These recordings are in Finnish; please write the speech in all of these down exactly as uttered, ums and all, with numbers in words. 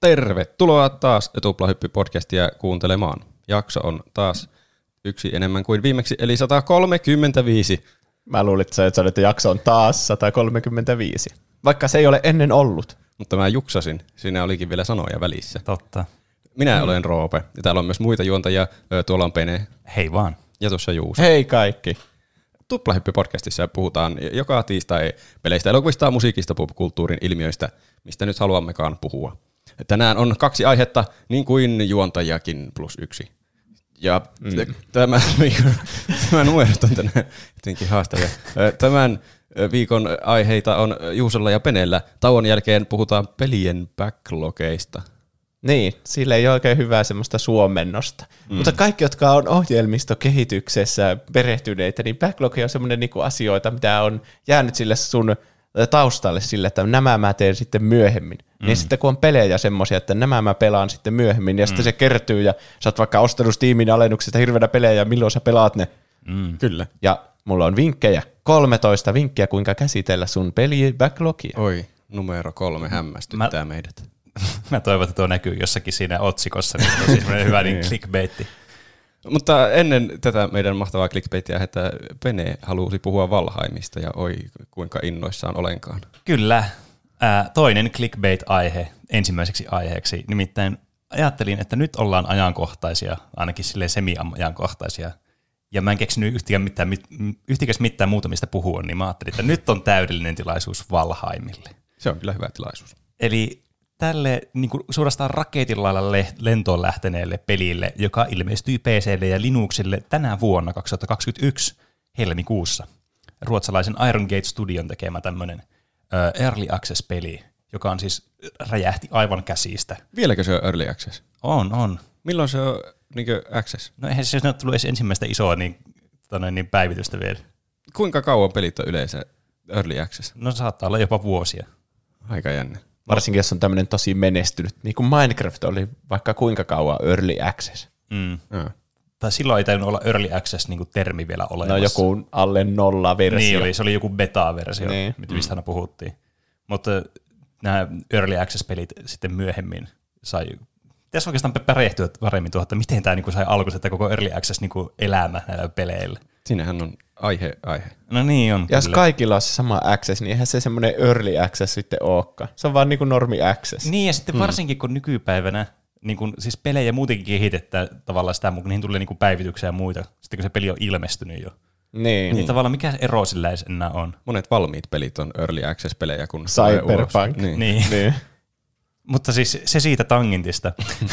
Tervetuloa taas Tuplahyppy-podcastia kuuntelemaan. Jakso on taas yksi enemmän kuin viimeksi, eli sata kolmekymmentäviisi. Mä luulin, että sä sanoit, että jakso on taas sata kolmekymmentäviisi, vaikka se ei ole ennen ollut. Mutta mä juksasin, siinä olikin vielä sanoja välissä. Totta. Minä mm. olen Roope, ja täällä on myös muita juontajia. Tuolla on Pene. Hei vaan. Ja tuossa Juuso. Hei kaikki. Tuplahyppy-podcastissa puhutaan joka tiistai peleistä, elokuvista, musiikista, popkulttuurin ilmiöistä, mistä nyt haluammekaan puhua. Tänään on kaksi aihetta, niin kuin juontajakin plus yksi. Ja mm. tämä, tämä numerot on tänään jotenkin haastavia. Tämän viikon aiheita on Juusolla ja Penellä. Tauon jälkeen puhutaan pelien backlogeista. Niin, sillä ei ole oikein hyvää semmoista suomennosta. Mm. Mutta kaikki, jotka on ohjelmistokehityksessä perehtyneitä, niin backlog on semmoinen niinku asioita, mitä on jäänyt sille sun taustalle sille, että nämä mä teen sitten myöhemmin. Mm. Niin sitten kun on pelejä semmoisia, että nämä mä pelaan sitten myöhemmin, ja mm. sitten se kertyy, ja sä oot vaikka ostanut Steamin alennuksesta hirveänä pelejä, ja milloin sä pelaat ne. Mm. Kyllä. Ja mulla on vinkkejä, kolmetoista vinkkiä, kuinka käsitellä sun peli backlogia. Oi, numero kolme hämmästyttää mä... meidät. Mä toivon, että tuo näkyy jossakin siinä otsikossa, niin tosi semmoinen hyvä niin clickbaitti. Mutta ennen tätä meidän mahtavaa clickbaitia, että Pene halusi puhua Valheimista ja oi kuinka innoissaan olenkaan. Kyllä. Ää, toinen clickbait-aihe ensimmäiseksi aiheeksi. Nimittäin ajattelin, että nyt ollaan ajankohtaisia, ainakin silleen semi-ajankohtaisia. Ja mä en keksinyt yhtikäs mitään, yhtikäs mitään muuta, mistä puhua, niin mä ajattelin, että nyt on täydellinen tilaisuus Valheimille. Se on kyllä hyvä tilaisuus. Eli tälle niin kuin suorastaan raketilla le- lentoon lähteneelle pelille, joka ilmestyi P C:lle ja Linuxille tänä vuonna kaksituhattakaksikymmentäyksi helmikuussa. Ruotsalaisen Iron Gate Studion tekemä tämmöinen uh, Early Access-peli, joka on siis räjähti aivan käsistä. Vieläkö se on Early Access? On, on. Milloin se on niin Access? No eihän se ole tullut edes ensimmäistä isoa niin, tonne, niin päivitystä vielä. Kuinka kauan pelit on yleensä Early Access? No saattaa olla jopa vuosia. Aika jännä. Varsinkin jos on tämmöinen tosi menestynyt, niin kuin Minecraft oli vaikka kuinka kauan early access. Mm. Mm. Tai silloin ei tajunnut olla early access niin kuin termi vielä olemassa. No joku alle nolla versio. Niin oli, se oli joku beta-versio, niin. mistä aina puhuttiin. Mutta nämä early access-pelit sitten myöhemmin sai, pitäisi oikeastaan pärehtyä paremmin tuohon, että miten tämä niin kuin sai alkuun, että koko early access niin kuin elämä näillä peleillä. Siinähän on aihe, aihe. No niin on. Ja jos kaikilla on se sama access, niin eihän se semmoinen early access sitten olekaan. Se on vaan niin kuin normi access. Niin ja sitten varsinkin kun nykypäivänä niin kun, siis pelejä muutenkin kehitetään tavallaan sitä, kun niihin tulee niin kuin päivityksiä ja muita, sitten kun se peli on ilmestynyt jo. Niin. Niin tavallaan mikä ero sillä ei enää on. Monet valmiit pelit on early access-pelejä, kun Cyberpunk. Niin. niin. niin. Mutta siis se siitä tangentista.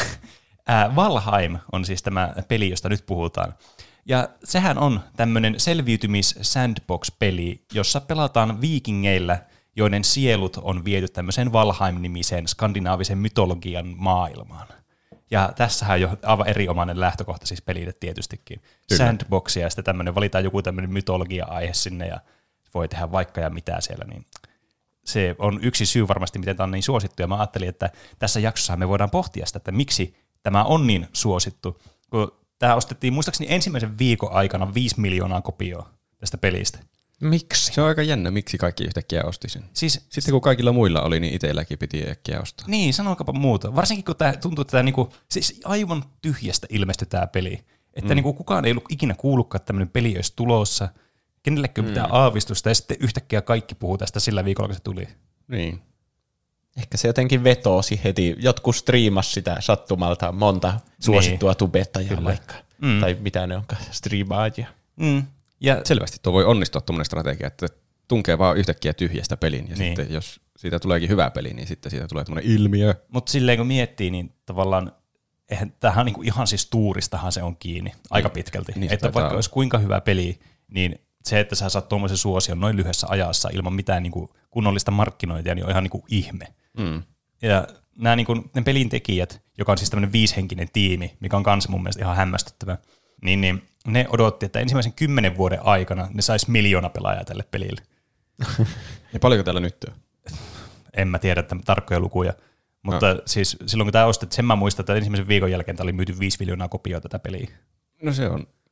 Valheim on siis tämä peli, josta nyt puhutaan. Ja sehän on tämmöinen selviytymis-sandbox-peli, jossa pelataan viikingeillä, joiden sielut on viety tämmöiseen Valheim-nimisen skandinaavisen mytologian maailmaan. Ja tässähän on jo aivan erinomainen lähtökohta siis pelille tietystikin. Kyllä. Sandboxia ja sitten tämmöinen, valitaan joku tämmöinen mytologia-aihe sinne ja voi tehdä vaikka ja mitä siellä. Niin se on yksi syy varmasti, miten tämä on niin suosittu. Ja mä ajattelin, että tässä jaksossa me voidaan pohtia sitä, että miksi tämä on niin suosittu, kun tämä ostettiin muistaakseni ensimmäisen viikon aikana viisi miljoonaa kopioa tästä pelistä. Miksi? Se on aika jännä, miksi kaikki yhtäkkiä osti sen. Siis, Sitten kun kaikilla muilla oli, niin itselläkin piti äkkiä ostaa. Niin, sanokaapa muuta. Varsinkin kun tämä tuntuu, että tämä niinku, siis aivan tyhjästä ilmestyi tämä peli. Että mm. niinku kukaan ei ollut ikinä kuullutkaan, että tämmöinen peli olisi tulossa. Kenellekään mm. mitään aavistusta ja sitten yhtäkkiä kaikki puhuu tästä sillä viikolla, kun se tuli. Niin. Ehkä se jotenkin vetoosi heti. Jotkut striimasi sitä sattumalta monta suosittua niin. tubettajaa vaikka. Mm. Tai mitä ne onkaan, striimaajia. Mm. Ja selvästi tuo voi onnistua tuommoinen strategia, että tunkee vaan yhtäkkiä tyhjästä pelin. Ja niin. sitten jos siitä tuleekin hyvä peli, niin sitten siitä tulee tämmöinen ilmiö. Mutta silleen kun miettii, niin tavallaan eihän, tämähän niinku ihan siis tuuristahan se on kiinni niin. aika pitkälti. Niin, että vaikka olla. Olisi kuinka hyvä peli, niin se, että sä saat tuommoisen suosion noin lyhyessä ajassa ilman mitään niinku kunnollista markkinointia, niin on ihan niinku ihme. Mm. Ja nämä niinku, ne pelin tekijät, joka on siis tämmöinen viishenkinen tiimi, mikä on kanssa mun mielestä ihan hämmästyttävä, niin, niin ne odotti, että ensimmäisen kymmenen vuoden aikana ne sais miljoona pelaajaa tälle pelille. Ja paljonko täällä nyt on? En mä tiedä että tarkkoja lukuja, mutta no. siis silloin kun tämä ostettiin, sen mä muistan, että ensimmäisen viikon jälkeen tämä oli myyty viisi miljoonaa kopioa tätä peliä. No se on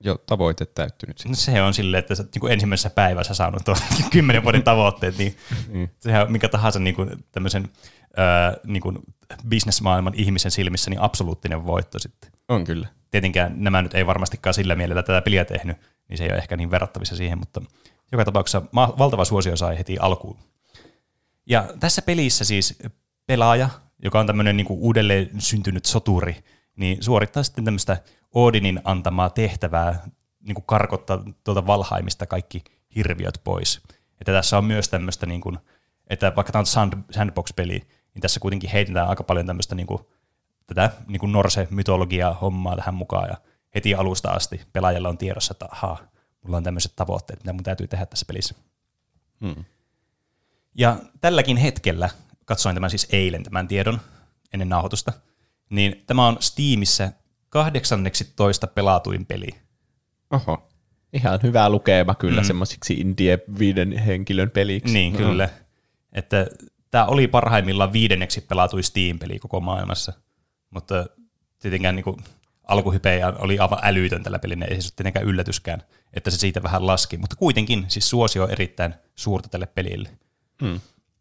jo tavoite täyttynyt sitten? No se on silleen, että sä niin kuin ensimmäisessä päivässä saanut tuon kymmenen vuoden tavoitteet, niin mm. sehän on mikä tahansa niin kuin tämmöisen äh, niin kuin business-maailman ihmisen silmissä niin absoluuttinen voitto sitten. On kyllä. Tietenkään nämä nyt ei varmastikaan sillä mielellä tätä peliä tehnyt, niin se ei ole ehkä niin verrattavissa siihen, mutta joka tapauksessa ma- valtava suosio sai heti alkuun. Ja tässä pelissä siis pelaaja, joka on tämmöinen niin kuin uudelleen syntynyt soturi, niin suorittaa sitten tämmöistä Odinin antamaa tehtävää niin kuin karkottaa tuolta Valheimista kaikki hirviöt pois. Että tässä on myös tämmöistä, niin kuin, että vaikka tämä on sand, sandbox-peli, niin tässä kuitenkin heitetään aika paljon tämmöistä niin kuin, tätä niin kuin Norse-mytologiaa hommaa tähän mukaan, ja heti alusta asti pelaajalla on tiedossa, että ahaa, mulla on tämmöiset tavoitteet, mitä mun täytyy tehdä tässä pelissä. Hmm. Ja tälläkin hetkellä, katsoin tämän siis eilen tämän tiedon ennen nauhoitusta, niin tämä on Steamissä kahdeksanneksitoista pelatuin peli. Oho. Ihan hyvä lukema kyllä mm. semmoisiksi indie viiden henkilön peliksi. Niin, kyllä. Mm. Että tämä oli parhaimmillaan viidenneksi pelatuin Steam-peli koko maailmassa, mutta tietenkään niin kuin alkuhype oli aivan älytön tällä pelillä, ei se ole tietenkään yllätyskään, että se siitä vähän laski, mutta kuitenkin siis suosio on erittäin suurta tälle pelille. Mm.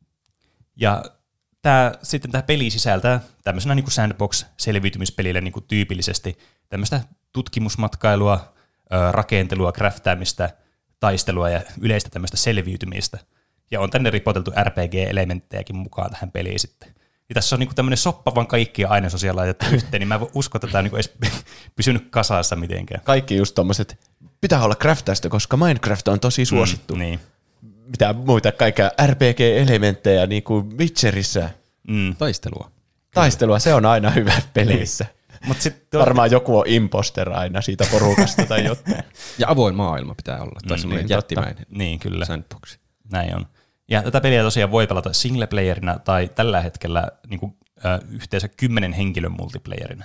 Ja Tämä, sitten tämä peli sisältää tämmöisenä niin kuin sandbox-selviytymispelille niin kuin tyypillisesti tämmöistä tutkimusmatkailua, rakentelua, craftaamista, taistelua ja yleistä tämmöistä selviytymistä. Ja on tänne ripoteltu R P G-elementtejäkin mukaan tähän peliin sitten. Ja tässä on niin kuin tämmöinen soppavan kaikkia ainesosia laitettu yhteen, niin mä en voi uskoa, että tämä on niin kuin edes pysynyt kasassa mitenkään. Kaikki just tommoset, pitää olla craftaista, koska Minecraft on tosi suosittu. Mm, niin. Mitä muita kaikkea R P G-elementtejä niin kuin Witcherissä. Mm. Taistelua. Taistelua, se on aina hyvä peleissä. Mut sit varmaan joku on imposter aina siitä porukasta tai jotain. Ja avoin maailma pitää olla, tai mm, semmoinen niin, jättimäinen niin, kyllä. sandbox. Näin on. Ja tätä peliä tosiaan voi pelata singleplayerina tai tällä hetkellä niin kuin, äh, yhteensä kymmenen henkilön multiplayerina.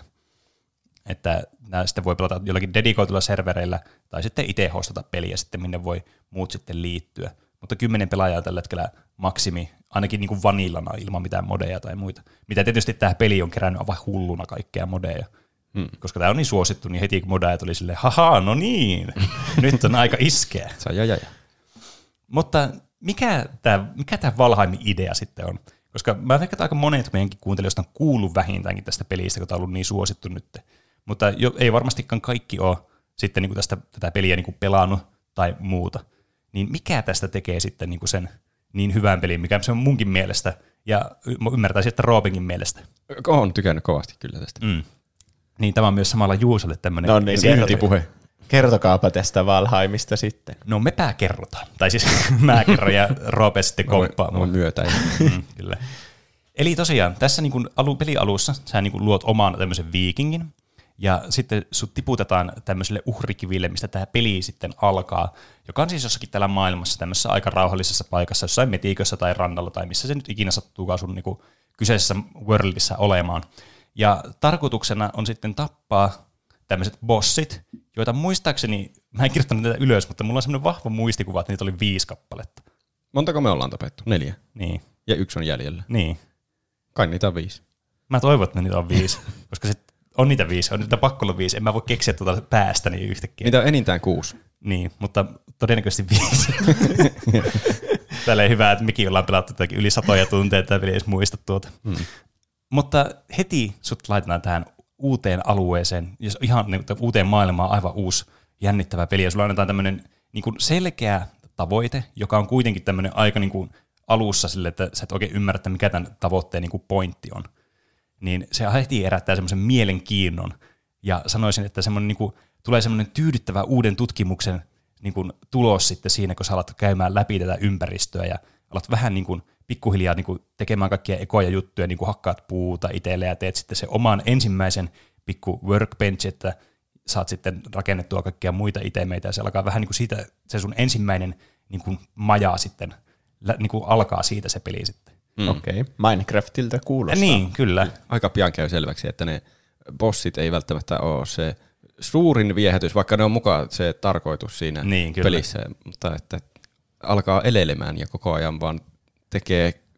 Että nämä sitten voi pelata jollakin dedikoituilla servereillä tai sitten itse hostata peliä sitten, minne voi muut sitten liittyä. Mutta kymmenen pelaajaa tällä hetkellä maksimi, ainakin niin kuin vanillana ilman mitään modeja tai muita. Mitä tietysti tämä peli on kerännyt aivan hulluna kaikkea modeja. Hmm. Koska tämä on niin suosittu, niin heti kun modeja tuli silleen, haha, no niin, nyt on aika iskeä. Se on jajaja. Mutta mikä tämä, mikä tämä Valheimin idea sitten on? Koska mä veikkaan, että aika monet meidänkin kuuntelijoista on kuullut vähintäänkin tästä pelistä, kun tämä on ollut niin suosittu nyt. Mutta jo, ei varmastikaan kaikki ole sitten niin kuin tästä, tätä peliä niin kuin pelannut tai muuta. Niin mikä tästä tekee sitten niin kuin sen niin hyvän pelin, mikä se on munkin mielestä, ja ymmärtäisin, että Roopenkin mielestä. Olen tykännyt kovasti kyllä tästä. Mm. Niin tämä on myös samalla Juusolle tämmöinen no niin, myyntipuhe. Kertokaapa tästä Valheimista sitten. No mepä kerrotaan. Tai siis mä kerron ja Roope sitten komppaa. Mä voin myötäin. Mm, kyllä. Eli tosiaan tässä niin kuin alu, pelialussa sä niin kuin luot oman tämmöisen viikingin, ja sitten sut tiputetaan tämmöiselle uhrikiville, mistä tämä peli sitten alkaa, joka on siis jossakin täällä maailmassa tämmöisessä aika rauhallisessa paikassa, jossain metikössä tai rannalla tai missä se nyt ikinä sattuukaan sun niinku kyseisessä worldissa olemaan. Ja tarkoituksena on sitten tappaa tämmöiset bossit, joita muistaakseni, mä en kirjoittanut tätä ylös, mutta mulla on semmoinen vahva muistikuva, että niitä oli viisi kappaletta. Montako me ollaan tapettu? Neljä. Niin. Ja yksi on jäljellä. Niin. Kai niitä on viisi. Mä toivon, että niitä on viisi, koska se on niitä viisi, on niitä pakko olla viisi. En mä voi keksiä tuota päästäni yhtäkkiä. Niitä on enintään kuusi. Niin, mutta todennäköisesti viisi. Tälleen hyvä, että mekin ollaan pelattu yli satoja tunteja, että tämä ei edes muista tuota. Hmm. Mutta heti sut laitetaan tähän uuteen alueeseen, jos ihan niin, uuteen maailmaan aivan uusi jännittävä peli. Ja sulla annetaan tämmöinen niin kuin selkeä tavoite, joka on kuitenkin tämmöinen aika niin kuin alussa sille, että sä et oikein ymmärrä, että mikä tämän tavoitteen niin kuin pointti on. Niin se heti herättää semmoisen mielenkiinnon. Ja sanoisin, että semmoinen, niin kuin, tulee semmoinen tyydyttävä uuden tutkimuksen niin kuin, tulos sitten siinä, kun sä alat käymään läpi tätä ympäristöä ja alat vähän niin kuin, pikkuhiljaa niin kuin, tekemään kaikkia ekoja juttuja, niin kuin hakkaat puuta itselle ja teet sitten se oman ensimmäisen pikku workbench, että saat sitten rakennettua kaikkia muita itemeitä ja se alkaa vähän niin kuin siitä, se sun ensimmäinen niin kuin, maja sitten niin kuin, alkaa siitä se peli sitten. Mm. Okei, okay. Minecraftilta kuulostaa. Niin, kyllä. Aika pian käy selväksi, että ne bossit ei välttämättä ole se suurin viehätys, vaikka ne on mukaan se tarkoitus siinä niin, pelissä, mutta että alkaa elelemään ja koko ajan vaan tekee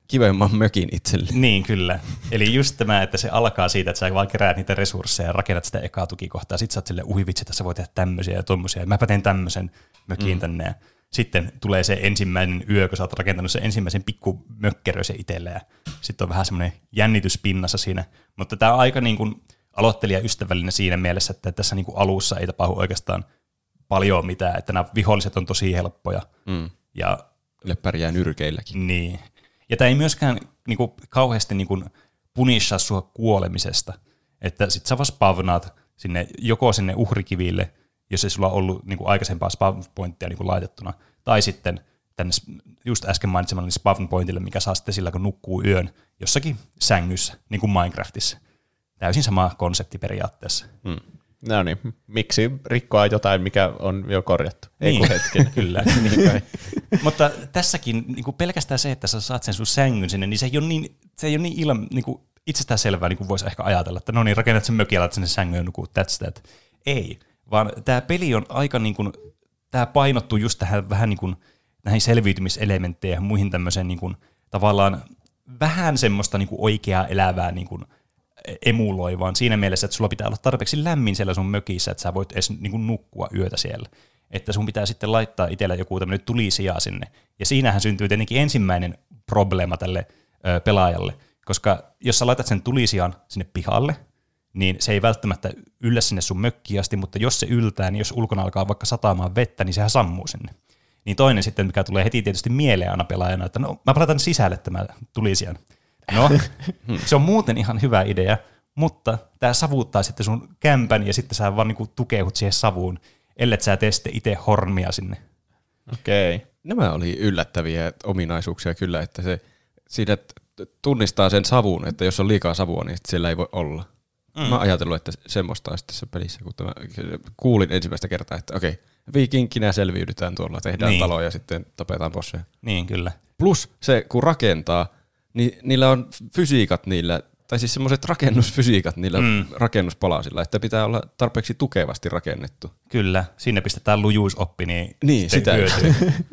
kivemman mökin itselle. Niin, kyllä. Eli just tämä, että se alkaa siitä, että sä vaan keräät niitä resursseja ja rakennat sitä ekaa tukikohtaa. Sitten sä oot silleen, uhi vitsi, tässä voi tehdä tämmöisiä ja tommosia. Mäpä teen tämmöisen mökin mm. tänne. Ja sitten tulee se ensimmäinen yö, kun sä oot rakentanut sen ensimmäisen pikku mökkeröisen itselle. Ja sitten on vähän semmoinen jännitys pinnassa siinä. Mutta tämä on aika niin kuin aloittelijaystävällinen siinä mielessä, että tässä niin kuin alussa ei tapahdu oikeastaan paljon mitään. Että nämä viholliset on tosi helppoja. Mm. Ja ne pärjää nyrkeilläkin. Niin. Ja tämä ei myöskään niinku, kauheasti niinku, punishaa sua kuolemisesta. Että sit sä vaan spavnaat sinne, joko sinne uhrikiville, jos ei sulla ollut niinku, aikaisempaa spawn pointtia niinku, laitettuna, tai sitten tänne just äsken mainitsemallani spawn pointille, mikä saa sitten sillä, kun nukkuu yön jossakin sängyssä, niin kuin Minecraftissa. Täysin sama konsepti periaatteessa. Hmm. No niin, miksi rikkoa jotain, mikä on jo korjattu? Ei niin, kun hetken. Kyllä. Niin mutta tässäkin niin kuin pelkästään se, että sä saat sen sun sängyn sinne, niin se ei ole niin, se ei ole niin, ilma, niin kuin itsestään selvää, niin kuin voisi ehkä ajatella, että no niin, rakennat sen mökin ja laitat sinne sängyn ja nukut, that's that. Ei, vaan tämä peli on aika, niin kuin, tämä painottuu just tähän vähän niin kuin, näihin selviytymiselementteihin ja muihin tämmöiseen niin kuin, tavallaan vähän semmoista niin kuin oikeaa elävää niin kuin, emuloi, vaan siinä mielessä, että sulla pitää olla tarpeeksi lämmin siellä sun mökissä, että sä voit edes niin kuin nukkua yötä siellä. Että sun pitää sitten laittaa itsellä joku tämmöinen tulisija sinne. Ja siinähän syntyy tietenkin ensimmäinen probleema tälle ö, pelaajalle, koska jos sä laitat sen tulisijan sinne pihalle, niin se ei välttämättä yllä sinne sun mökkiin asti, mutta jos se yltää, niin jos ulkona alkaa vaikka sataamaan vettä, niin sehän sammuu sinne. Niin toinen sitten, mikä tulee heti tietysti mieleen aina pelaajana, että no mä laitan sisälle tämän tulisijan. No, se on muuten ihan hyvä idea, mutta tämä savuuttaa sitten sun kämpän ja sitten sä vaan niinku tukeudut siihen savuun, ellei sä tee sitten itse hormia sinne. Okei. Okay. Nämä oli yllättäviä ominaisuuksia kyllä, että se siinä tunnistaa sen savun, että jos on liikaa savua, niin siellä ei voi olla. Mm. Mä oon ajatellut, että semmoista olisi tässä pelissä, kun mä kuulin ensimmäistä kertaa, että okei, viikinkkinä selviydytään tuolla, tehdään niin. taloja ja sitten tapetaan bosseja. Niin, kyllä. Plus se, kun rakentaa, niin niillä on fysiikat niillä, tai siis semmoiset rakennusfysiikat niillä mm. rakennuspalasilla, että pitää olla tarpeeksi tukevasti rakennettu. Kyllä, sinne pistetään lujuusoppi, niin, niin sitä hyötyy.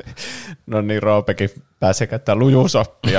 No niin, Roopekin pääsee käyttämään lujuusoppia.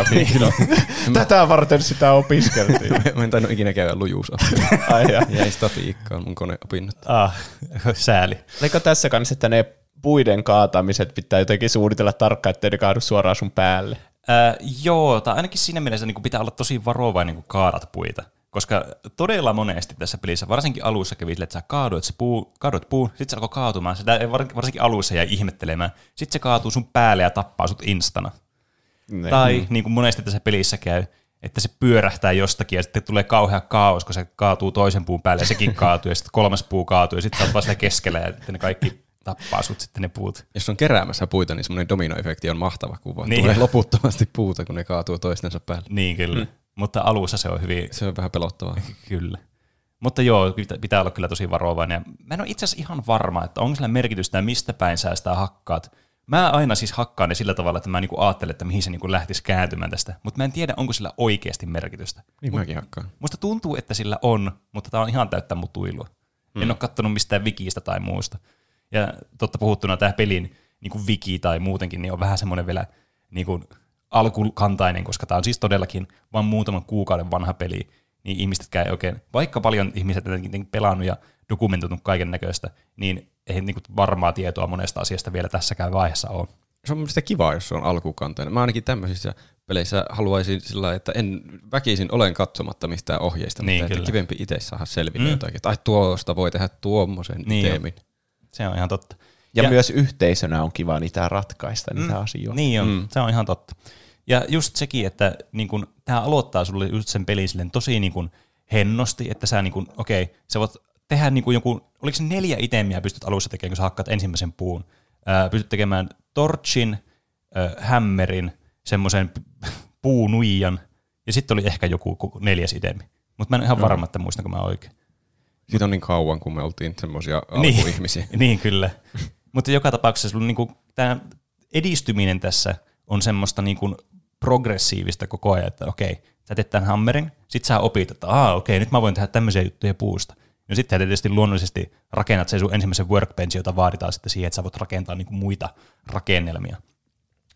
Tätä varten sitä opiskeltiin. Mä en tainnut ikinä käydä lujuusoppia. Ai ja. Jäi statiikkaan mun koneopinnot. Ah, sääli. Oliko tässä kanssa, että ne puiden kaatamiset pitää jotenkin suunnitella tarkkaan, ettei ne kaadu suoraan sun päälle? Äh, joo, tai ainakin siinä mielessä niin pitää olla tosi varovainen, kun kaadat puita. Koska todella monesti tässä pelissä, varsinkin alussa kävi sille, että sä kaaduit, se puu, kaaduit puun, sitten se alkoi kaatumaan. Sitä varsinkin alussa jäi ihmettelemään. Sitten se kaatuu sun päälle ja tappaa sut instana. Ne. Tai niin kuin monesti tässä pelissä käy, että se pyörähtää jostakin ja sitten tulee kauhea kaos, kun se kaatuu toisen puun päälle ja sekin kaatuu ja sitten kolmas puu kaatuu ja sitten sä oot vaan siellä keskellä ja sitten ne kaikki tappaa sut sitten ne puut. Jos on keräämässä puita, niin semmoinen dominoefekti on mahtava, kun vaan niin. tulee loputtomasti puuta, kun ne kaatuu toistensa päälle. Niin kyllä, mm. mutta alussa se on hyvin... Se on vähän pelottavaa. Kyllä. Mutta joo, pitää olla kyllä tosi varovainen. Mä en ole itse asiassa ihan varma, että onko sillä merkitystä, mistä päin sä sitä hakkaat. Mä aina siis hakkaan ne sillä tavalla, että mä niinku ajattelen, että mihin se niinku lähtisi kääntymään tästä, mutta mä en tiedä, onko sillä oikeasti merkitystä. Niin Mut, mäkin hakkaan. Musta tuntuu, että sillä on, mutta tää on ihan täyttä mutuilua. Mm. En ole kattonut mistään wikistä tai muusta. Ja totta puhuttuna tämä pelin niin kuin wiki tai muutenkin niin on vähän semmoinen vielä niin kuin alkukantainen, koska tämä on siis todellakin vain muutaman kuukauden vanha peli, niin ihmisetkään ei oikein, vaikka paljon ihmiset jotenkin pelannut ja dokumentoinut kaiken näköistä, niin ei niin kuin varmaa tietoa monesta asiasta vielä tässäkään vaiheessa ole. Se on mielestäni kiva, jos se on alkukantainen. Mä ainakin tämmöisissä peleissä haluaisin sillä, että en väkisin olen katsomatta mistään ohjeista, niin, mutta että kivempi itse saada selville mm. jotakin. Tai tuosta voi tehdä tuommoisen niin itemin. Se on ihan totta. Ja, ja myös yhteisönä on kiva niitä ratkaista, niitä mm, asioita. Niin on, mm. se on ihan totta. Ja just sekin, että niin kun, tämä aloittaa sulle just sen pelin silleen tosi niin kun, hennosti, että sä niin kun, okei, sä voit tehdä niin kun joku, oliko se neljä itemiä pystyt alussa tekemään, kun sä hakkaat ensimmäisen puun. Ää, pystyt tekemään torchin, ää, hämmerin, semmoisen puunuijan, ja sitten oli ehkä joku neljäs itemi. Mutta mä en ole ihan varma, että muistanko mä oikein. Siitä on niin kauan, kun me oltiin semmoisia niin, alkuihmisiä. Niin, kyllä. Mutta joka tapauksessa niinku, tämä edistyminen tässä on semmoista niinku progressiivista koko ajan, että okei, sä teet tämän hammerin, sit sä opit, että aa, okei, nyt mä voin tehdä tämmöisiä juttuja puusta. No sitten tietysti luonnollisesti rakennat sen sun ensimmäisen workbenchin, jota vaaditaan sitten siihen, että sä voit rakentaa niinku muita rakennelmia.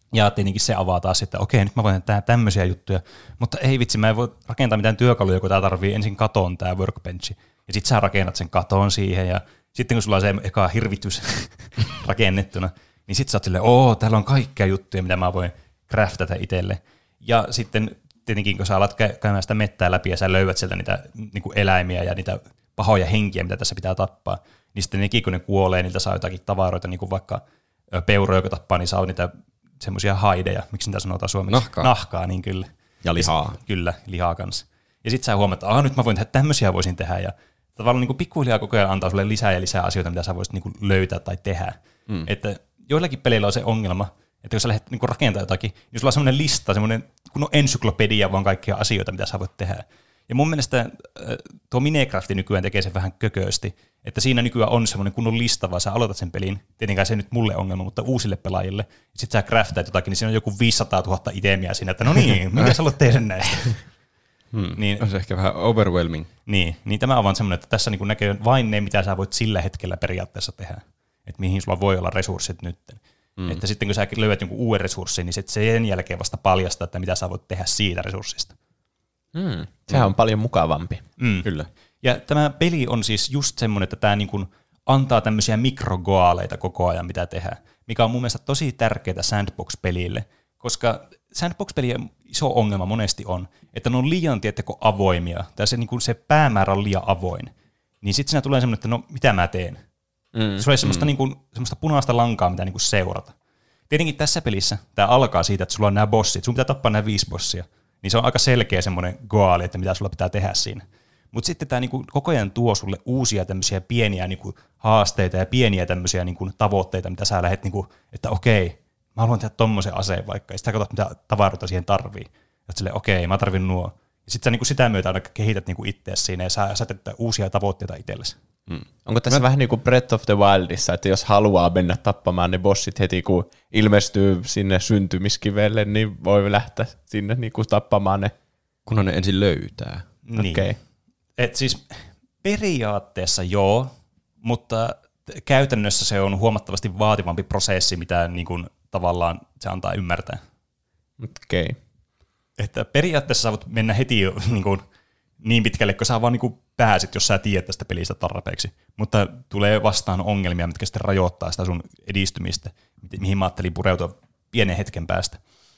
Ja tietenkin se avaa taas, että okei, nyt mä voin tehdä tämmöisiä juttuja, mutta ei vitsi, mä en voi rakentaa mitään työkaluja, kun tää tarvii ensin katon tää workbenchi. Ja sit sä rakennat sen katon siihen, ja sitten kun sulla on se eka hirvitys rakennettuna, niin sit sä oot silleen, oo, täällä on kaikkea juttuja, mitä mä voin craftata itselle. Ja sitten tietenkin, kun sä alat käymään sitä mettää läpi, ja sä löydät sieltä niitä niin kuin eläimiä ja niitä pahoja henkiä, mitä tässä pitää tappaa, niin sitten nekin, kun ne kuolee, niiltä saa jotakin tavaroita, niin kuin vaikka peuro, joka tappaa, niin saa niitä semmoisia haideja, miksi niitä sanotaan suomeksi? Nahkaa. Nahkaa, niin kyllä. Ja lihaa. Ja sit, kyllä, lihaa kanssa. Ja sitten sä huomaat, että nyt mä voin tehdä tämmöisiä voisin tehdä, ja tavallaan niin pikkuhiljaa koko ajan antaa sulle lisää ja lisää asioita, mitä sä voisit niin löytää tai tehdä. Mm. Että joillakin peleillä on se ongelma, että jos sä lähdet niin rakentamaan jotakin, niin sulla on semmoinen lista, semmoinen kun on ensyklopedia, vaan kaikkia asioita, mitä sä voit tehdä. Ja mun mielestä tuo Minecraft nykyään tekee sen vähän kökösti, että siinä nykyään on semmoinen kunnon lista, vaan sä aloitat sen pelin, tietenkään se nyt mulle ongelma, mutta uusille pelaajille, ja sit sä craftaat jotakin, niin siinä on joku viisisataatuhatta itemiä siinä, että no niin, mitä sä haluat tehdä näistä? Hmm. Niin, on se ehkä vähän overwhelming. Niin, niin tämä on vaan semmoinen, että tässä niin näkee vain ne, mitä sä voit sillä hetkellä periaatteessa tehdä, että mihin sulla voi olla resurssit nyt. Hmm. Että sitten kun sä löydät jonkun uuden resurssin, niin sen jälkeen vasta paljastaa, että mitä sä voit tehdä siitä resurssista. Hmm. Sehän on paljon mukavampi. Mm. Kyllä. Ja tämä peli on siis just semmoinen, että tämä niin kuin antaa tämmöisiä mikrogoaleita koko ajan, mitä tehdään, mikä on mun mielestä tosi tärkeää sandbox-pelille, koska sandbox-pelien iso ongelma monesti on, että ne on liian, tiettäkö, avoimia, tai se, niin kuin se päämäärä on liian avoin. Niin sitten siinä tulee semmoinen, että no, mitä mä teen? Mm. Se on semmoista, mm. niin kuin, semmoista punaista lankaa, mitä niin kuin seurata. Tietenkin tässä pelissä tämä alkaa siitä, että sulla on nämä bossit, sun pitää tappaa nämä viisi bossia, niin se on aika selkeä semmoinen goali, että mitä sulla pitää tehdä siinä. Mutta sitten tämä niinku koko ajan tuo sulle uusia tämmöisiä pieniä niinku haasteita ja pieniä tämmöisiä niinku tavoitteita, mitä sä lähdet, niinku, että okei, mä haluan tehdä tommosen aseen vaikka, ja sitten katsot, mitä tavaroita siihen tarvii. Ja silleen, okei, mä tarvin nuo. Ja sitten sä niinku sitä myötä aina kehität niinku itseäsi siinä, ja sä asetat uusia tavoitteita itsellesi. Hmm. Onko tässä mä... vähän niin kuin Breath of the Wildissa, että jos haluaa mennä tappamaan ne bossit heti, kun ilmestyy sinne syntymiskivelle, niin voi lähteä sinne niinku tappamaan ne. Kunhan ne ensin löytää. Niin. Okay. Et siis periaatteessa joo, mutta käytännössä se on huomattavasti vaativampi prosessi, mitä niin kuin tavallaan se antaa ymmärtää. Okei. Okay. Että periaatteessa sä voit mennä heti niin, kuin, niin pitkälle, kun sä vaan niin kuin pääsit, jos sä tiedät tästä pelistä tarpeeksi. Mutta tulee vastaan ongelmia, mitkä sitten rajoittaa sitä sun edistymistä, mihin mä ajattelin pureutua pienen hetken päästä.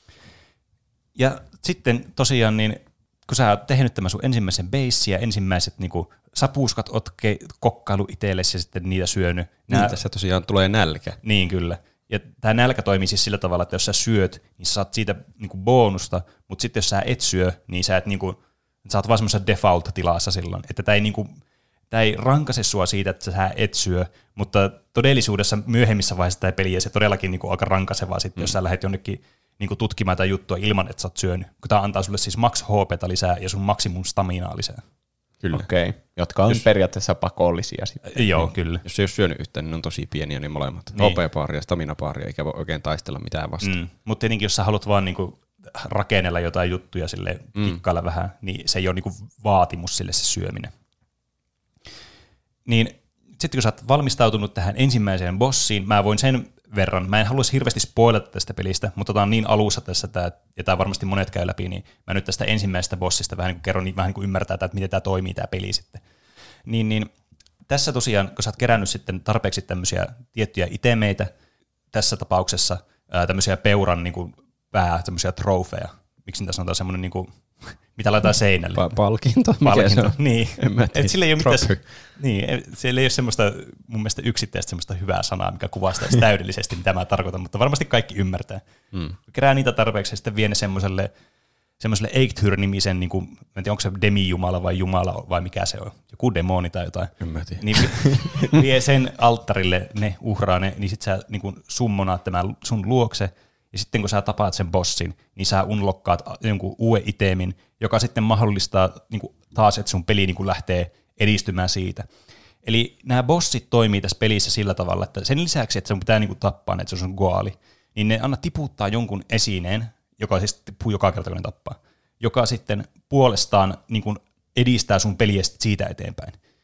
Ja sitten tosiaan niin kun sä oot tehnyt tämän sun ensimmäisen base ja ensimmäiset niinku sapuskat oot ke- kokkailu itsellesi ja sitten niitä syönyt. Niin, Nää... tässä tosiaan tulee nälkä. Niin, kyllä. Ja tämä nälkä toimii siis sillä tavalla, että jos sä syöt, niin sä saat siitä niinku bonusta, mutta sitten jos sä et syö, niin sä et niinku, sä oot vaan semmoisessa default-tilassa silloin. Että tämä ei, niinku, ei rankaise sua siitä, että sä et syö, mutta todellisuudessa myöhemmissä vaiheissa tämä peli, ja se todellakin niinku aika rankaisevaa sitten, mm. jos sä lähdet jonnekin niin tutkimaan tätä juttua ilman, että sä oot syönyt. Kun tämä antaa sulle siis max H P:tä lisää ja sun maksimum staminaa lisää. Kyllä. Okei, okay. Jotka on jos, periaatteessa pakollisia sitten. Joo, niin. kyllä. Jos ei ole syönyt yhtään, niin ne on tosi pieniä niin molemmat. Niin. H P-paaria ja stamina-paaria, eikä voi oikein taistella mitään vastaan. Mm. Mutta tietenkin, jos sä haluat vaan niinku rakennella jotain juttuja sille mm. kikkailla vähän, niin se ei ole niinku vaatimus sille se syöminen. Niin sitten kun sä oot valmistautunut tähän ensimmäiseen bossiin, mä voin sen verran. Mä en haluaisi hirveästi spoilata tästä pelistä, mutta tämä on niin alussa tässä, tää, ja tämä varmasti monet käy läpi, niin mä nyt tästä ensimmäisestä bossista vähän niin kuin kerron, niin vähän niin kuin ymmärtää, että miten tämä toimii tämä peli sitten. Niin, niin tässä tosiaan, kun sä oot kerännyt sitten tarpeeksi tämmöisiä tiettyjä itemeitä, tässä tapauksessa ää, tämmöisiä peuran niin kuin pää, tämmöisiä trofeja, miksi niitä sanotaan semmoinen, niin kuin, mitä laitetaan seinälle? Pa- palkinto? Palkinto, niin. Et sillä ei ole mitään, niin, siellä ei ole semmoista mun mielestä yksittäistä semmoista hyvää sanaa, mikä kuvastaisi täydellisesti, mitä mä tarkoitan, mutta varmasti kaikki ymmärtää. Mm. Kerää niitä tarpeeksi ja sitten vie ne semmoiselle, semmoiselle Eikthyr-nimisen, niin kuin, en tiedä, onko se demi-jumala vai jumala vai mikä se on, joku demoni tai jotain. Ymmärtin. Niin vie sen alttarille, ne uhraa ne, niin sit sä niin kuin summonaat tämän sun luokse, ja sitten kun sä tapaat sen bossin, niin sä unlockkaat jonkun uuden itemin, joka sitten mahdollistaa niin kuin taas, että sun peli niin kuin lähtee edistymään siitä. Eli nämä bossit toimii tässä pelissä sillä tavalla, että sen lisäksi, että sun pitää niin kuin tappaa, että se on sun goali, niin ne anna tiputtaa jonkun esineen, joka siis tippuu joka kerta, kun ne tappaa, joka sitten puolestaan niin kuin edistää sun peliä siitä eteenpäin.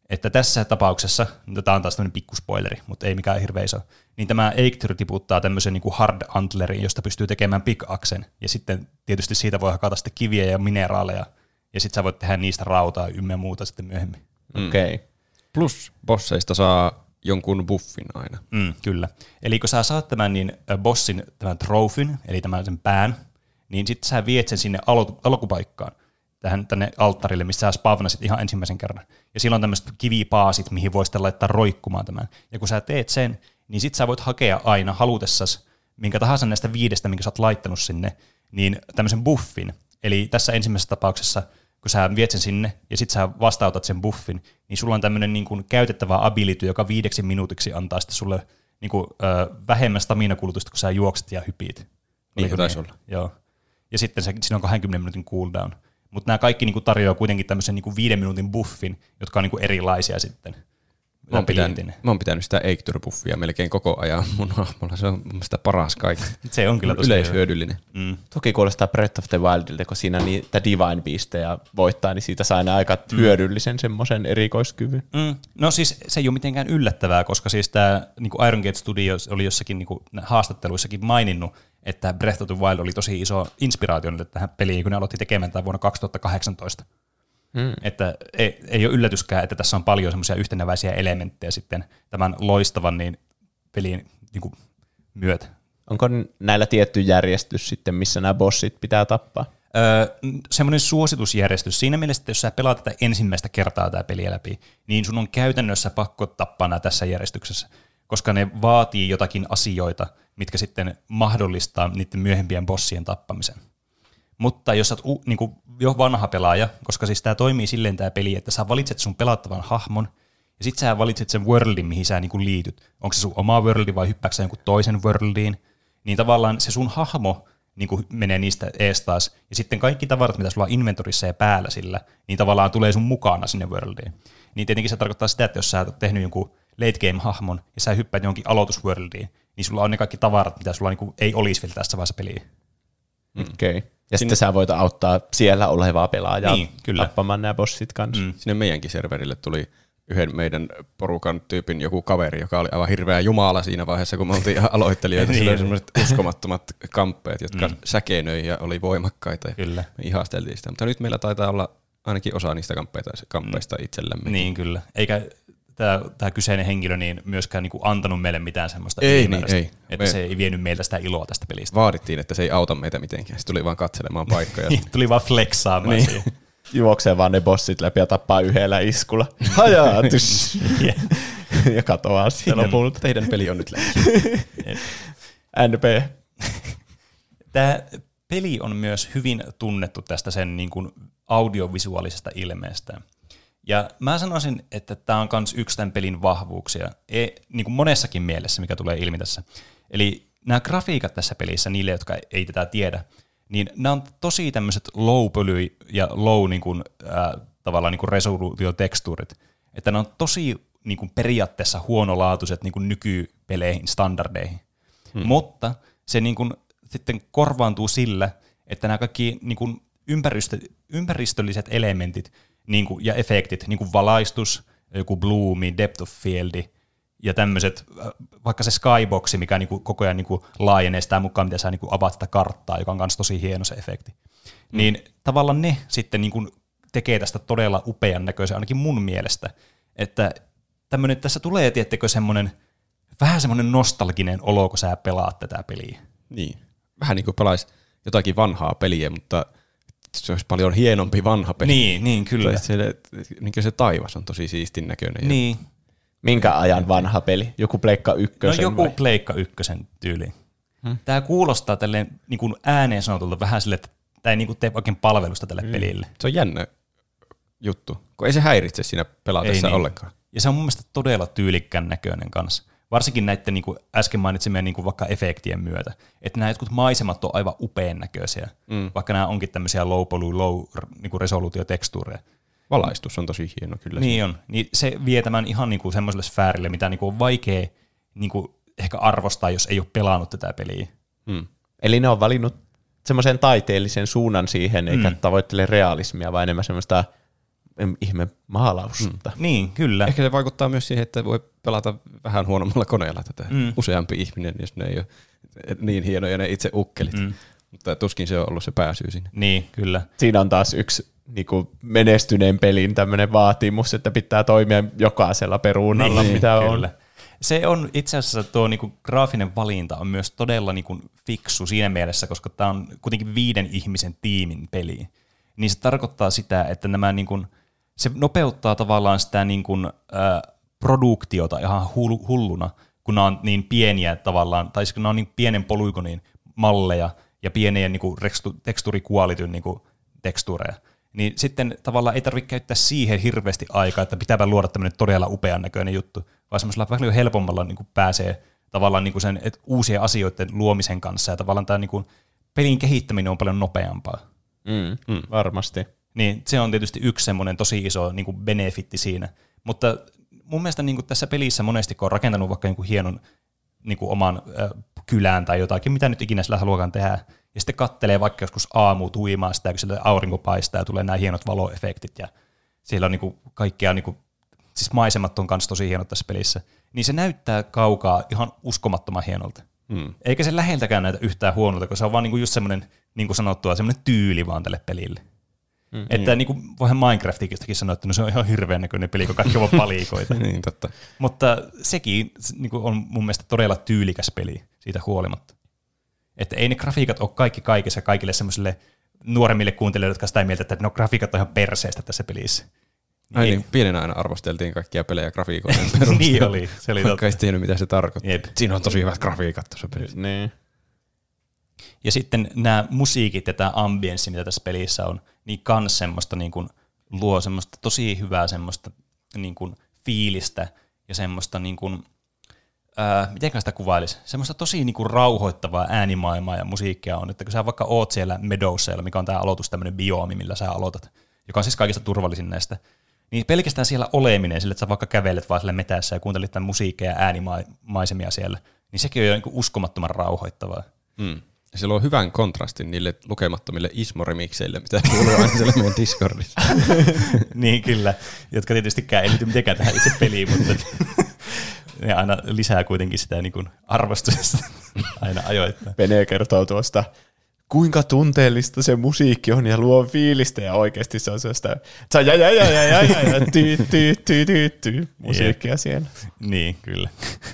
Että tässä tapauksessa, tämä on taas tämmöinen pikkuspoileri, mutta ei mikään hirveä iso, niin tämä Eikthyr tiputtaa tämmöisen niin kuin hard antlerin, josta pystyy tekemään pickaxen, ja sitten tietysti siitä voi hakata sitten kiviä ja mineraaleja, ja sitten sä voit tehdä niistä rautaa ynnä muuta sitten myöhemmin. Mm. Okei. Okay. Plus bosseista saa jonkun buffin aina. Mm, kyllä. Eli kun sä saat tämän niin bossin, tämän trophyn, eli tämän sen pään, niin sitten sä viet sen sinne alo- alkupaikkaan, tähän, tänne alttarille, missä sä spavnasit ihan ensimmäisen kerran. Ja silloin on tämmöiset kivipaasit, mihin voi sitten laittaa roikkumaan tämän. Ja kun sä teet sen, niin sit sä voit hakea aina halutessas minkä tahansa näistä viidestä, minkä sä oot laittanut sinne, niin tämmöisen buffin. Eli tässä ensimmäisessä tapauksessa, kun sä viet sen sinne ja sit sä vastautat sen buffin, niin sulla on tämmöinen niin kuin käytettävä ability, joka viideksi minuutiksi antaa sitten sulle niin kuin, ö, vähemmän staminakulutusta, kun sä juokset ja hypit. Niin kuin taisi olla. Joo. Ja sitten se, siinä on kaksikymmentä minuutin cooldown. Mutta nämä kaikki niinku tarjoaa kuitenkin tämmöisen niinku viiden minuutin buffin, jotka on niinku erilaisia sitten. Mä oon, pitänyt, mä oon pitänyt sitä Eikthyr-buffia melkein koko ajan mun hahmolla. Se on mun mielestä paras kaikki. Se on kyllä tosi yleishyödyllinen. Mm. Toki kuulostaa Breath of the Wildilta, kun siinä niitä Divine Beastejä voittaa, niin siitä saa aina aika hyödyllisen semmoisen erikoiskyvyn. Mm. No siis se ei ole mitenkään yllättävää, koska siis tämä niinku Iron Gate Studios oli jossakin niinku haastatteluissakin maininnut, että Breath of the Wild oli tosi iso inspiraatio tähän peliin, kun ne aloitti tekemään tämän vuonna kaksituhattakahdeksantoista. Hmm. Että ei, ei ole yllätyskään, että tässä on paljon semmoisia yhtenäväisiä elementtejä sitten tämän loistavan niin pelin niin kuin, myötä. Onko näillä tietty järjestys sitten, missä nämä bossit pitää tappaa? Öö, semmoinen suositusjärjestys. Siinä mielessä, että jos sä pelaat tätä ensimmäistä kertaa tämä peliä läpi, niin sun on käytännössä pakko tappaa nämä tässä järjestyksessä, koska ne vaatii jotakin asioita, mitkä sitten mahdollistaa niiden myöhempien bossien tappamisen. Mutta jos sä oot u, niin kuin jo vanha pelaaja, koska siis tämä toimii silleen tämä peli, että sä valitset sun pelattavan hahmon, ja sit sä valitset sen worldin, mihin sä niin kuin liityt. Onko se sun oma worldi vai hyppääksä jonkun toisen worldiin, niin tavallaan se sun hahmo niin kuin menee niistä ees taas, ja sitten kaikki tavarat, mitä sulla on inventorissa ja päällä sillä, niin tavallaan tulee sun mukana sinne worldiin. Niin tietenkin se tarkoittaa sitä, että jos sä oot tehnyt jonkun late game-hahmon, ja sä hyppäät jonkin aloitusworldiin, niin sulla on ne kaikki tavarat, mitä sulla niin kuin ei olisi vielä tässä vaiheessa peliä. Okei. Okay. Ja Sinne... sitten sä voit auttaa siellä olevaa pelaajaa niin, kyllä. tappamaan nämä bossit kanssa. Mm. Sinne meidänkin serverille tuli yhden meidän porukan tyypin joku kaveri, joka oli aivan hirveä jumala siinä vaiheessa, kun me oltiin ihan aloittelijoita. Sillä oli sellaiset uskomattomat kamppeet, jotka mm. säkenöi ja oli voimakkaita. Ja kyllä. Me ihasteltiin sitä. Mutta nyt meillä taitaa olla ainakin osa niistä kamppeista, kamppeista mm. itsellämme. Niin, kyllä. Eikä tämä, tämä kyseinen henkilö niin myöskään niin kuin antanut meille mitään semmoista ei, niin, ei. Että me se ei vienyt meiltä sitä iloa tästä pelistä. Vaadittiin, että se ei auta meitä mitenkään. Se tuli vaan katselemaan paikkoja. Tuli vaan flexaamaan niin. siihen. Juoksee vaan ne bossit läpi ja tappaa yhdellä iskulla. Hajaa, yeah. Ja katoaa siinä lopulta. Teidän peli on nyt läpi. N P. Tämä peli on myös hyvin tunnettu tästä sen niin kuin audiovisuaalisesta ilmeestä. Ja mä sanoisin, että tämä on myös yksi tämän pelin vahvuuksia, e, niin kuin monessakin mielessä, mikä tulee ilmi tässä. Eli nämä grafiikat tässä pelissä, niille, jotka ei tätä tiedä, niin nämä on tosi tämmöiset low-poly ja low niin kuin, äh, tavallaan niin kuin resoluutiotekstuurit. Että ne on tosi niin kuin periaatteessa huonolaatuiset niin kuin nykypeleihin, standardeihin. Hmm. Mutta se niin kuin, sitten korvaantuu sillä, että nämä kaikki niin kuin ympäristö, ympäristölliset elementit niin kuin, ja efektit, niin kuin valaistus, joku bloomi, depth of fieldi ja tämmöiset, vaikka se skyboxi, mikä niin kuin koko ajan niin kuin laajenee sitä mukaan, mitä sä niin kuin avaat sitä karttaa, joka on myös tosi hieno se efekti. Mm. Niin tavallaan ne sitten niin kuin tekee tästä todella upean näköisen, ainakin mun mielestä, että tämmöinen, tässä tulee, tiettekö, semmoinen vähän semmoinen nostalginen olo, kun sä pelaat tätä peliä. Niin, vähän niin kuin pelaisi jotakin vanhaa peliä, mutta se olisi paljon hienompi vanha peli. Niin, niin kyllä. Se, niin se taivas on tosi siistin näköinen. Niin. Minkä ajan vanha peli? Joku Pleikka ykkösen? No joku vai? Pleikka ykkösen tyyli. Hmm. Tämä kuulostaa tälleen niin kuin ääneen sanotulta vähän sille, että tämä ei niin kuin tee oikein palvelusta tälle hmm. pelille. Se on jännä juttu, kun ei se häiritse siinä pelaatessa niin ollenkaan. Ja se on mun mielestä todella tyylikkään näköinen kanssa. Varsinkin näiden niin kuin äsken mainitsemien niin kuin vaikka efektien myötä. Että nämä jotkut maisemat on aivan upean näköisiä, mm. vaikka nämä onkin tämmöisiä low poly, low niin kuin resoluutiotekstuureja. Valaistus on tosi hieno kyllä. Niin on. Niin se vie tämän ihan niin kuin semmoiselle sfäärille, mitä niin kuin on vaikea niin kuin ehkä arvostaa, jos ei ole pelannut tätä peliä. Mm. Eli ne on valinnut semmoisen taiteellisen suunnan siihen, eikä mm. tavoittele realismia, vaan enemmän semmoista ihme maalausta. Mm. Niin, kyllä. Ehkä se vaikuttaa myös siihen, että voi pelata vähän huonommalla koneella tätä mm. useampi ihminen, jos ne ei ole niin hienoja ne itse ukkelit. Mm. Mutta tuskin se on ollut se pääsyy sinne. Niin, kyllä. Siinä on taas yksi niin kuin menestyneen pelin tämmöinen vaatimus, että pitää toimia jokaisella peruunalla, niin, mitä kyllä. on. Se on itse asiassa tuo niinku graafinen valinta on myös todella niinku fiksu siinä mielessä, koska tämä on kuitenkin viiden ihmisen tiimin peli. Niin se tarkoittaa sitä, että nämä niinku, se nopeuttaa tavallaan sitä niinku, äh, produktiota ihan hulluna, kun nämä on niin pieniä tavallaan, tai kun nämä on niin pienen polygonin malleja ja pieniä niinku tekstuurikuolityn niinku tekstuureja. Niin sitten tavallaan ei tarvitse käyttää siihen hirveästi aikaa, että pitääpä luoda tämmöinen todella upean näköinen juttu, vaan semmoisella paljon helpommalla niin kuin pääsee tavallaan niin kuin sen et uusien asioiden luomisen kanssa, ja tavallaan tämä niin kuin pelin kehittäminen on paljon nopeampaa. Mm, mm. Varmasti. Niin se on tietysti yksi semmoinen tosi iso niin kuin benefitti siinä, mutta mun mielestä niin kuin tässä pelissä monesti, kun on rakentanut vaikka niin kuin hienon niin kuin oman äh, kylään tai jotakin, mitä nyt ikinä sillä haluakaan tehdä, ja sitten kattelee vaikka joskus aamu tuimaa sitä, kun sieltä aurinko paistaa ja tulee nämä hienot valoefektit ja siellä on niinku kaikkea, niinku, siis maisemat on kanssa tosi hienot tässä pelissä, niin se näyttää kaukaa ihan uskomattoman hienolta. Hmm. Eikä se läheltäkään näytä yhtään huonolta, kun se on vaan niinku just semmoinen, niin kuin sanottua, semmoinen tyyli vaan tälle pelille. Hmm. Että niin kuin voihan Minecraftistakin sanoa, että no se on ihan hirveän näköinen peli, kun kaikki on palikoita. Niin, totta. Mutta sekin niin kuin on mun mielestä todella tyylikäs peli siitä huolimatta. Että ei ne grafiikat ole kaikki kaikessa kaikille semmoisille nuoremmille kuuntelijoille, jotka sitä mieltä, että no grafiikat on ihan perseestä tässä pelissä. Niin Ai niin, pienenä aina arvosteltiin kaikkia pelejä grafiikoiden perusteella. Niin oli, se oli totta. Vaikka ei tiennyt, mitä se tarkoittaa. Jep. Siinä on tosi hyvät grafiikat tuossa pelissä. Niin. Ja sitten nämä musiikit ja tämä ambienssi, mitä tässä pelissä on, niin kans semmoista niin kuin luo semmoista tosi hyvää semmoista niin kuin fiilistä ja semmoista niin kuin Öö, mitenkä sitä kuvailisi? Semmoista tosi niinku rauhoittavaa äänimaailmaa ja musiikkia on, että kun sä vaikka oot siellä Meadowsilla, mikä on tämä aloitus, tämmöinen bioomi, millä sä aloitat, joka on siis kaikista turvallisin näistä, niin pelkästään siellä oleminen, sille, että sä vaikka kävelet vaan siellä metässä ja kuuntelit tämän musiikkia ja äänimaisemia siellä, niin sekin on jo niinku uskomattoman rauhoittavaa. Mm. Ja se luo hyvän kontrastin niille lukemattomille Ismo-remikseille, mitä kuuluu aina siellä meidän Discordissa. Niin kyllä, jotka tietystikään ei liity mitenkään tähän itse peliin, mutta ne aina lisää kuitenkin sitä niin kuin arvostusta aina ajoittain. Pene kertoo tuosta, kuinka tunteellista se musiikki on ja luo fiilistä ja oikeasti se on sellaista ja ja ja ja ja ja ty ty ty ty ty musiikkia siellä. Niin, kyllä.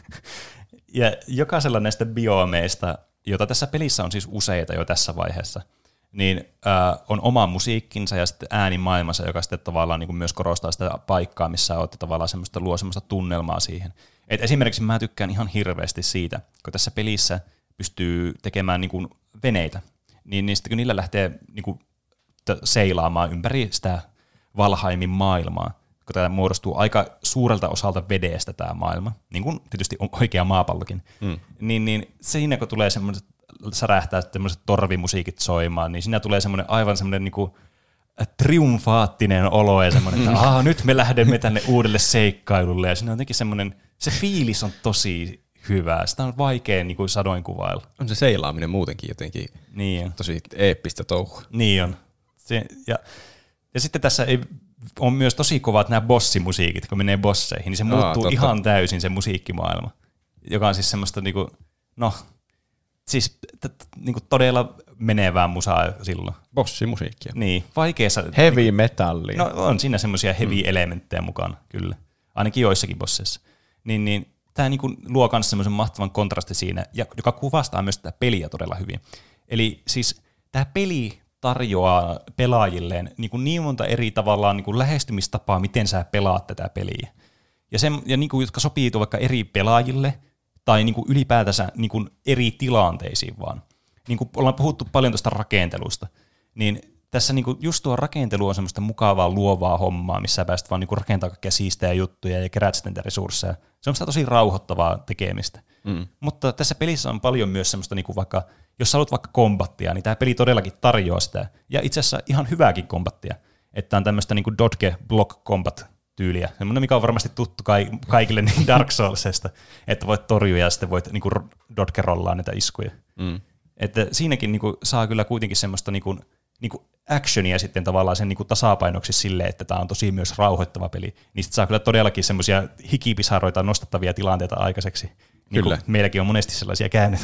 Ja jokaisella näistä biomeista, jota tässä pelissä on siis useita jo tässä vaiheessa, niin äh, on oma musiikkinsa ja sitten äänimaailmansa, joka sitten tavallaan niin kuin myös korostaa sitä paikkaa, missä olette tavallaan semmoista, luo semmoista tunnelmaa siihen. Et esimerkiksi mä tykkään ihan hirveästi siitä, kun tässä pelissä pystyy tekemään niin kuin veneitä, niin, niin sitten kun niillä lähtee niin kuin seilaamaan ympäri sitä Valheimin maailmaa, kun tämä muodostuu aika suurelta osalta vedestä tämä maailma, niin kuin tietysti oikea maapallokin, mm. niin, niin siinä kun tulee semmoiset, särähtää semmoiset torvimusiikit soimaan, niin siinä tulee semmoinen aivan semmoinen niinku triumfaattinen olo ja semmoinen, että Aa, nyt me lähdemme tänne uudelle seikkailulle ja siinä on jotenkin semmoinen, se fiilis on tosi hyvä, sitä on vaikea niin kuin sadoin kuvailla. On se seilaaminen muutenkin jotenkin niin tosi eeppistä touhua. Niin on. Se, ja, ja sitten tässä ei, on myös tosi kovat nämä bossimusiikit, kun menee bosseihin, niin se muuttuu Aa, ihan täysin se musiikkimaailma, joka on siis semmoista niinku, no, siis t- niinku todella menevää musaa silloin. Bossimusiikkia. Niin, vaikeassa. Heavy niinku, metallia. No on siinä semmoisia heavy-elementtejä mukana, kyllä. Ainakin joissakin bosseissa. Niin, niin tämä niinku luo myös semmoisen mahtavan kontrasti siinä, ja, joka kuvastaa myös tätä peliä todella hyvin. Eli siis tämä peli tarjoaa pelaajilleen niin, kuin niin monta eri tavallaan niin kuin lähestymistapaa, miten sä pelaat tätä peliä. Ja, sen, ja niin kuin, jotka sopii vaikka eri pelaajille tai niin kuin ylipäätänsä niin kuin eri tilanteisiin vaan. Niin kuin ollaan puhuttu paljon tuosta rakentelusta, niin tässä niin kuin just tuo rakentelu on semmoista mukavaa, luovaa hommaa, missä pääset vaan niin kuin rakentamaan kaikkia siistejä juttuja ja kerät sitten niitä resursseja. Se on sitä tosi rauhoittavaa tekemistä. Mm. Mutta tässä pelissä on paljon myös semmoista niin kuin vaikka, jos sä haluat vaikka kombattia, niin tämä peli todellakin tarjoaa sitä. Ja itse asiassa ihan hyvääkin kombattia. Että on tämmöistä niin kuin dodge block combat tyyliä. Semmoinen, mikä on varmasti tuttu kaikille niin Dark Soulsista, että voit torjua ja sitten voit niin kuin dodge rollaa niitä iskuja. Mm. Että siinäkin niin kuin saa kyllä kuitenkin semmoista niin kuin, niin kuin actionia sitten tavallaan sen niin kuin tasapainoksi silleen, että tämä on tosi myös rauhoittava peli. Niistä saa kyllä todellakin semmoisia hikipisaroita nostattavia tilanteita aikaiseksi. Niin kyllä. Meilläkin on monesti sellaisia käynyt.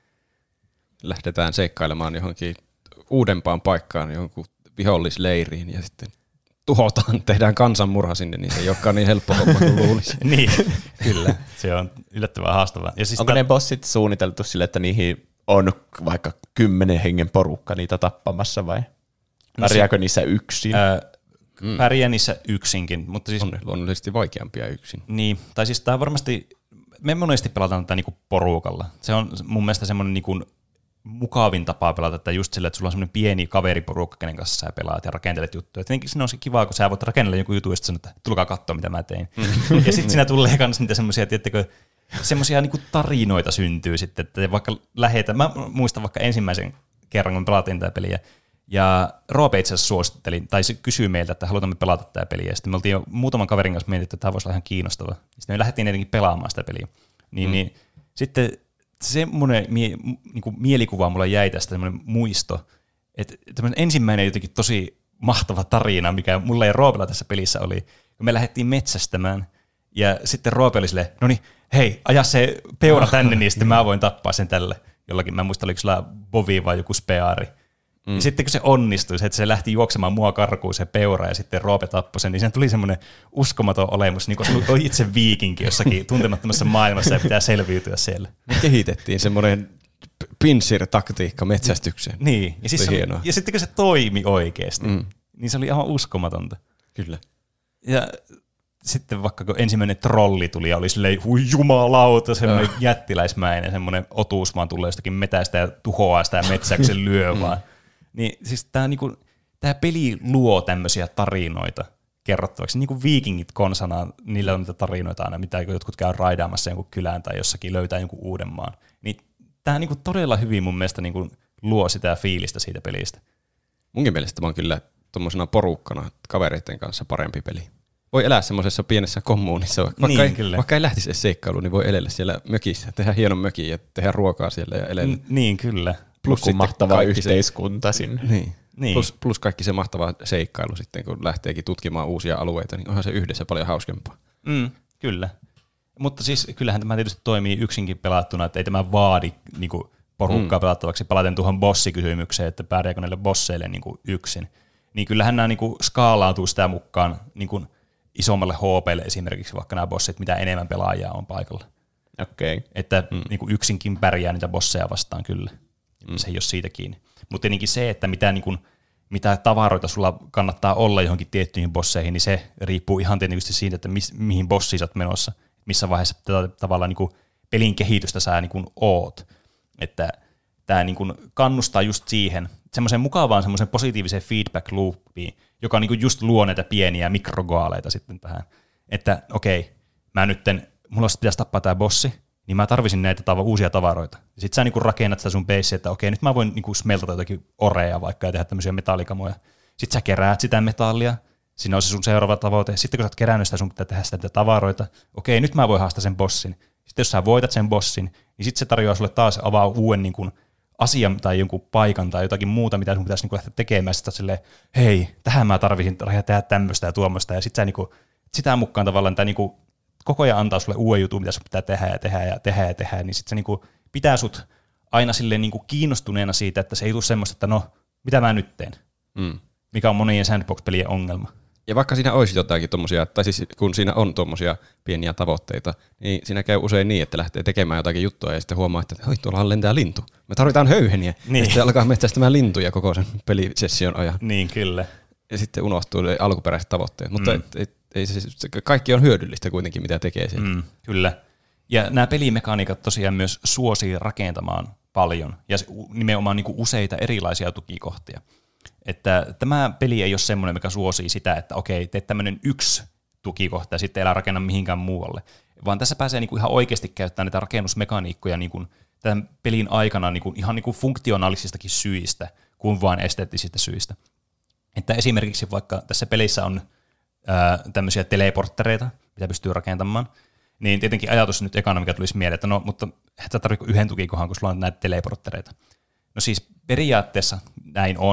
Lähdetään seikkailemaan johonkin uudempaan paikkaan, johonkin vihollisleiriin ja sitten tuhotaan, tehdään kansanmurha sinne, niin se ei olekaan niin helppo homma kuin luulisi. Niin, kyllä. Se on yllättävän haastavaa. Ja siis onko ne bossit suunniteltu sille, että niihin on vaikka kymmenen hengen porukka niitä tappamassa vai pärjääkö no niissä yksin? Ää, mm. Pärjää niissä yksinkin. Mutta siis, on luonnollisesti vaikeampia yksin. Niin, tai siis tämä varmasti, me monesti pelataan tätä niinku porukalla. Se on mun mielestä semmoinen niinku mukavin tapa pelata tätä just sillä, että sulla on semmoinen pieni kaveriporukka, kenen kanssa sä pelaat ja rakentelet juttuja. Tietenkin siinä on se kivaa, kun sä voit rakennella jonkun jutun ja sitten sanoa, että tulkaa katsoa, mitä mä tein. Ja sitten siinä tulee myös niitä semmoisia, tiettäkö, semmoisia niinku tarinoita syntyy sitten, että vaikka lähetään, mä muistan vaikka ensimmäisen kerran, kun pelatiin tätä peliä, ja Roope itse asiassa suositteli, tai se kysyi meiltä, että halutaan me pelata tätä peliä, ja sitten me oltiin jo muutaman kaverin kanssa mietitty, että tämä voisi olla ihan kiinnostava. Sitten me lähdettiin tietenkin pelaamaan sitä peliä. Niin, mm. niin sitten semmoinen mie, niinku mielikuva mulla jäi tästä, semmoinen muisto, että tämmöinen ensimmäinen jotenkin tosi mahtava tarina, mikä mulla ja Roopella tässä pelissä oli, kun me lähdettiin metsästämään, ja sitten Roope oli silleen, no niin, hei, aja se peura tänne, niin sitten mä voin tappaa sen tälle. Jollakin, mä en muista, oliko sillä bovi vai joku speari. Mm. Ja sitten kun se onnistui, se, että se lähti juoksemaan mua karkuun se peura ja sitten Roope tappoi sen, niin sen tuli semmoinen uskomaton olemus, niin kuin oli itse viikinki jossakin tuntemattomassa maailmassa ja pitää selviytyä siellä. Me kehitettiin semmoinen pinsir-taktiikka metsästykseen. Niin, ja, siis oli, ja sitten kun se toimi oikeasti, mm. niin se oli aivan uskomatonta. Kyllä. Ja sitten vaikka kun ensimmäinen trolli tuli ja oli silleen, hui jumalauta, semmoinen uh. jättiläismäinen, semmoinen otuus vaan tulee jostakin metästä ja tuhoaa sitä metsää, kun se lyö vaan. Niin siis tämä niinku, peli luo tämmöisiä tarinoita kerrottavaksi. Niin kuin viikingit konsana, niillä on niitä tarinoita aina, mitä jotkut käy raidaamassa jonkun kylään tai jossakin löytää jonkun uuden maan. Niin tämä niinku todella hyvin mun mielestä niinku luo sitä fiilistä siitä pelistä. Munkin mielestä tämä on kyllä tuommoisena porukkana kavereiden kanssa parempi peli. Voi elää semmoisessa pienessä kommuunissa, vaikka, niin, ei, vaikka ei lähtisi edes seikkailuun, niin voi elellä siellä mökissä, tehdä hienon mökin ja tehdä ruokaa siellä ja elellä. N- niin, kyllä. Plus kun mahtava yhteiskunta se, sinne. Niin. Niin. Plus, plus kaikki se mahtava seikkailu sitten, kun lähteekin tutkimaan uusia alueita, niin onhan se yhdessä paljon hauskempaa. Mm, kyllä. Mutta siis kyllähän tämä tietysti toimii yksinkin pelattuna, että ei tämä vaadi niin kuin porukkaa mm. pelattavaksi. Palaten tuohon bossikysymykseen, että pärjääkö näille bosseille niin kuin yksin. Niin kyllähän nämä niin kuin skaalautuu sitä mukaan niin kuin isommalle H P:lle esimerkiksi, vaikka nämä bossit, mitä enemmän pelaajia on paikalla. Okay. Että mm. niin kuin yksinkin pärjää niitä bosseja vastaan kyllä. Mm. Se ei ole siitä kiinni. Mutta tietenkin se, että mitä, niin kuin, mitä tavaroita sulla kannattaa olla johonkin tiettyihin bosseihin, niin se riippuu ihan tietysti siitä, että mis, mihin bossiin sä oot menossa, missä vaiheessa tätä tavallaan niin kuin pelin kehitystä sä niin kuin oot. Että tämä niin kuin kannustaa just siihen, semmoiseen mukavaan semmoiseen positiiviseen feedback loopiin, joka niin kuin just luo näitä pieniä mikrogoaleita sitten tähän. Että okei, mä nytten, mulla pitäisi tappaa tämä bossi, niin mä tarvisin näitä tava- uusia tavaroita. Sitten sä niinku rakennat sitä sun beissiä, että okei, nyt mä voin niinku smeltata jotakin oreja vaikka ja tehdä tämmöisiä metallikamoja. Sitten sä keräät sitä metallia, siinä on se sun seuraava tavoite. Sitten kun sä oot kerännyt sitä, sun pitää tehdä sitä tavaroita. Okei, nyt mä voin haastaa sen bossin. Sitten jos sä voitat sen bossin, niin sitten se tarjoaa sulle taas avaa uuden niinku asian tai jonkun paikan tai jotakin muuta, mitä sun pitäisi niinku lähteä tekemään. Sitten silleen, hei, tähän mä tarvisin tehdä tämmöistä ja tuommoista. Ja sitten sä niinku, sitä mukaan tavallaan tämä niinku koko ajan antaa sulle uuden jutun, mitä sun pitää tehdä ja tehdä ja tehdä ja tehdä, niin sitten se niinku pitää sut aina silleen niinku kiinnostuneena siitä, että se ei tule semmoista, että no, mitä mä nyt teen, mm. mikä on monien sandbox-pelien ongelma. Ja vaikka siinä olisi jotakin tommosia, tai siis kun siinä on tommosia pieniä tavoitteita, niin siinä käy usein niin, että lähtee tekemään jotakin juttua ja sitten huomaa, että oi, tuollahan lentää lintu. Me tarvitaan höyheniä. Niin. Ja sitten alkaa metsästämään lintuja koko sen pelisession ajan. Niin, kyllä. Ja sitten unohtuu ne alkuperäiset tavoitteet, mutta mm. et, et, ei se, se, kaikki on hyödyllistä kuitenkin, mitä tekee siellä. Mm, kyllä. Ja nämä pelimekaniikat tosiaan myös suosii rakentamaan paljon, ja nimenomaan niin kuin useita erilaisia tukikohtia. Että tämä peli ei ole semmoinen, mikä suosii sitä, että okei, teet tämmöinen yksi tukikohta ja sitten älä rakenna mihinkään muualle. Vaan tässä pääsee niin kuin ihan oikeasti käyttämään näitä rakennusmekaniikkoja niin kuin tämän pelin aikana niin kuin ihan niin kuin funktionaalisistakin syistä, kuin vain esteettisistä syistä. Että esimerkiksi vaikka tässä pelissä on ää, tämmöisiä teleporttereita, mitä pystyy rakentamaan, niin tietenkin ajatus nyt ekana, mikä tulisi mieleen, että no, mutta et sä tarvitse yhden tukikohan, kun sulla on näitä teleporttereita. No siis periaatteessa näin on,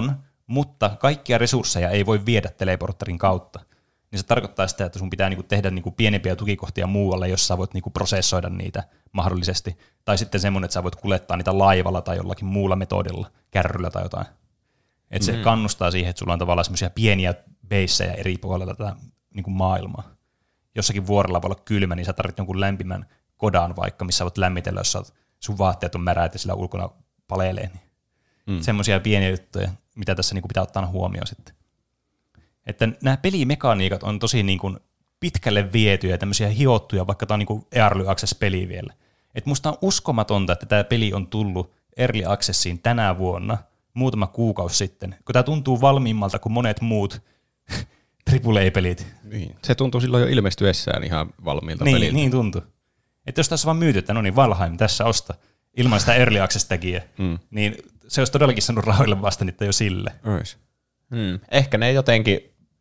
mutta kaikkia resursseja ei voi viedä teleportterin kautta. Niin se tarkoittaa sitä, että sun pitää niinku tehdä niinku pienempiä tukikohtia muualle, jos sä voit niinku prosessoida niitä mahdollisesti. Tai sitten semmoinen, että sä voit kuljettaa niitä laivalla tai jollakin muulla metodilla, kärryllä tai jotain. Että se mm. kannustaa siihen, että sulla on tavallaan semmoisia pieniä beissejä eri puolilla tätä niinku maailmaa. Jossakin vuorella voi olla kylmä, niin sä tarvitset jonkun lämpimän kodan vaikka, missä voit lämmitellä, jos oot, sun vaatteet on märät ja sillä ulkona palelee. Niin mm. semmoisia pieniä juttuja, mitä tässä niinku pitää ottaa huomioon sitten. Että nämä pelimekaniikat on tosi niin kuin pitkälle vietyjä ja tämmöisiä hiottuja, vaikka tämä on niin kuin Early Access-peli vielä. Et musta on uskomatonta, että tämä peli on tullut Early Accessiin tänä vuonna, muutama kuukausi sitten, kun tämä tuntuu valmiimmalta kuin monet muut triple A-pelit. Niin. Se tuntuu silloin jo ilmestyessään ihan valmiilta niin, peliltä. Niin tuntui. Että jos tässä vaan myyty, että no niin, Valheim, tässä osta, ilman sitä Early Access-tekijää, mm. niin se olisi todellakin saanut rahoille vasta niitä jo sille. Ois. Hmm. Ehkä ne jotenkin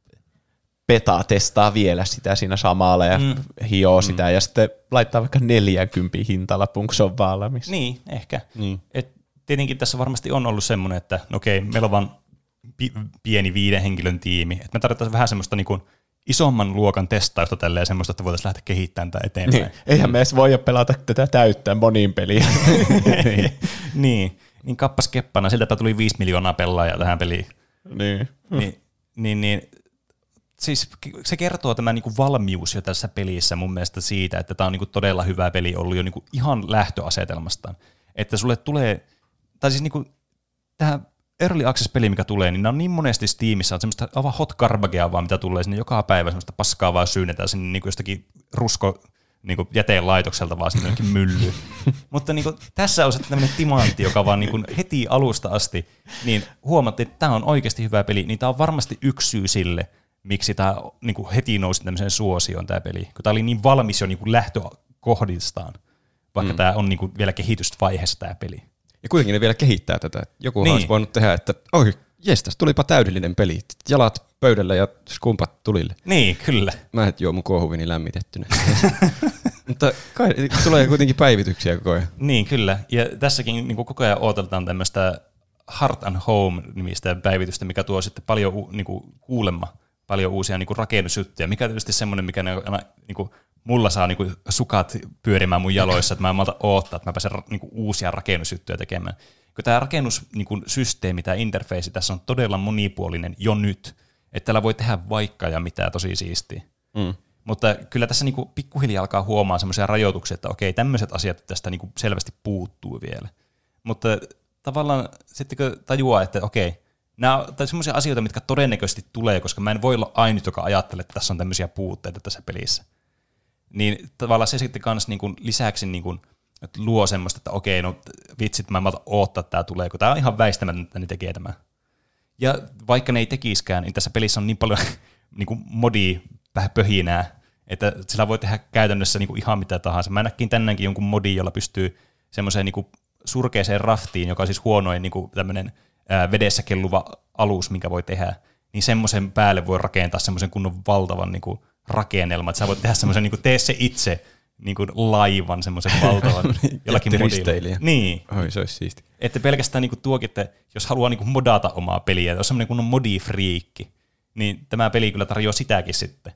beta-testaa vielä sitä siinä samalla ja mm. hioo mm. sitä ja sitten laittaa vaikka neljäkymmentä hintalapun, kun se on valmis. Niin, ehkä. Niin. Et tietenkin tässä varmasti on ollut semmoinen, että no okei, meillä on vaan pi- pieni viiden henkilön tiimi, että me tarvitaan vähän semmoista niin kuin isomman luokan testausta tälleen semmoista, että voitaisiin lähteä kehittämään tätä eteenpäin. Niin. Eihän me edes voi pelata tätä täyttää monin peliä. niin. niin, niin kappas keppana, siltä tuli viisi miljoonaa pelaajaa tähän peliin. Niin. niin, niin, niin siis se kertoo tämä niinku valmius jo tässä pelissä mun mielestä siitä, että tämä on niinku todella hyvä peli ollut jo niinku ihan lähtöasetelmastaan. Että sulle tulee, tai siis niinku tämä Early Access-peli, mikä tulee, niin nämä on niin monesti Steamissa, on semmoista aivan hot garbagea vaan, mitä tulee sinne joka päivä, semmoista paskaa vaan syynnetään sinne niinku jostakin rusko niinku jäteenlaitokselta vaan sinne jonnekin myllyyn. Mutta niinku, tässä on se tämmöinen timantti, joka vaan niinku heti alusta asti, niin huomattiin, että tämä on oikeasti hyvä peli, niin tämä on varmasti yksi syy sille, miksi tämä niinku heti nousi tämmöiseen suosioon tämä peli, kun tämä oli niin valmis jo niinku lähtökohdistaan, vaikka mm. tämä on niinku vielä kehitysvaiheessa tämä peli. Ja kuitenkin ne vielä kehittää tätä. Joku niin. olisi voinut tehdä, että oi, jes, tässä tulipa täydellinen peli. Jalat pöydällä ja skumpat tulille. Niin, kyllä. Mä et juo mun kuohuvini lämmitettynä. Mutta kai tulee kuitenkin päivityksiä koko ajan. Niin, kyllä. Ja tässäkin niin koko ajan odotetaan tämmöistä Heart and Home-nimistä päivitystä, mikä tuo sitten paljon niin kuin, kuulemma paljon uusia niin kuin rakennusjuttuja, mikä on tietysti semmoinen, mikä aina niin kuin, mulla saa niin kuin, sukat pyörimään mun jaloissa, että mä en malta odottaa, että mä pääsen niin kuin, uusia rakennusjuttuja tekemään. Kun tämä rakennussysteemi, tämä interface tässä on todella monipuolinen jo nyt, että täällä voi tehdä vaikka ja mitä tosi siistiä. Mm. Mutta kyllä tässä niinku pikkuhiljaa alkaa huomaa semmoisia rajoituksia, että okei, tämmöiset asiat tästä niinku selvästi puuttuu vielä. Mutta tavallaan sitten kun tajuaa, että okei, nämä on semmoisia asioita, mitkä todennäköisesti tulee, koska mä en voi olla ainut, joka ajattelee, että tässä on tämmöisiä puutteita tässä pelissä. Niin tavallaan se sitten kanssa niinku lisäksi niinku, että luo semmoista, että okei, no vitsit, mä en malta odottaa, että tämä tulee, kun tämä on ihan väistämätöntä, että ne tekee tämän. Ja vaikka ne ei tekiskään, niin tässä pelissä on niin paljon niinku modia pöhinää, että sillä voi tehdä käytännössä niinku ihan mitä tahansa. Mä näkin tänäänkin jonkun modin, jolla pystyy semmoiseen niinku surkeeseen raftiin, joka on siis huonoin niinku tämmöinen ää, vedessä kelluva alus, minkä voi tehdä, niin semmoisen päälle voi rakentaa semmoisen kunnon valtavan niinku rakennelman, että sä voit tehdä semmoisen niinku tee se itse niinku laivan, semmoisen valtavan jollakin modilla. Niin. Oi, se olisi siisti. Että pelkästään niinku tuokin, että jos haluaa niinku modata omaa peliä, jos on semmoinen kunnon modifriikki, niin tämä peli kyllä tarjoaa sitäkin sitten.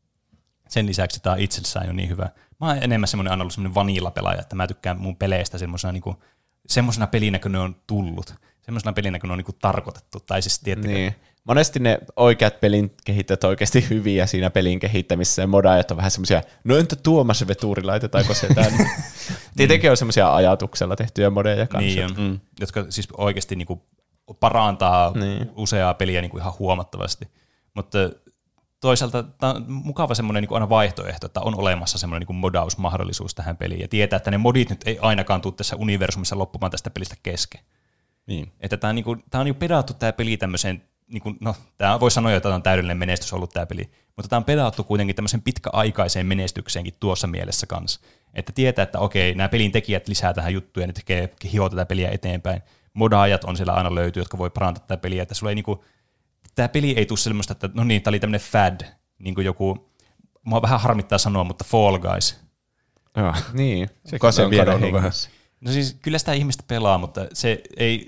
Sen lisäksi tämä on itsessään jo niin hyvä. Mä oon enemmän semmoinen aina ollut semmoinen vanilla-pelaaja, että mä tykkään mun peleistä semmoisena, niin kuin, semmoisena pelinä, kun ne on tullut. Semmoisena pelinä, kun ne on niin kuin tarkoitettu. Tai siis, tiettäkö, niin. Monesti ne oikeat pelin kehittäjät on oikeasti hyviä siinä pelin kehittämisessä, ja modaajat on vähän semmoisia, no entä Tuomas veturi, laitetaanko se tänne? Tietenkin on semmoisia ajatuksella tehtyjä modeja kanssa. Niin on, mm. jotka siis oikeasti niin kuin parantaa niin. useaa peliä niin kuin ihan huomattavasti. Mutta toisaalta tämä on mukava semmoinen niin kuin aina vaihtoehto, että on olemassa semmoinen niin kuin modausmahdollisuus tähän peliin, ja tietää, että ne modit nyt ei ainakaan tule tässä universumissa loppumaan tästä pelistä kesken. Niin. Että tämä on, niin kuin, tämä on jo pedattu tämä peli tämmöiseen, niin kuin, no tämä voi sanoa, että tämä on täydellinen menestys ollut tämä peli, mutta tämä on pedattu kuitenkin tämmöisen pitkäaikaiseen menestykseenkin tuossa mielessä kanssa. Että tietää, että okei, nämä pelin tekijät lisää tähän juttuja, ja ne tekee, hioo tätä peliä eteenpäin. Modaajat on siellä aina löytyy, jotka voi parantaa tätä peliä, että sulla ei niinku, tämä peli ei tule semmoista, että no niin, tämä oli tämmöinen fad, niin kuin joku, mua vähän harmittaa sanoa, mutta Fall Guys. Ah, niin, se on vielä hengessä. No siis kyllä sitä ihmistä pelaa, mutta se ei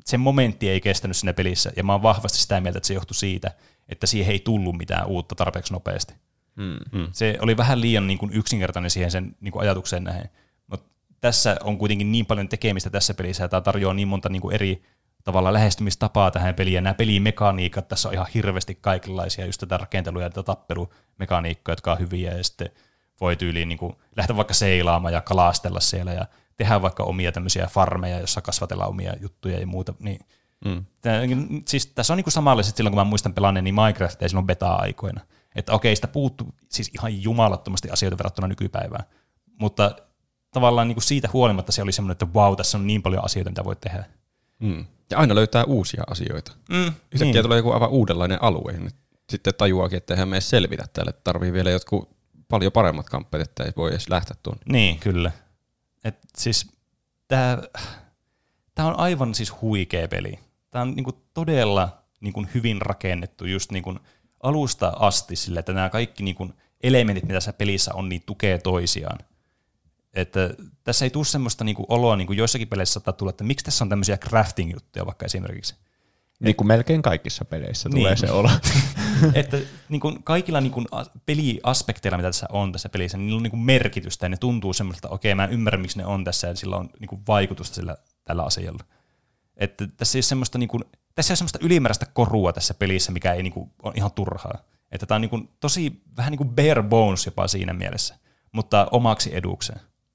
se momentti ei kestänyt siinä pelissä, ja mä oon vahvasti sitä mieltä, että se johtui siitä, että siihen ei tullut mitään uutta tarpeeksi nopeasti. Hmm. Se oli vähän liian niin kuin yksinkertainen siihen sen niin kuin ajatukseen nähden. Mutta tässä on kuitenkin niin paljon tekemistä tässä pelissä, ja tämä tarjoaa niin monta niin kuin eri tavalla lähestymistapaa tähän peliin, ja nämä pelimekaniikat tässä on ihan hirveästi kaikenlaisia, just tätä rakentelua ja tätä tappelumekaniikkoja, jotka on hyviä, ja sitten voi tyyliin niin kuin lähteä vaikka seilaamaan ja kalastella siellä, ja tehdä vaikka omia tämmöisiä farmeja, jossa kasvatellaan omia juttuja ja muuta. Niin, mm. tää, siis, tässä on niin kuin samanlaiset silloin, kun mä muistan pelanneen niin Minecraftia silloin beta-aikoina. Että okei, sitä puuttuu siis ihan jumalattomasti asioita verrattuna nykypäivään, mutta tavallaan niin kuin siitä huolimatta se oli semmoinen, että vau, tässä on niin paljon asioita, mitä voi tehdä. Mm. Ja aina löytää uusia asioita. Mm, Yhtäkkiä niin. tulee joku aivan uudenlainen alue, niin sitten tajuakin, että eihän me selvitä täällä, tarvii vielä jotkut paljon paremmat kamppeet, että ei voi edes lähteä tuonne. Niin, kyllä. Et siis tää, tää on aivan siis huikea peli. Tää on niinku todella niinku hyvin rakennettu just niinku alusta asti sille, että nämä kaikki niinku elementit, mitä tässä pelissä on, niin tukee toisiaan. Että tässä ei tule semmoista niinku oloa, niin kuin joissakin peleissä saattaa tulla, että miksi tässä on tämmöisiä crafting-juttuja vaikka esimerkiksi. Niin kuin melkein kaikissa peleissä tulee niin. se olo. Että niin kuin kaikilla niin kuin peliaspekteilla, mitä tässä on tässä pelissä, niin niillä on niin kuin merkitystä ja ne tuntuu semmoista, että okei, mä en ymmärrä, miksi ne on tässä ja sillä on niin kuin vaikutusta sillä, tällä asialla. Että tässä ei ole semmoista, niin kuin, tässä ei ole semmoista ylimääräistä korua tässä pelissä, mikä ei niin kuin, on ihan turhaa. Että tämä on niin kuin, tosi vähän niin kuin bare bones jopa siinä mielessä, mutta omaksi edukseen.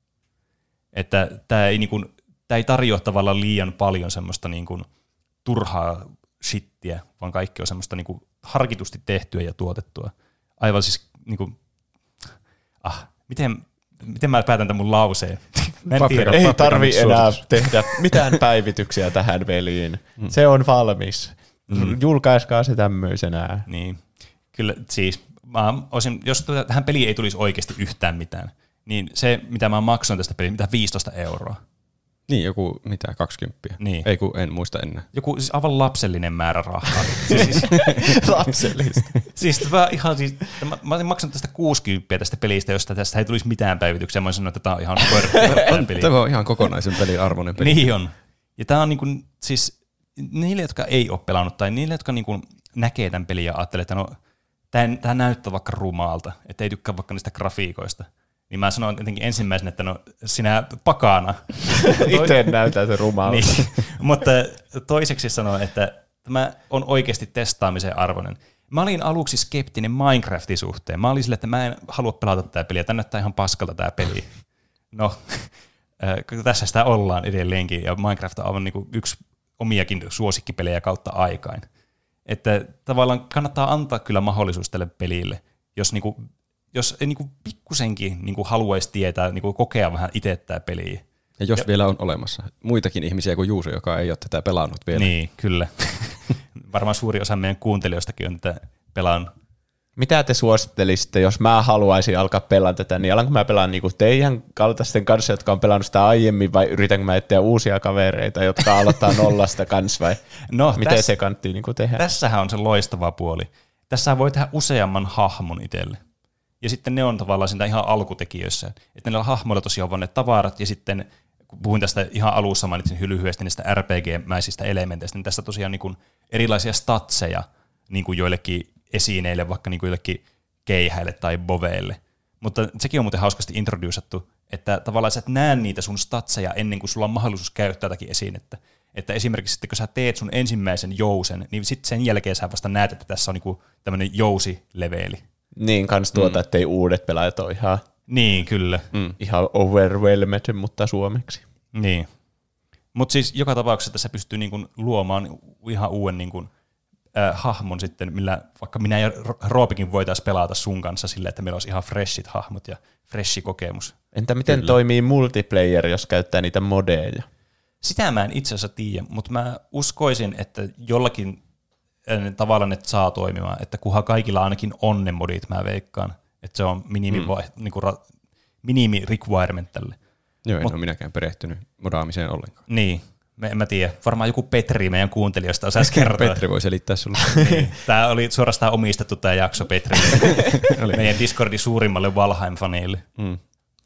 Että tämä ei, niin kuin, tämä ei tarjoa tavallaan liian paljon semmoista niin kuin, turhaa shittiä, vaan kaikki on semmoista niinku harkitusti tehtyä ja tuotettua. Aivan siis niinku, ah, miten, miten mä päätän tämän mun lauseen? Mä en tiedä. Ei tarvi enää tehdä mitään päivityksiä tähän peliin. Mm. Se on valmis. Mm. Julkaiskaa se tämmöisenä. Niin, kyllä siis, mä olisin, jos tähän peliin ei tulisi oikeasti yhtään mitään, niin se, mitä mä maksoin tästä peliä, mitä viisitoista euroa. Niin, joku mitä, kaksikymmentä. Niin. Ei kun en muista enää. Joku siis aivan lapsellinen määrä rahaa. siis, Lapsellista. siis mä ihan siis, mä, mä olisin maksanut tästä kuusikymmentä tästä pelistä, josta tästä ei tulisi mitään päivityksiä. Mä olisin sanonut, että tämä on ihan pörppää peli. Tämä on ihan kokonaisen pelin arvoinen peli. Niin on. Ja tämä on niin kuin, siis niille, jotka ei ole pelannut, tai niille, jotka niin kuin näkee tämän pelin ja ajattelee, että no, tämä, tämä näyttää vaikka rumalta, että ei tykkää vaikka niistä grafiikoista. Niin mä sanoin jotenkin ensimmäisenä, että no sinä pakana. Itse näytää se rumalta. Niin, mutta toiseksi sanoin, että tämä on oikeasti testaamisen arvoinen. Mä olin aluksi skeptinen Minecraftin suhteen. Mä olin sille, että mä en halua pelata tätä peliä. Tämä näyttää ihan paskalta tämä peli. No, tässä sitä ollaan edelleenkin. Ja Minecraft on aivan niin kuin yksi omiakin suosikkipelejä kautta aikain. Että tavallaan kannattaa antaa kyllä mahdollisuus tälle pelille, jos niinku jos ei niinku pikkusenkin niinku haluaisi tietää, niinku kokea vähän itse tämä peliä. Ja jos ja, vielä on olemassa muitakin ihmisiä kuin Juuso, joka ei ole tätä pelannut vielä. Niin, kyllä. Varmaan suuri osa meidän kuuntelijoistakin on tätä pelannut. Mitä te suosittelisitte, jos mä haluaisin alkaa pelaa tätä, niin alanko mä pelaan niinku teidän kaltaisten kanssa, jotka on pelannut sitä aiemmin, vai yritänkö mä etsiä uusia kavereita, jotka aloittaa nollasta kanssa, vai no, miten täs, se kannattaa niinku tehdä? Tässähän on se loistava puoli. Tässä voi tehdä useamman hahmon itselle. Ja sitten ne on tavallaan sitä ihan alkutekijöissä. Että näillä hahmoilla tosiaan on ne tavarat, ja sitten kun puhuin tästä ihan alussa, mainitsin lyhyesti niistä R P G-mäisistä elementeistä, niin tässä tosiaan niin kuin erilaisia statseja niin kuin joillekin esineille, vaikka niin kuin joillekin keihäille tai boveille. Mutta sekin on muuten hauskasti introducettu, että tavallaan sä et näe niitä sun statseja ennen kuin sulla on mahdollisuus käyttää jotakin esinettä. Että esimerkiksi sitten kun sä teet sun ensimmäisen jousen, niin sitten sen jälkeen sä vasta näet, että tässä on niinku tämmöinen jousileveeli. Niin, kans tuota, mm. ettei uudet pelaajat ole ihan, niin, kyllä. Mm. ihan overwhelmed, mutta suomeksi. Niin. Mutta siis joka tapauksessa tässä pystyy niinku luomaan ihan uuden niinku, äh, hahmon sitten, millä vaikka minä ja Roopikin voitaisiin pelata sun kanssa sillä, että meillä olisi ihan freshit hahmot ja freshi kokemus. Entä miten kyllä. toimii multiplayer, jos käyttää niitä modeja? Sitä mä en itse asiassa tiedä, mutta mä uskoisin, että jollakin tavalla ne saa toimimaan, että kunhan kaikilla ainakin on ne modit, mä veikkaan, että se on minimi, mm. vai, niinku ra, minimi requirement tälle. Joo, en Mut, ole minäkään perehtynyt modaamiseen ollenkaan. Niin, mä, en mä tiedä. Varmaan joku Petri meidän kuuntelijoista osaisi kertoa. Petri voi selittää sulle. Niin. Tämä oli suorastaan omistettu tämä jakso Petrille, meidän Discordin suurimmalle Valheim-faneille. Mm.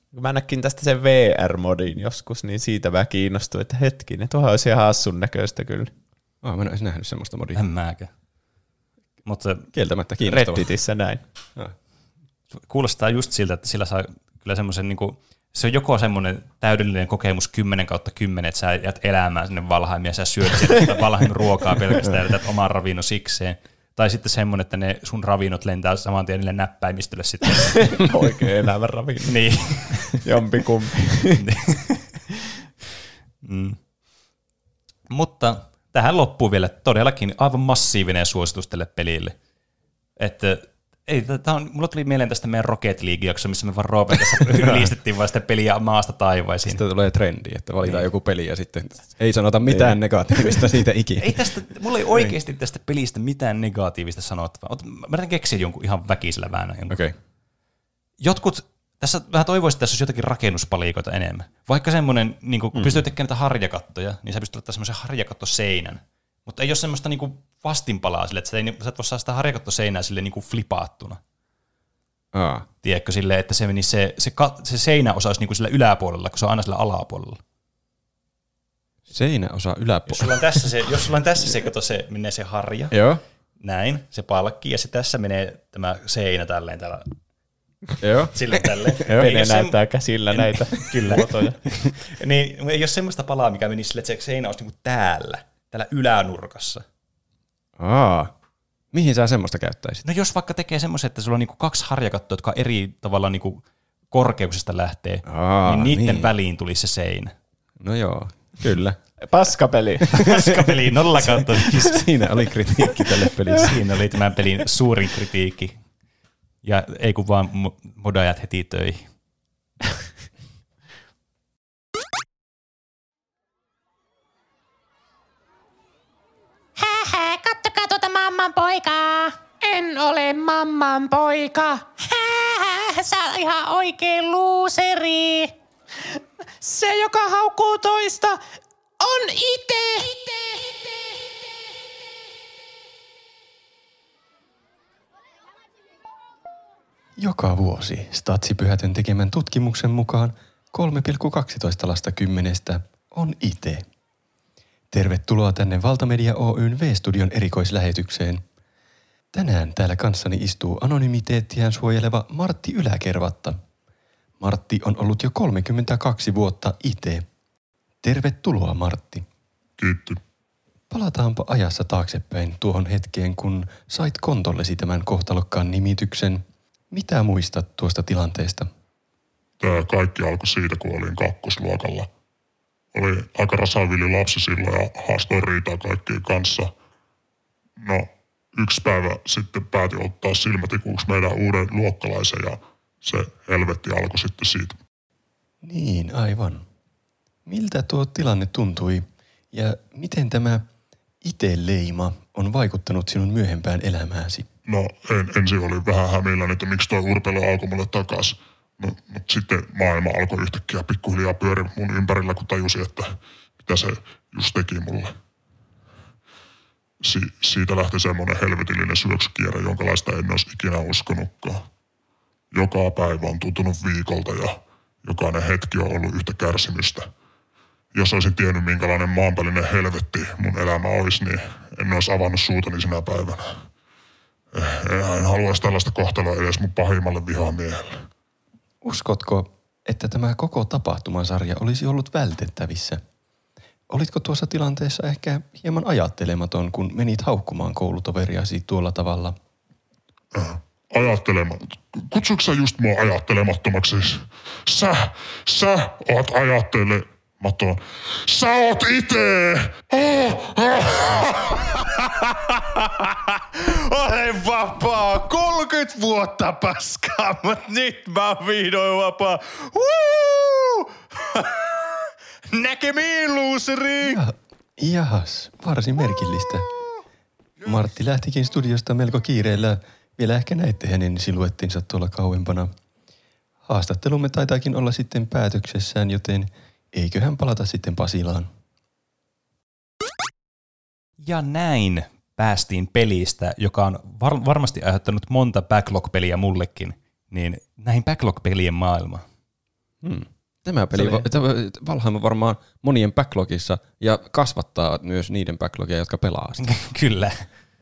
Kun mä näkin tästä sen V R-modin joskus, niin siitä mä kiinnostuin, että hetkinen, tuohan olisi ihan hassun näköistä kyllä. Oh, mä en olisi nähnyt semmoista modia. En mäkään. Mutta kieltämättä kiinnostavaa. Redditissä näin. No. Kuulostaa just siltä, että sillä saa kyllä semmoisen, niin kuin, se on joko semmoinen täydellinen kokemus kymmenen kautta kymmenen, että sä jäät elämään sinne Valheimia ja sä syöt sieltä Valheimin ruokaa pelkästään ja jätät oman ravinnon sikseen. Tai sitten semmoinen, että ne sun ravinnot lentää saman tien niille näppäimistölle sitten. Oikein elämän ravinnon. Niin. Jompikumpi. mm. Mutta tähän loppuu vielä todellakin aivan massiivinen suositus tälle pelille. Että ei, tää on, mulla tuli mieleen tästä meidän Rocket League-jakso, missä me vaan Roopen kanssa ylistettiin vaan sitä peliä maasta taivaisiin. Sitten tulee trendi, että valitaan niin. joku peli ja sitten ei sanota mitään ei. negatiivista siitä ikinä. Ei tästä, mulla ei oikeasti tästä pelistä mitään negatiivista sanottavaa. Mä yritän keksiä jonkun ihan väkisellä väännön. Okay. Jotkut, tässä vähän toivoisin, että tässä olisi jotakin rakennuspalikoita enemmän. Vaikka semmoinen, niin kun mm. pystyy tekemään näitä harjakattoja, niin sä pystyt ottaa semmoisen harjakattoseinän. Mutta ei ole semmoista niinku vastinpalaa sille, että sä, ei, sä et voi saa sitä harjakattoseinää sille niinku flipaattuna. Aa. Tiedätkö, sille, että se, meni se, se, se seinäosa olisi niinku sillä yläpuolella, kun se on aina sillä alapuolella. Seinäosa yläpuolella? Jos sulla on tässä se, jos sulla on tässä se, kato, se menee se harja. Joo. Näin, se palkki, ja se tässä menee tämä seinä tälleen täällä. Joo. Silleen tälleen. Pene näyttää sem- käsillä näitä kyllä. muotoja. Niin ei ole semmoista palaa, mikä menisi sille, että se seinä olisi niinku täällä. Täällä ylänurkassa. Aa, mihin sä semmoista käyttäisit? No jos vaikka tekee semmoisen, että sulla on niinku kaksi harjakattoa, jotka eri tavalla niinku korkeuksesta lähtee, Aa, niin niiden niin. väliin tulisi se seinä. No joo, kyllä. Paskapeli. Paskapeli, nolla kautta viisi. Siinä oli kritiikki tälle pelille. Siinä oli tämän pelin suurin kritiikki. Ja ei kun vaan modajat heti töihin. Kattokaa tuota mamman poikaa. En ole mamman poika. Hää, sä oot ihan oikein luuseri. Se, joka haukkuu toista, on ite. Joka vuosi Statsipyhätön tekemän tutkimuksen mukaan kolme pilkku kaksitoista lasta kymmenestä on ite. Tervetuloa tänne Valtamedia Oy:n V-studion erikoislähetykseen. Tänään täällä kanssani istuu anonymiteettiään suojeleva Martti Yläkervatta. Martti on ollut jo kolmekymmentäkaksi vuotta ite. Tervetuloa, Martti. Kiitti. Palataanpa ajassa taaksepäin tuohon hetkeen, kun sait kontollesi tämän kohtalokkaan nimityksen. Mitä muistat tuosta tilanteesta? Tämä kaikki alkoi siitä, kun olin kakkosluokalla. Oli aika rasavili lapsi silloin ja haastoin riitaa kaikkien kanssa. No, yksi päivä sitten päätin ottaa silmätikuksi meidän uuden luokkalaisen ja se helvetti alkoi sitten siitä. Niin, aivan. Miltä tuo tilanne tuntui ja miten tämä ite-leima on vaikuttanut sinun myöhempään elämääsi? No, en, ensin oli vähän hämilläni, että miksi tuo urpeilu alkoi mulle takaisin. No, mutta sitten maailma alkoi yhtäkkiä pikkuhiljaa pyöriä mun ympärillä, kun tajusi, että mitä se just teki mulle. Si- siitä lähti semmoinen helvetillinen syöksykierre, jonkalaista en olisi ikinä uskonutkaan. Joka päivä on tuntunut viikolta ja jokainen hetki on ollut yhtä kärsimystä. Jos olisin tiennyt, minkälainen maanpäällinen helvetti mun elämä olisi, niin en olisi avannut suutani sinä päivänä. En haluaisi tällaista kohtaloa edes mun pahimmalle vihamiehelle. Uskotko, että tämä koko tapahtumasarja olisi ollut vältettävissä? Olitko tuossa tilanteessa ehkä hieman ajattelematon, kun menit haukkumaan koulutoveriasi tuolla tavalla? Äh, ajattelematon? Kutsuiko sä just mua ajattelemattomaksi? Sä, sä oot ajattelematon. Sä oot ite! Olen vapaa, kolmekymmentä vuotta paskaa, mutta nyt mä oon vihdoin vapaa. Woo! Näkemiin, luuseri! Ja, jahas, varsin merkillistä. Martti lähtikin studiosta melko kiireellä. Vielä ehkä näitte hänen siluettinsa tuolla kauempana. Haastattelumme taitaakin olla sitten päätöksessään, joten eiköhän palata sitten Pasilaan. Ja näin päästiin pelistä, joka on var- varmasti aiheuttanut monta backlog-peliä mullekin, niin näihin backlog-pelien maailmaan. Hmm. Tämä peli, oli... tämä Valheim on varmaan monien backlogissa ja kasvattaa myös niiden backlogia, jotka pelaa sitä. Kyllä.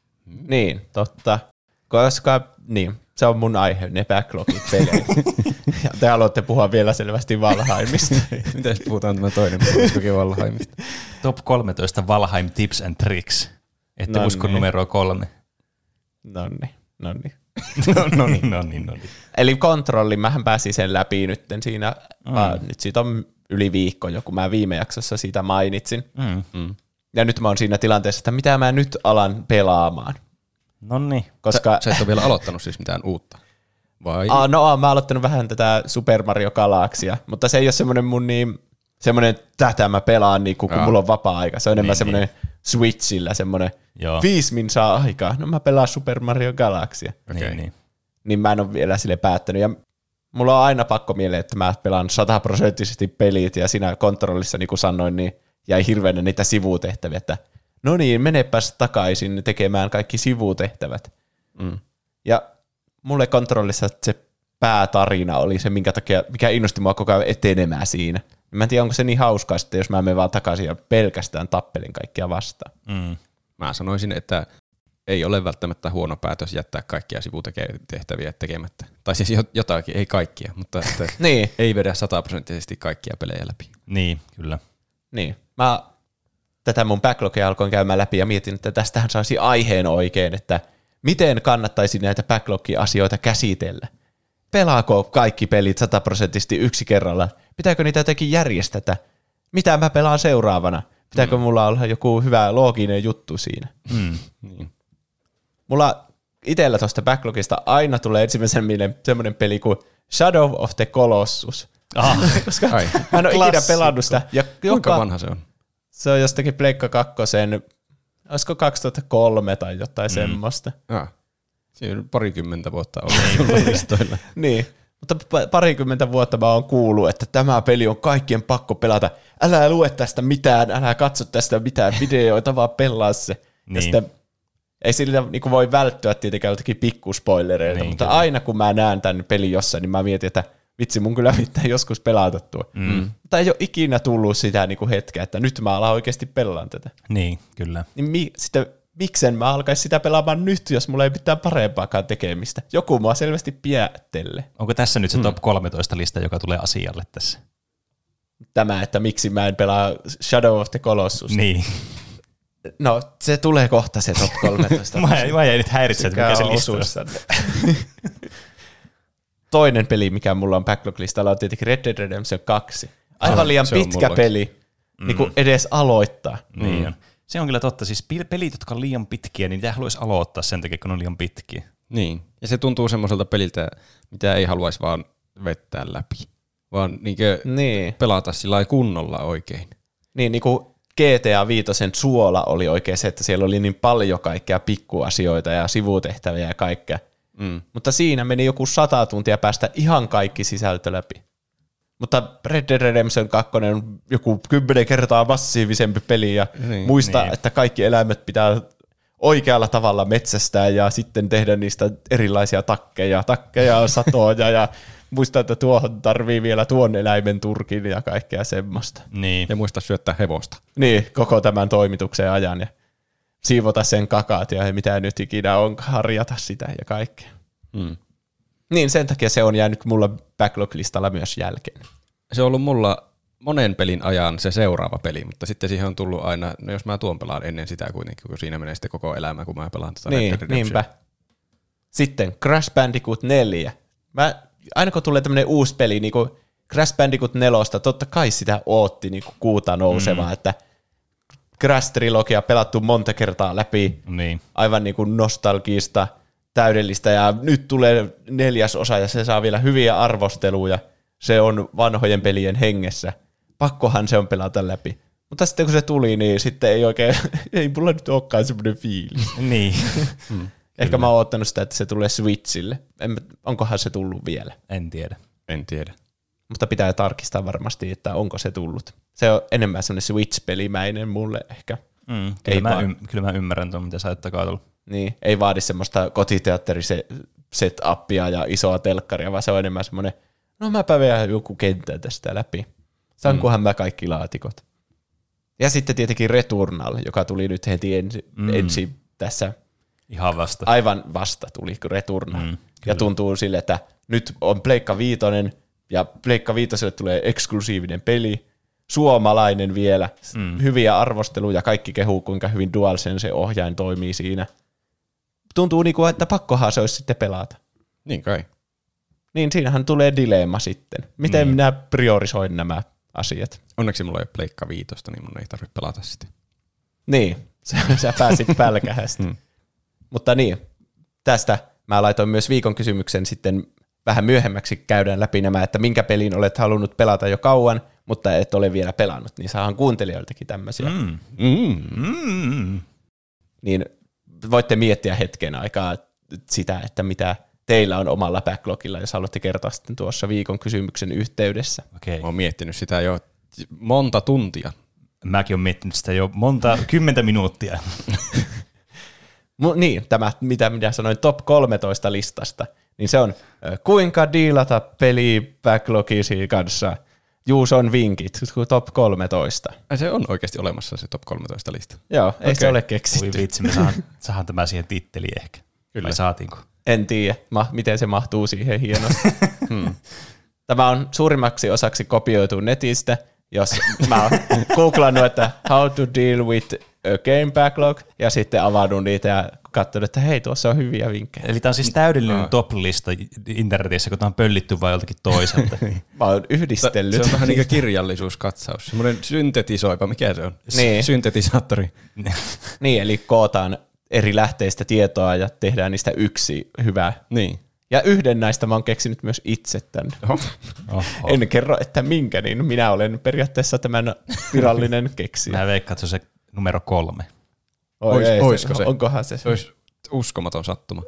Niin, totta. Koska, niin, se on mun aihe, ne backlogit pelejä. Ja te haluatte puhua vielä selvästi Valheimista. Mites puhutaan tämä toinen backlogin Valheimista? Top kolmetoista Valheim Tips and Tricks. Ette Nonni. usko numero kolme. Nonni, nonni. no niin, no niin, no niin. Eli kontrollin, mähän pääsin sen läpi nytten siinä, Mm. ah, nyt siitä on yli viikko jo, kun mä viime jaksossa siitä mainitsin. Mm. Mm. Ja nyt mä oon siinä tilanteessa, että mitä mä nyt alan pelaamaan. No niin. Koska, Sä, sä et ole vielä aloittanut siis mitään uutta, vai? ah, no mä oon aloittanut vähän tätä Super Mario Galaksia, mutta se ei ole semmoinen mun niin, semmoinen tätä mä pelaan, niin kun, kun Jaa. mulla on vapaa-aika. Se on enemmän Niin, semmoinen Switchillä semmoinen Joo. viisi min saa aikaa. No mä pelaan Super Mario Galaksia. Okei. Niin, niin. Niin mä en ole vielä sille päättänyt. Ja mulla on aina pakko mieleen, että mä pelaan sataprosenttisesti pelit, ja siinä kontrollissa, niin kuin sanoin, niin jäi hirveänä niitä sivutehtäviä, että no niin, menepäs takaisin tekemään kaikki sivutehtävät. Mm. Ja mulle kontrollissa se päätarina oli se, minkä takia, mikä innosti mua koko ajan etenemään siinä. Mä en tiedä, onko se niin hauskaa sitten, jos mä menen vaan takaisin ja pelkästään tappelin kaikkia vastaan. Mm. Mä sanoisin, että ei ole välttämättä huono päätös jättää kaikkia sivutehtäviä tekemättä. Tai siis jotakin, ei kaikkia, mutta että Niin, ei vedä sataprosenttisesti kaikkia pelejä läpi. Niin, kyllä. niin. Mä tätä mun backlogia alkoin käymään läpi ja mietin, että tästähän saisi aiheen oikein, että miten kannattaisi näitä backlog-asioita käsitellä. Pelaako kaikki pelit sataprosenttisesti yksi kerralla? Pitääkö niitä jotenkin järjestetä? Mitä mä pelaan seuraavana? Pitääkö mm. mulla olla joku hyvä looginen juttu siinä? Mm. Niin. Mulla itsellä tuosta backlogista aina tulee ensimmäisen mieleen semmoinen peli kuin Shadow of the Colossus. Ah. Koska Ai. mä en ole ikinä Klassikko. pelannut sitä. Ja Kuinka joka, vanha se on? se on jostakin Pleikka kakkosen, olisiko kaksituhattakolme tai jotain mm. semmoista. Ah. Siinä on parikymmentä vuotta ollut listoilla. Niin, mutta pa- parikymmentä vuotta mä oon kuullut, että tämä peli on kaikkien pakko pelata. Älä lue tästä mitään, älä katso tästä mitään videoita, vaan pelaa se. Niin. Ja sitten ei sillä niin voi välttyä tietenkään jotenkin pikkuspoilereilta, Niin, mutta kyllä. aina kun mä näen tämän pelin jossain, niin mä mietin, että vitsi, mun kyllä pitää joskus pelata tuo. Mm. Mutta ei ole ikinä tullut sitä niin kuin hetkeä, että nyt mä alan oikeasti pelaan tätä. Niin, kyllä. Niin mi- sitten miksen mä alkaisin sitä pelaamaan nyt, jos mulla ei mitään parempaakaan tekemistä. Joku mua selvästi piättele. Onko tässä nyt se top kolmetoista lista, joka tulee asialle tässä? Tämä, että miksi mä en pelaa Shadow of the Colossus. Niin. No, se tulee kohta se top kolmetoista. Mä, mä jäin nyt häiritsemään, että mikä se lista on. osuus. Toinen peli, mikä mulla on backlog-listalla, on tietenkin Red Dead Redemption kaksi. Aivan Ah, liian se on pitkä mullakin. peli, niin kuin edes aloittaa. Niin on. Se on kyllä totta. Siis pil- pelit, jotka on liian pitkiä, niin niitä haluaisi aloittaa sen takia, kun ne on liian pitkiä. Niin. Ja se tuntuu semmoiselta peliltä, mitä ei haluaisi vaan vettää läpi, vaan niinkö Niin. pelata sillä lailla kunnolla oikein. Niin, niin kuin G T A viisi suola oli oikein se, että siellä oli niin paljon kaikkea pikkuasioita ja sivutehtäviä ja kaikkea. Mm. Mutta siinä meni joku sata tuntia päästä ihan kaikki sisältö läpi. Mutta Red Dead Redemption kaksi on joku kymmenen kertaa massiivisempi peli ja Niin, muista, niin. että kaikki eläimet pitää oikealla tavalla metsästää ja sitten tehdä niistä erilaisia takkeja, takkeja, satoja ja muista, että tuohon tarvii vielä tuon eläimen turkin ja kaikkea semmoista. Niin. Ja muista syöttää hevosta. Niin, koko tämän toimituksen ajan ja siivota sen kakaat ja mitä nyt ikinä on, harjata sitä ja kaikkea. Mm. Niin, sen takia se on jäänyt mulla backlog-listalla myös jälkeen. Se on ollut mulla monen pelin ajan se seuraava peli, mutta sitten siihen on tullut aina, no jos mä tuon pelaan ennen sitä kuitenkin, kun siinä menee sitten koko elämä, kun mä pelaan tätä Red Niin, Dead Redemption. niinpä. Sitten Crash Bandicoot neljä. Mä, aina kun tulee tämmönen uusi peli, niin kuin Crash Bandicoot neljä, totta kai sitä ootti niin kuin kuuta nousemaan, mm. että Crash-trilogia pelattu monta kertaa läpi, Niin. aivan niin kuin nostalgista, täydellistä, ja nyt tulee neljäs osa, ja se saa vielä hyviä arvosteluja. Se on vanhojen pelien hengessä. Pakkohan se on pelata läpi. Mutta sitten kun se tuli, niin sitten ei oikein, ei mulla nyt olekaan semmoinen fiilis. Niin. Ehkä mä oon ottanut sitä, että se tulee Switchille. En, onkohan se tullut vielä? En tiedä. En tiedä. Mutta pitää tarkistaa varmasti, että onko se tullut. Se on enemmän semmoinen Switch-pelimäinen mulle ehkä. Mm. Ei Kyllä, mä vaan. ym- kyllä mä ymmärrän tuon, mitä sä et takaa tullut. Niin, ei vaadi semmoista kotiteatteri-setupia ja isoa telkkaria, vaan se on enemmän semmoinen no mäpä vielä joku kenttä tästä läpi. Sankohan mm. mä kaikki laatikot. Ja sitten tietenkin Returnal, joka tuli nyt heti ensi, mm. ensi tässä. Ihan vasta. Aivan vasta tuli Returnal. Mm, ja tuntuu sille, että nyt on Pleikka Viitonen, ja Pleikka Viitoselle tulee eksklusiivinen peli, suomalainen vielä, mm. hyviä arvosteluja, kaikki kehuu, kuinka hyvin DualSense-ohjain toimii siinä. Tuntuu niin kuin, että pakkohan se olisi sitten pelata. Niin kai. Niin siinähän tulee dilemma sitten. Miten niin. minä priorisoin nämä asiat? Onneksi mulla ei ole Pleikka Viitosta, niin mun ei tarvitse pelata sitä. Niin, sä pääsit pälkähästä. mm. Mutta niin, tästä mä laitoin myös viikon kysymyksen sitten vähän myöhemmäksi käydään läpi nämä, että minkä pelin olet halunnut pelata jo kauan, mutta et ole vielä pelannut, niin saahan kuuntelijoiltakin tämmöisiä. Mm. Mm. Mm. Niin voitte miettiä hetken aikaa sitä, että mitä teillä on omalla backlogilla, jos haluatte kertoa sitten tuossa viikon kysymyksen yhteydessä. Okei. Mä oon miettinyt sitä jo monta tuntia. Mäkin oon miettinyt sitä jo monta, kymmentä minuuttia. Niin, tämä, mitä minä sanoin, top kolmetoista listasta, niin se on kuinka diilata peli backlogisi kanssa. Juuson vinkit, top kolmetoista. Se on oikeasti olemassa se top kolmetoista lista. Joo, ei okay. se ole keksitty. Ui vitsi, me saadaan, saadaan tämä siihen titteliin ehkä. Kyllä. Vai saatiinko? En tiedä, ma- miten se mahtuu siihen hienosti. hmm. Tämä on suurimmaksi osaksi kopioitu netistä, jos mä oon googlannut, että how to deal with a game backlog, ja sitten avannut niitä ja katsonut, että hei, tuossa on hyviä vinkkejä. Eli tämä on siis täydellinen no. top-lista internetissä, kun tämä on pöllitty vai joltakin toiselta. Mä oon yhdistellyt. Se on vähän niin kuin kirjallisuuskatsaus. Semmoinen syntetisoipa, mikä se on? Niin. Syntetisaattori. Niin, eli kootaan eri lähteistä tietoa ja tehdään niistä yksi hyvä. Niin. Ja yhden näistä mä oon keksinyt myös itse tänne. Oho. Oho. En kerro, että minkä, niin minä olen periaatteessa tämän virallinen keksijä. Mä veikkaan, että se on se numero kolme. Oi, Ois, ei, oisko se? Onkohan se? Se olisi uskomaton sattuma.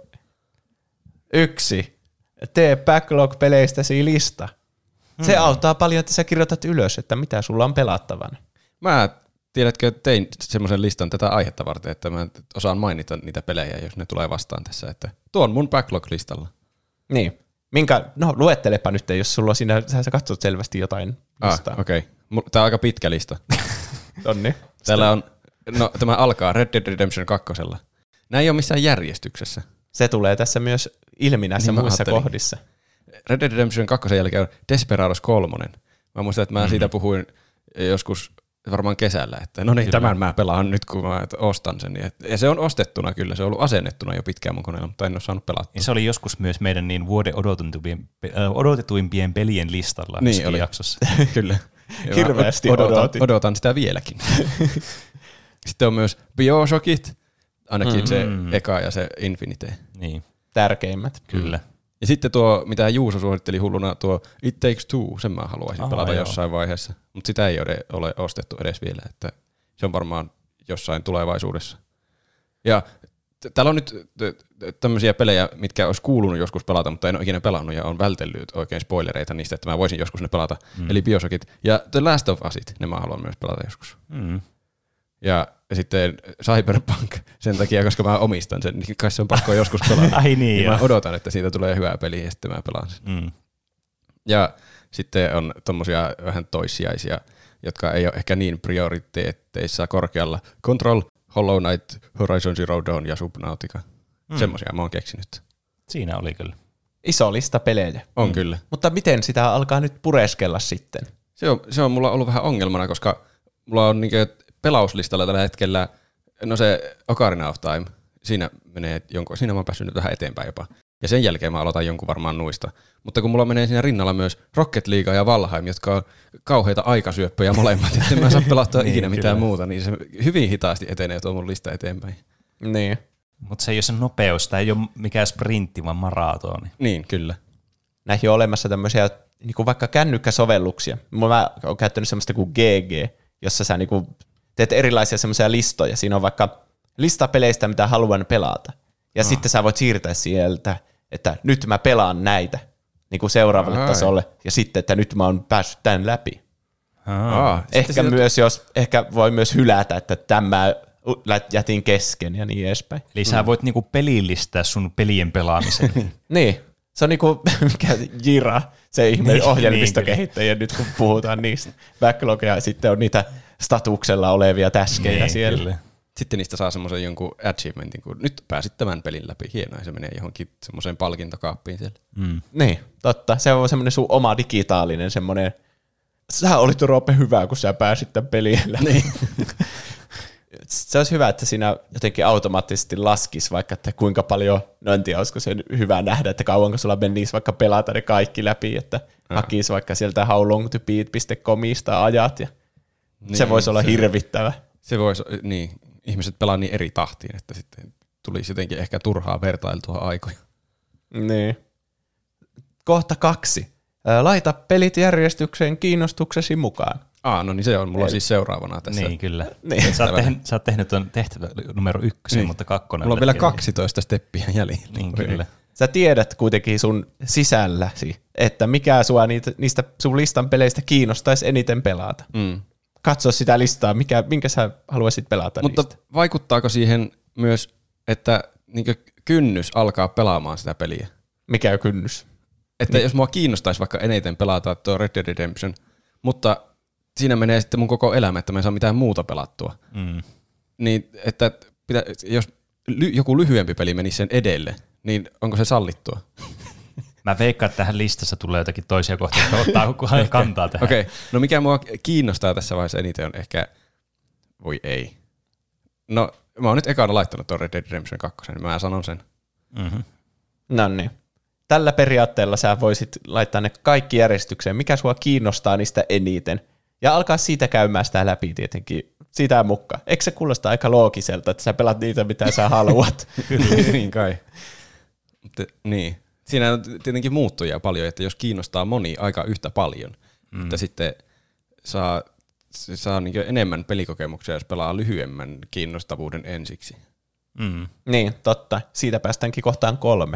Yksi. Tee backlog-peleistäsi lista. Se hmm. auttaa paljon, että sä kirjoitat ylös, että mitä sulla on pelattavana. Mä, tiedätkö, tein semmoisen listan tätä aihetta varten, että mä osaan mainita niitä pelejä, jos ne tulee vastaan tässä. Että tuo on mun backlog-listalla. Niin. Minkä, no luettelepa nyt, jos sulla on siinä, sä katsot selvästi jotain listaa. Ah, okei. Okay. Tää on aika pitkä lista. Onni. Täällä on, no tämä alkaa Red Dead Redemption kaksi. Nämä ei ole missään järjestyksessä. Se tulee tässä myös ilmi näissä niin muissa kohdissa. Red Dead Redemption kaksi jälkeen on Desperados kolme. Mä muistan, että mä mm-hmm. siitä puhuin joskus varmaan kesällä, että no niin, kyllä. Tämän mä pelaan nyt, kun mä ostan sen. Ja se on ostettuna kyllä, se on ollut asennettuna jo pitkään mun koneella, mutta en ole saanut pelattua. Se oli joskus myös meidän niin vuoden odotetuimpien pelien listalla niin oli. Jaksossa. Kyllä. Hirveästi odotan, odotin. Odotan sitä vieläkin. Sitten on myös Bioshockit, ainakin mm-hmm. se eka ja se Infinite. Niin. Tärkeimmät. Kyllä. Ja sitten tuo, mitä Juuso suositteli hulluna, tuo It Takes Two, sen mä haluaisin Aha, pelata joo. jossain vaiheessa. Mutta sitä ei ole, ole ostettu edes vielä, että se on varmaan jossain tulevaisuudessa. Ja t- täällä on nyt tämmöisiä pelejä, mitkä olisi kuulunut joskus pelata, mutta en ole ikinä pelannut ja on vältellyt oikein spoilereita niistä, että mä voisin joskus ne pelata. Mm. Eli Bioshockit ja The Last of Usit, ne mä haluan myös pelata joskus. Mm. Ja sitten Cyberpunk sen takia, koska mä omistan sen, niin kai se on pakko joskus pelata. Ai niin, ja mä odotan, että siitä tulee hyvää peliä ja sitten mä pelaan sen. Mm. Ja sitten on tommosia vähän toissijaisia, jotka ei ole ehkä niin prioriteetteissa korkealla. Control, Hollow Knight, Horizon Zero Dawn ja Subnautica. Mm. Semmosia mä oon keksinyt. Siinä oli kyllä. Iso lista pelejä. On mm. kyllä. Mutta miten sitä alkaa nyt pureskella sitten? Se on, se on mulla ollut vähän ongelmana, koska mulla on niinkö pelauslistalla tällä hetkellä, no se Ocarina of Time, siinä menee jonkun, siinä mä oon päässyt nyt vähän eteenpäin jopa. Ja sen jälkeen mä aloitan jonkun varmaan nuista. Mutta kun mulla menee siinä rinnalla myös Rocket League ja Valheim, jotka on kauheita aikasyöppöjä molemmat, että en mä saa pelattua niin, ikinä kyllä. mitään muuta, niin se hyvin hitaasti etenee tuo mun lista eteenpäin. Niin. Mutta se ei ole se nopeus, tämä ei ole mikään sprintti, vaan maratoni. Niin, kyllä. Näihin on olemassa tämmöisiä niin kuin vaikka kännykkäsovelluksia. Mä oon käyttänyt semmoista kuin G G, jossa sä niin kuin teet erilaisia semmoisia listoja. Siinä on vaikka lista peleistä, mitä haluan pelata. Ja no. sitten sä voit siirtää sieltä, että nyt mä pelaan näitä niin kuin seuraavalle Ai. tasolle. Ja sitten, että nyt mä oon päässyt tämän läpi. Aa, ehkä myös, jos, ehkä voi myös hylätä, että tämä jätin kesken ja niin edespäin. Eli sä voit niinku pelillistää sun pelien pelaamisen. Niin. Se on niinku, mikä Jira, se ihme Niin, ohjelmistokehittäjä, nyt kun puhutaan niistä backlogia, ja sitten on niitä statuksella olevia täskejä Niin, siellä. kyllä. Sitten niistä saa semmoisen jonkun achievementin, kun nyt pääsit tämän pelin läpi. Hienoa, ja se menee johonkin semmoiseen palkintokaappiin siellä. Mm. Niin, totta. Se on semmoinen sun oma digitaalinen semmoinen, sä olit Roope hyvä, kun sä pääsit tämän pelin läpi. Niin. Se olisi hyvä, että siinä jotenkin automaattisesti laskisi vaikka, että kuinka paljon, no en tiedä, olisiko se hyvä nähdä, että kauanko sulla menisi vaikka pelata ne kaikki läpi, että hakisi vaikka sieltä how long to beat piste comista ajat, ja niin, se voisi olla se, hirvittävä. Se voisi, niin, ihmiset pelaa niin eri tahtiin, että sitten tulisi jotenkin ehkä turhaa vertailtua aikoja. Niin. Kohta kaksi. Laita pelit järjestykseen kiinnostuksesi mukaan. Ah, no niin se on mulla Eli. siis seuraavana tässä. Niin, kyllä. Niin. Sä, oot tehnyt, sä oot tehnyt tuon tehtävä numero ykkösen, niin. mutta kakkonen. Mulla on vielä kaksitoista steppiä jäljellä. Niin, kyllä. Sä tiedät kuitenkin sun sisälläsi, että mikä sua niitä, niistä sun listan peleistä kiinnostaisi eniten pelata. Mm. Katso sitä listaa, mikä, minkä sä haluaisit pelata Mutta niistä. vaikuttaako siihen myös, että niinkö kynnys alkaa pelaamaan sitä peliä? Mikä on kynnys? Että niin. Jos mua kiinnostaisi vaikka eniten pelata tuo Red Dead Redemption, mutta siinä menee sitten mun koko elämä, että mä en saa mitään muuta pelattua. Mm. Niin, että pitä, jos ly, joku lyhyempi peli menisi sen edelle, niin onko se sallittua? Mä veikkaan, että tähän listassa tulee jotakin toisia kohtia, että ottaa kantaa tähän. Okei, okay. No mikä mua kiinnostaa tässä vaiheessa eniten on ehkä, voi ei. No, mä oon nyt ekana laittanut tuon Red Dead Redemption kaksi, niin mä sanon sen. Mm-hmm. No niin. Tällä periaatteella sä voisit laittaa ne kaikki järjestykseen, mikä sua kiinnostaa niistä eniten. Ja alkaa siitä käymään sitä läpi tietenkin, siitä mukaan. Eikö se kuulosta aika loogiselta, että sä pelat niitä, mitä sä haluat? Niin kai. Mutta, niin. Siinä on tietenkin muuttuja paljon, että jos kiinnostaa moni aika yhtä paljon, mm. että sitten saa, saa niin enemmän pelikokemuksia, jos pelaa lyhyemmän kiinnostavuuden ensiksi. Mm. Niin, totta. Siitä päästäänkin kohtaan kolme.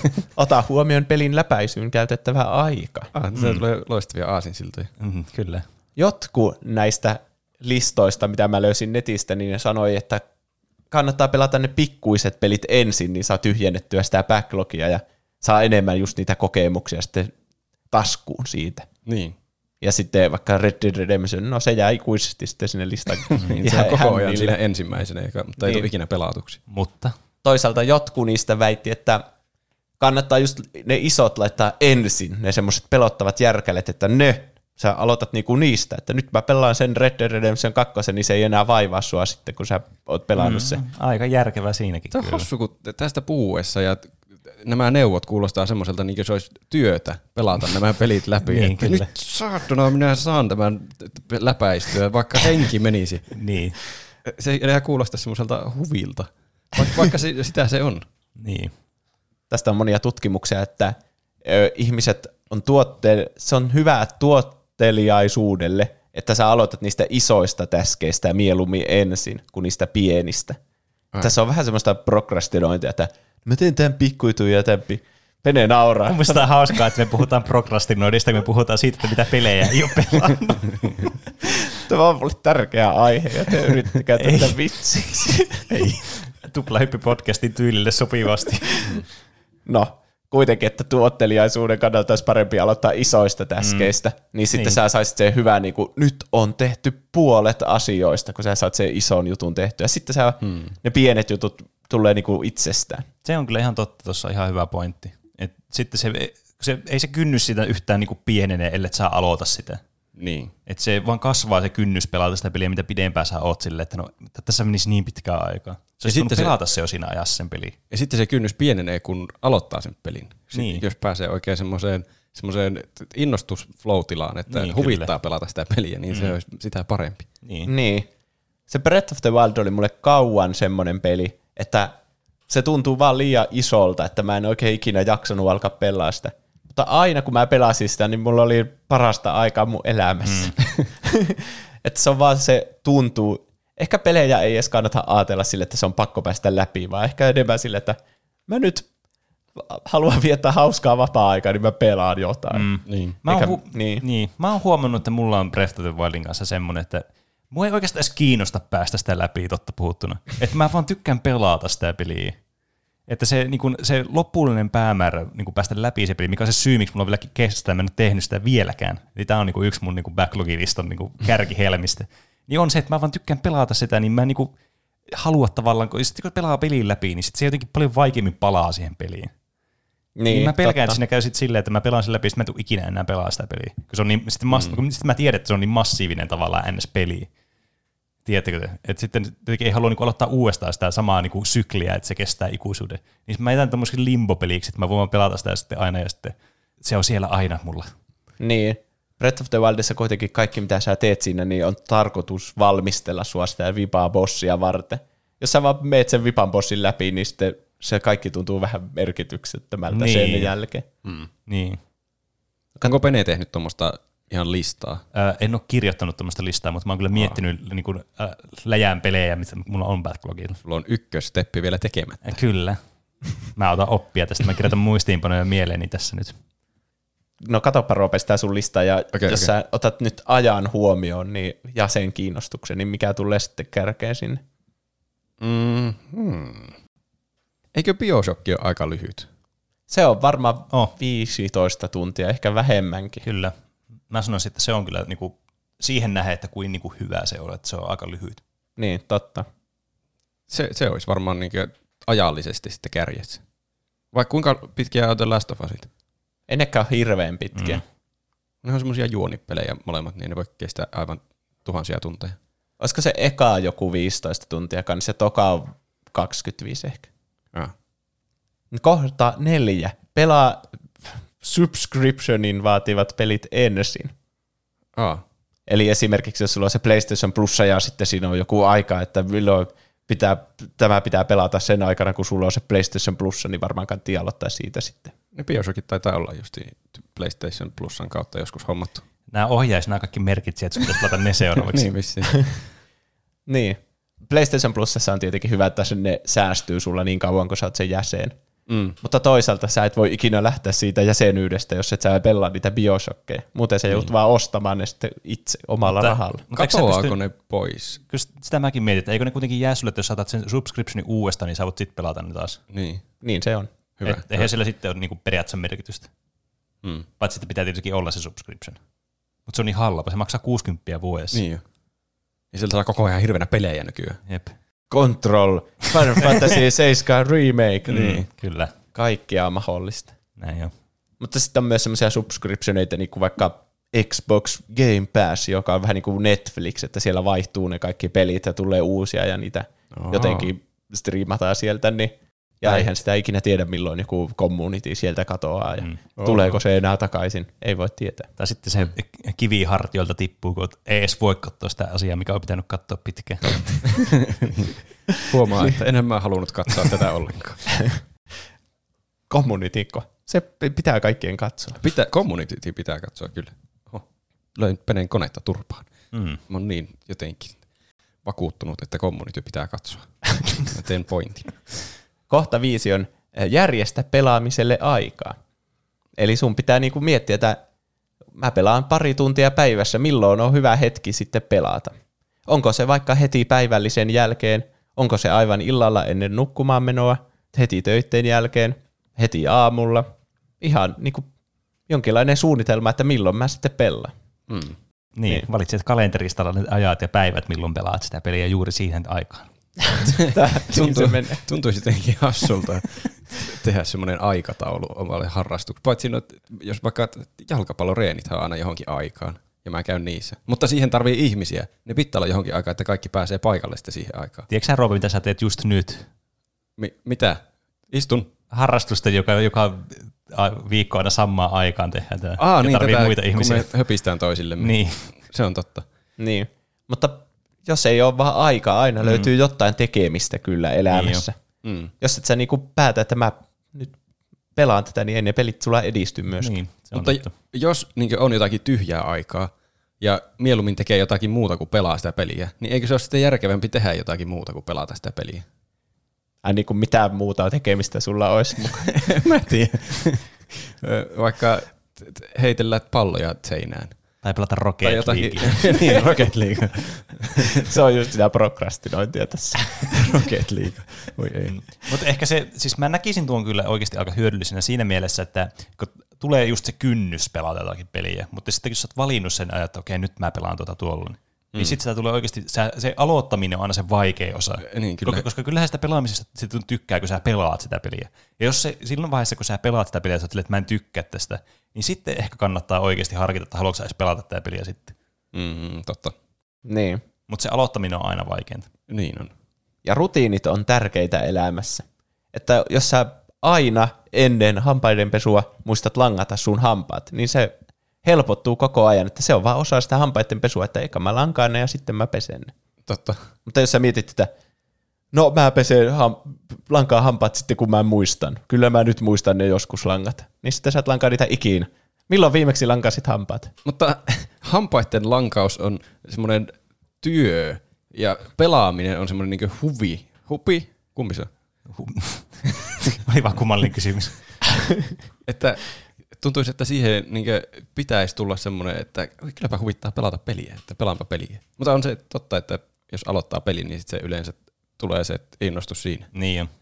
Ota huomioon pelin läpäisyyn käytettävä aika. Ah, se mm. tulee loistavia aasinsiltoja. Mm, kyllä. Jotkut näistä listoista, mitä mä löysin netistä, niin ne sanoi, että kannattaa pelata ne pikkuiset pelit ensin, niin saa tyhjennettyä sitä backlogia ja saa enemmän just niitä kokemuksia sitten taskuun siitä. Niin. Ja sitten vaikka Red Dead Redemption, no se jää ikuisesti sitten sinne listaan. Niin, se on koko ajan siinä ensimmäisenä, mutta ei niin. tule ikinä pelatuksi. Mutta toisaalta jotkut niistä väitti, että kannattaa just ne isot laittaa ensin, ne semmoiset pelottavat järkälet, että ne, sä aloitat niinku niistä, että nyt mä pelaan sen Red Dead Redemption kaksi, niin se ei enää vaivaa sua sitten, kun sä oot pelannut mm, sen. Aika järkevä siinäkin. Se on hassu, kun tästä puhuessa ja nämä neuvot kuulostaa semmoiselta, niin kuin se olisi työtä pelata nämä pelit läpi. Niin, että nyt saatuna minä saan tämän läpäistyä, vaikka henki menisi. Niin. Se ei enää kuulosta semmoiselta huvilta, vaikka, vaikka se, sitä se on. Niin. Tästä on monia tutkimuksia, että ö, ihmiset on tuotte, se on hyvä tuotteliaisuudelle, että sä aloitat niistä isoista täskeistä mieluummin ensin kuin niistä pienistä. Ai. Tässä on vähän semmoista prokrastinointia, että mä teen tämän pikkuituja ja tämän pi- Pene nauraa. Mun mielestä on hauskaa, että me puhutaan prokrastinoidista, kun me puhutaan siitä, että mitä pelejä ei ole pelannut. Tämä on ollut tärkeä aihe, ja te yritätte käyttää tätä vitsiksi. Ei. Tuplahyppy-podcastin tyylille sopivasti. No, kuitenkin, että tuotteliaisuuden kannalta olisi parempi aloittaa isoista täskeistä, mm. niin sitten niin. Sä saisit sen hyvää, niin kuin nyt on tehty puolet asioista, kun sä saat sen ison jutun tehtyä. Sitten sä, mm. ne pienet jutut tulee niin kuin itsestään. Se on kyllä ihan totta, tuossa ihan hyvä pointti. Et sitten se, se, ei se kynnys sitä yhtään niin kuin pienene, ellei sä aloita sitä. Niin. Et se vaan kasvaa se kynnys pelata sitä peliä, mitä pidempään sä oot silleen, että no, tässä menisi niin pitkään aikaa. Se olisi sitten pelata se jo siinä ajassa sen peliin. Ja sitten se kynnys pienenee, kun aloittaa sen pelin. Niin. Jos pääsee oikein semmoiseen, semmoiseen innostus-flow-tilaan, että niin, huvittaa kyllä. pelata sitä peliä, niin mm. se olisi sitä parempi. Niin. niin. Se Breath of the Wild oli mulle kauan semmoinen peli, että se tuntuu vaan liian isolta, että mä en oikein ikinä jaksanut alkaa pelaa sitä. Mutta aina kun mä pelasin sitä, niin mulla oli parasta aikaa mun elämässä. Mm. Että se on vaan se tuntuu. Ehkä pelejä ei edes kannata ajatella sille, että se on pakko päästä läpi, vaan ehkä enemmän sille, että mä nyt haluan viettää hauskaa vapaa-aikaa, niin mä pelaan jotain. Mm. Niin. Mä, oon hu- niin. Niin. mä oon huomannut, että mulla on Breath of the Wildin kanssa semmoinen, että mua ei oikeastaan edes kiinnosta päästä sitä läpi, totta puhuttuna. Että mä vaan tykkään pelata sitä peliä. Että se, niin kun, se lopullinen päämäärä niin kun päästä läpi se peli, mikä on se syy, miksi mulla on vieläkin kestää, mä en ole tehnyt sitä vieläkään. Eli tämä on niin kun yksi mun niin backlogiliston niin kärkihelmistä. Niin on se, että mä vaan tykkään pelata sitä, niin mä en niin halua tavallaan, kun sitten kun pelaa pelin läpi, niin sit se jotenkin paljon vaikeammin palaa siihen peliin. Niin, niin mä pelkään, totta. Että siinä käy sitten silleen, että mä pelaan sen läpi, sitten mä en tule ikinä enää pelaa sitä peliä. Kun se on niin, sitten, mas- mm. kun sitten mä tiedän, että se on niin massiivinen tavallaan N S-peli. Tiedättekö te? Että sitten ei halua niinku aloittaa uudestaan sitä samaa niinku sykliä, että se kestää ikuisuuden. Niin mä jätän tämmöisen limbo-peliksi, että mä voin pelata sitä sitten aina ja sitten se on siellä aina mulla. Niin. Breath of the Wildissa kuitenkin kaikki, mitä sä teet siinä, niin on tarkoitus valmistella sua sitä vipaa bossia varten. Jos sä vaan meet sen vipan bossin läpi, niin sitten se kaikki tuntuu vähän merkityksettömältä niin. sen jälkeen. Mm. Niin. Onko Pene tehnyt tuommoista ihan listaa? Ää, en ole kirjoittanut tuommoista listaa, mutta mä oon kyllä miettinyt oh. niin kuin, äh, läjään pelejä, mitä mulla on backlogilla. Sulla on ykkössteppi vielä tekemättä. Äh, kyllä. Mä otan oppia tästä. Mä kirjoitan muistiinpanoja mieleeni tässä nyt. No katoppa Roope sitä sun listaa, ja okay, jos okay. sä otat nyt ajan huomioon niin, ja sen kiinnostuksen, niin mikä tulee sitten kärkeen sinne? Mm, hmm. Eikö BioShock ole aika lyhyt? Se on varmaan oh. viisitoista tuntia, ehkä vähemmänkin. Kyllä. Mä sanoisin, että se on kyllä niinku, siihen nähden, että kuin niinku hyvä se on, että se on aika lyhyt. Niin, totta. Se, se olisi varmaan niinku ajallisesti sitten kärjessä. Vai kuinka pitkiä on The Last of Usit? Ei nekään ole hirveän pitkiä. Mm. Ne on semmoisia juonipelejä molemmat, niin ne voi kestää aivan tuhansia tunteja. Olisiko se eka joku viisitoista tuntia, niin se toka on kaksikymmentäviisi ehkä. Ja. Kohta neljä. Pelaa subscriptionin vaativat pelit ensin. Aa. Eli esimerkiksi jos sulla on se PlayStation Plus ja sitten siinä on joku aika, että milloin pitää, tämä pitää pelata sen aikana, kun sulla on se PlayStation Plus, niin varmaan kannattaa aloittaa siitä sitten. Ne BioShockit taitaa olla just PlayStation Plusan kautta joskus hommattu. Nämä ohjaisi nämä kaikki merkitsijät, että sun pitäisi pelata ne seuraavaksi. Niin, vissiin. Niin. PlayStation Plusassa on tietenkin hyvä, että ne säästyy sulla niin kauan, kun sä oot sen jäsen. Mm. Mutta toisaalta sä et voi ikinä lähteä siitä jäsenyydestä, jos et sä pelaa niitä BioShockeja. Muuten sä joudut mm. vaan ostamaan ne sitten itse omalla mutta, rahalla. Katoaako pysty... ne pois? Kyllä sitä mäkin mietin, että eikö ne kuitenkin jää sulle, että jos saatat sen subscriptionin uudestaan, niin sä voit sitten pelata ne taas. Niin. Niin se on. Hyvä. Et, eihän sillä sitten ole niinku periaatteessa merkitystä. Mm. Paitsi sitten pitää tietenkin olla se subscription. Mutta se on niin halpa, se maksaa kuusikymmentä vuodessa. Niin jo. Ja sieltä saa koko ajan hirveänä pelejä nykyään. Jep. Control, Final Fantasy seitsemän Remake. Mm, niin. Kyllä. Kaikkea mahdollista. Näin jo. Mutta sitten on myös semmoisia subscriptioneita, niin kuin vaikka Xbox Game Pass, joka on vähän niin kuin Netflix, että siellä vaihtuu ne kaikki pelit ja tulee uusia ja niitä Oho. jotenkin striimataan sieltä, niin ja Näin. eihän sitä ikinä tiedä, milloin joku community sieltä katoaa ja mm. tuleeko se enää takaisin, ei voi tietää. Tai sitten se kivi hartioilta tippuu, kun ei edes voi katsoa sitä asiaa, mikä on pitänyt katsoa pitkään. Huomaa, että enemmän halunnut katsoa tätä ollenkaan. Communityko? Se pitää kaikkien katsoa. Pitää, community pitää katsoa, kyllä. Oho, löin Penen konetta turpaan. Mm. Mä oon niin jotenkin vakuuttunut, että community pitää katsoa. Mä teen pointin. Kohta viisi on järjestä pelaamiselle aikaa. Eli sun pitää niinku miettiä, että mä pelaan pari tuntia päivässä, milloin on hyvä hetki sitten pelata. Onko se vaikka heti päivällisen jälkeen, onko se aivan illalla ennen nukkumaan menoa, heti töitten jälkeen, heti aamulla. Ihan niinku jonkinlainen suunnitelma, että milloin mä sitten pelaan. Mm. Niin, niin, valitset kalenterista ne ajat ja päivät, milloin pelaat sitä peliä juuri siihen aikaan. Tuntuu, tuntuisi jotenkin hassulta tehdä semmoinen aikataulu omalle harrastukselle. Paitsi no, jos vaikka jalkapalloreenithän on aina johonkin aikaan, ja mä käyn niissä. Mutta siihen tarvii ihmisiä. Ne pitää olla johonkin aikaan, että kaikki pääsee paikalle sitten siihen aikaan. Tiedätkö sä, Roope, mitä sä teet just nyt? Mi- mitä? Istun. Harrastusta, joka, joka viikko aina samaan aikaan tehdään. Tää. Aa, niin, tarvii tätä, muita ihmisiä. kun me höpistään toisillemme. Niin. Se on totta. Niin, mutta jos ei ole vaan aikaa, aina mm. löytyy jotain tekemistä kyllä elämässä. Niin mm. Jos et sä niinku päätä, että mä nyt pelaan tätä, niin ei ne pelit sulla edisty myöskään. Niin, mutta totta. Jos niin on jotakin tyhjää aikaa ja mieluummin tekee jotakin muuta kuin pelaa sitä peliä, niin eikö se ole sitten järkevämpi tehdä jotakin muuta kuin pelata sitä peliä? Ai niin kuin mitään muuta tekemistä sulla olisi mukaan. Mä en tiedä. Vaikka heitellä palloja seinään. Tai pelata Rocket Tai jotakin, Leaguea. niin, Rocket League. Se on just sitä prokrastinointia tässä. Rocket League. Voi ei. Mutta ehkä se, siis mä näkisin tuon kyllä oikeasti aika hyödyllisenä siinä mielessä, että kun tulee just se kynnys pelata jotakin peliä, mutta sitten kun sä oot valinnut sen ajan, että okei, nyt mä pelaan tuota tuolla, niin mm. niin sitten sitä tulee oikeasti, se, se aloittaminen on aina se vaikea osa. Niin, kyllä. Koska, koska kyllähän sitä pelaamisesta sit tykkää, kun sä pelaat sitä peliä. Ja jos se silloin vaiheessa, kun sä pelaat sitä peliä, sä oot, että mä en tykkää tästä, niin sitten ehkä kannattaa oikeasti harkita, että haluatko sä edes pelata tätä peliä sitten. Mm, totta. Niin. Mutta se aloittaminen on aina vaikeinta. Niin on. Ja rutiinit on tärkeitä elämässä. Että jos sä aina ennen hampaidenpesua muistat langata sun hampaat, niin se helpottuu koko ajan, että se on vaan osa sitä hampaiden pesua, että eikä mä lankaan ne ja sitten mä pesen ne. Totta. Mutta jos sä mietit, että no mä pesen ham- lankaan hampaat sitten kun mä muistan, kyllä mä nyt muistan ne joskus langata, niin sitten sä et lankaa niitä ikinä. Milloin viimeksi lankasit hampaat? Mutta hampaiden lankaus on semmoinen työ ja pelaaminen on semmoinen niinku huvi. Hupi? Kumpi se on? Oli vaan kummallinen kysymys. Että tuntuisi, että siihen niin pitäisi tulla semmoinen, että kylläpä huvittaa pelata peliä, että pelaanpa peliä. Mutta on se totta, että jos aloittaa pelin, niin sit se yleensä tulee se innostus siinä. Niin on.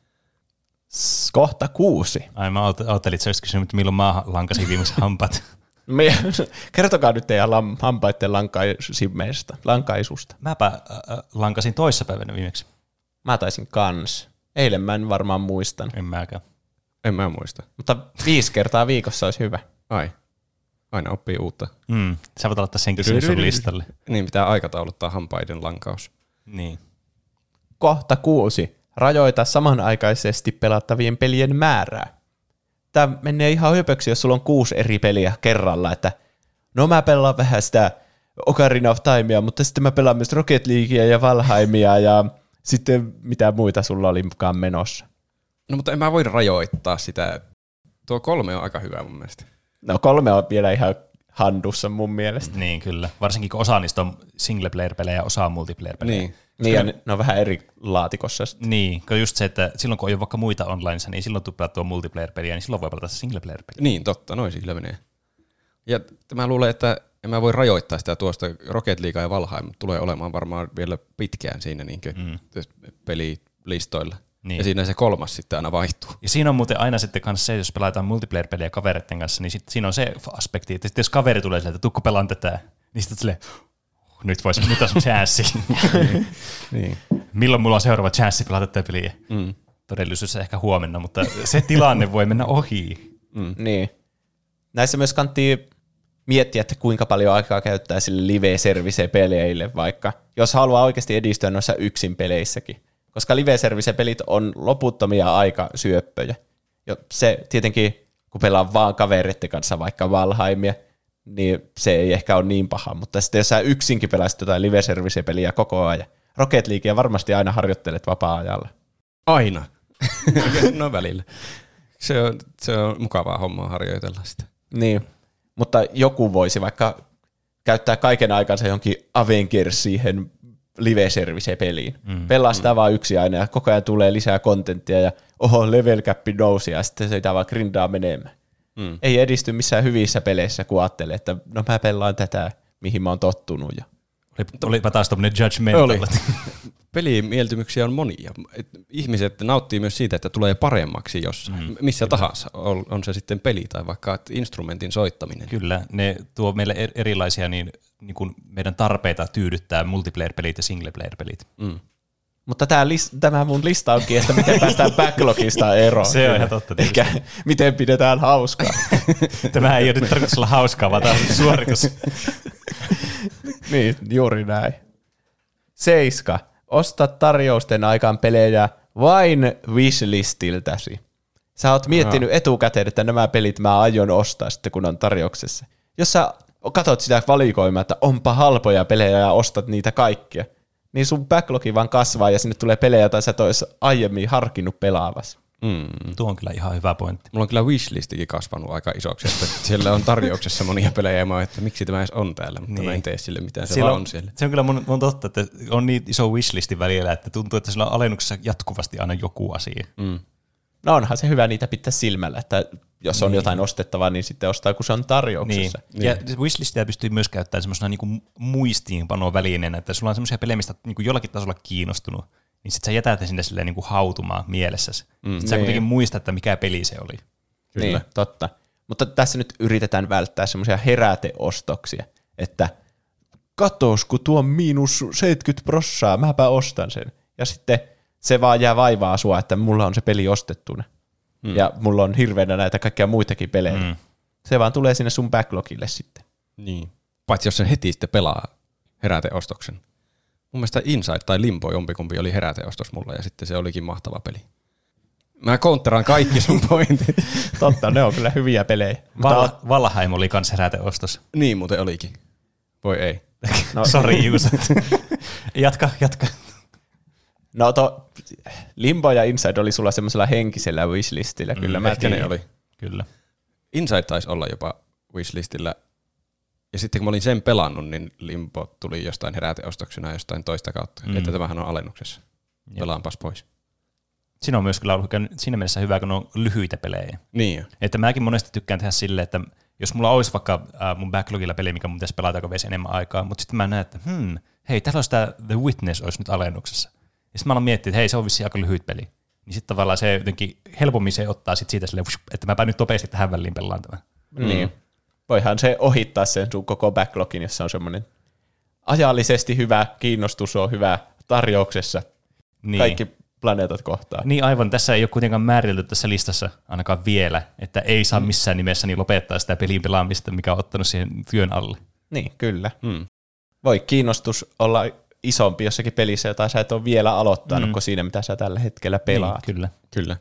Kohta kuusi. Ai mä ajattelin, että sä olisit kysynyt, milloin mä lankasin viimeksi hampaat. Me, kertokaa nyt teidän lam, hampaiden lankaisimmeista, lankaisusta. Mäpä äh, lankasin toissapäivänä viimeksi. Mä taisin kans. Eilen mä en varmaan muistan. En mäkään. En mä muista. Mutta viisi kertaa viikossa olisi hyvä. Ai. Aina oppii uutta. Mm. Sä voit laittaa senkin sinne sun listalle. Niin, pitää aikatauluttaa hampaiden lankaus. Niin. Kohta kuusi. Rajoita samanaikaisesti pelattavien pelien määrää. Tämä menee ihan höpöksi, jos sulla on kuusi eri peliä kerralla, että no mä pelaan vähän sitä Ocarina of Timea, mutta sitten mä pelaan myös Rocket Leaguea ja Valheimia ja sitten mitä muita sulla oli mukaan menossa. No mutta en mä voi rajoittaa sitä. Tuo kolme on aika hyvä mun mielestä. No kolme on vielä ihan handussa mun mielestä. Niin, kyllä. Varsinkin kun osa niistä on single-player-pelejä ja osa on multiplayer-pelejä. Niin. Niin, ja ne, ne on vähän eri laatikossa. Niin, kun just se, että silloin kun on jo vaikka muita onlineissa, niin silloin tuu pelattua multiplayer-peliä, niin silloin voi pelata single-player-peliä. Niin, totta. Noin sillä menee. Ja mä luulen, että en mä voi rajoittaa sitä tuosta Rocket League ja Valheim, mutta tulee olemaan varmaan vielä pitkään siinä niin mm. pelilistoilla. Niin. Ja siinä se kolmas sitten aina vaihtuu. Ja siinä on muuten aina sitten kanssa se, jos pelataan multiplayer-peliä kavereiden kanssa, niin sit siinä on se aspekti, että jos kaveri tulee silleen, että tukko pelaan tätä, niin sitten silleen, nyt voisi, nyt olisi chanssi. Niin. Milloin mulla on seuraava chanssi pelata tätä peliä? Mm. Todellisuudessa ehkä huomenna, mutta se tilanne voi mennä ohi. Mm. Niin. Näissä myös kannattaa miettiä, että kuinka paljon aikaa käyttää sille live-service-peleille vaikka, jos haluaa oikeasti edistyä noissa yksin peleissäkin. Koska live-service-pelit on loputtomia aikasyöppöjä. Ja se tietenkin, kun pelaa vaan kavereiden kanssa vaikka Valheimia, niin se ei ehkä ole niin paha. Mutta sitten jos sä yksinkin pelaisit jotain live-service-peliä koko ajan, Rocket Leaguea varmasti aina harjoittelet vapaa-ajalla. Aina. No välillä. Se on, se on mukavaa hommaa harjoitella sitä. Niin, mutta joku voisi vaikka käyttää kaiken aikansa jonkin Avengers siihen live-service-peliin. Mm. Pelaa sitä mm. vaan yksi aina ja koko ajan tulee lisää kontenttia ja oho, level cap nousi ja sitten se pitää vaan grindaa menemään. Mm. Ei edisty missään hyvissä peleissä, kun ajattelee, että no mä pelaan tätä, mihin mä oon tottunut. Ja. Oli, olipa taas tommonen judgmental. Oli. Pelimieltymyksiä on monia. Ihmiset nauttii myös siitä, että tulee paremmaksi jossain, mm. missä tahansa. On, on se sitten peli tai vaikka instrumentin soittaminen. Kyllä, ne tuo meille erilaisia niin, niin kuin meidän tarpeita tyydyttää multiplayer-pelit ja singleplayer-pelit. Mm. Mutta tämä, list, tämä mun lista onkin, että miten päästään backlogista eroon. Se on ihan totta. Eikä miten pidetään hauskaa. Tämä ei ole nyt tarkoitus olla hauskaa, vaan tämä on suoritus. Niin, juuri näin. Seiska. Osta tarjousten aikaan pelejä vain wishlistiltäsi. Sä oot miettinyt no. etukäteen, että nämä pelit mä aion ostaa sitten, kun on tarjouksessa. Jos sä katot sitä valikoimaa, että onpa halpoja pelejä ja ostat niitä kaikkia, niin sun backlogi vaan kasvaa ja sinne tulee pelejä, tai sä et ois aiemmin harkinnut pelaavasi. Mm. Tuo on kyllä ihan hyvä pointti. Mulla on kyllä wishlistikin kasvanut aika isoksi, että siellä on tarjouksessa monia pelejä ja mä oon, että miksi tämä edes on täällä, mutta niin. mä en tee sille mitään, se vaan on siellä. Se on kyllä mun, mun totta, että on niin iso wishlistin välillä, että tuntuu, että sillä on alennuksessa jatkuvasti aina joku asia. Mm. No onhan se hyvä niitä pitää silmällä, että jos on niin. jotain ostettavaa, niin sitten ostaa, kun se on tarjouksessa. Niin. Ja wishlistia pystyy myös käyttämään semmoisena niinku muistiinpanovälineenä, että sulla on semmoisia pelejä, mistä niinku jollakin tasolla kiinnostunut, niin sitten sä jätät ne sinne silleen niinku hautumaan mielessäsi. Mm, sitten sä kuitenkin muistat, että mikä peli se oli. Kyllä. Niin, totta. Mutta tässä nyt yritetään välttää semmoisia heräteostoksia, että katos, kun tuo on miinus seitsemänkymmentä prossaa, mäpä ostan sen. Ja sitten se vaan jää vaivaa sua, että mulla on se peli ostettuna. Mm. Ja mulla on hirveänä näitä kaikkia muitakin pelejä. Mm. Se vaan tulee sinne sun backlogille sitten. Niin. Paitsi jos sen heti sitten pelaa heräteostoksen. Mun mielestä Inside tai Limbo jompikumpi oli heräteostos mulla ja sitten se olikin mahtava peli. Mä counteraan kaikki sun pointit. Totta, ne on kyllä hyviä pelejä. Val- Valheim oli kans heräteostos. Niin muuten olikin. Voi ei. No, sori Juusat. jatka, jatka. No to, Limbo ja Inside oli sulla semmoisella henkisellä wishlistillä. Kyllä mm, mä ehkä ne oli. Kyllä. Inside taisi olla jopa wishlistillä. Ja sitten kun mä olin sen pelannut, niin Limbo tuli jostain heräteostoksena jostain toista kautta. Mm. Että tämähän on alennuksessa. Jep. Pelaanpas pois. Siinä on myös kyllä ollut siinä mielessä hyvä, kun on lyhyitä pelejä. Niin jo. Että mäkin monesti tykkään tehdä silleen, että jos mulla olisi vaikka äh, mun backlogilla peli, mikä mun pitäisi pelata, joka veisi enemmän aikaa, mutta sitten mä näen, että hmm, hei, täällä olisi tämä The Witness olisi nyt alennuksessa. Ja sitten mä aloin miettiä, että hei, se on vissiin aika lyhyt peli. Niin sitten tavallaan se jotenkin helpommin se ottaa sit siitä silleen, että mäpä nyt nopeasti tähän väliin pelaan tämän. Mm. Niin. Voihan se ohittaa sen sun koko backlogin, jos se on semmoinen ajallisesti hyvä, kiinnostus on hyvä tarjouksessa. Niin. Kaikki planeetat kohtaa. Niin aivan, tässä ei ole kuitenkaan määritelty tässä listassa ainakaan vielä, että ei saa missään nimessä niin lopettaa sitä pelin pelaamista, mikä on ottanut siihen työn alle. Niin, kyllä. Mm. Voi kiinnostus olla isompi jossakin pelissä, jota sä et ole vielä aloittanut, mm. kuin siinä, mitä sä tällä hetkellä pelaat. Niin, kyllä. kyllä.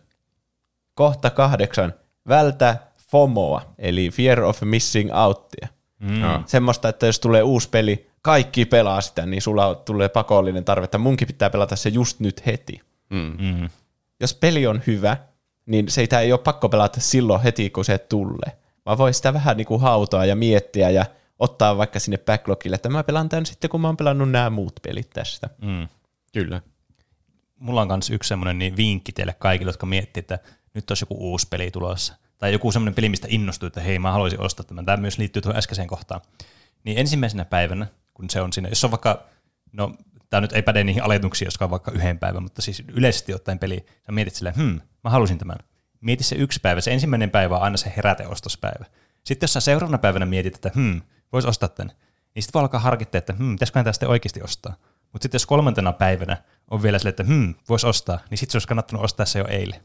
Kohta kahdeksan. Vältä FOMOa, eli Fear of Missing Outia. Mm. Semmoista, että jos tulee uusi peli, kaikki pelaa sitä, niin sulla tulee pakollinen tarve, että munkin pitää pelata se just nyt heti. Mm. Mm. Jos peli on hyvä, niin sitä ei ole pakko pelata silloin heti, kun se tulee. Vaan voi sitä vähän niin kuin hautoa ja miettiä ja ottaa vaikka sinne backlogille, että mä pelaan tämän sitten, kun mä oon pelannut nämä muut pelit tästä. Mm. Kyllä. Mulla on myös yksi semmoinen niin vinkki teille kaikille, jotka miettii, että nyt olisi joku uusi peli tulossa. Tai joku semmoinen peli, mistä innostuu, että hei, mä haluaisin ostaa tämän. Tämä myös liittyy tuohon äskeiseen kohtaan. Niin ensimmäisenä päivänä, kun se on siinä, jos on vaikka, no tämä nyt ei päde niihin alennuksiin, jotka on vaikka yhden päivän, mutta siis yleisesti ottaen peli, sä mietit silleen, hmm, mä halusin tämän. Mieti se yksi päivä, se ensimmäinen päivä on aina se heräteostospäivä. Sitten jos sä seuraavana päivänä mietit, että hmm, vois ostaa tämän, niin sitten voi alkaa harkittaa, että hmm, pitäisiköhän tästä oikeasti ostaa. Mutta sitten jos kolmantena päivänä on vielä silleen, että hmm, vois ostaa, niin sitten se olisi kannattanut ostaa se jo eilen.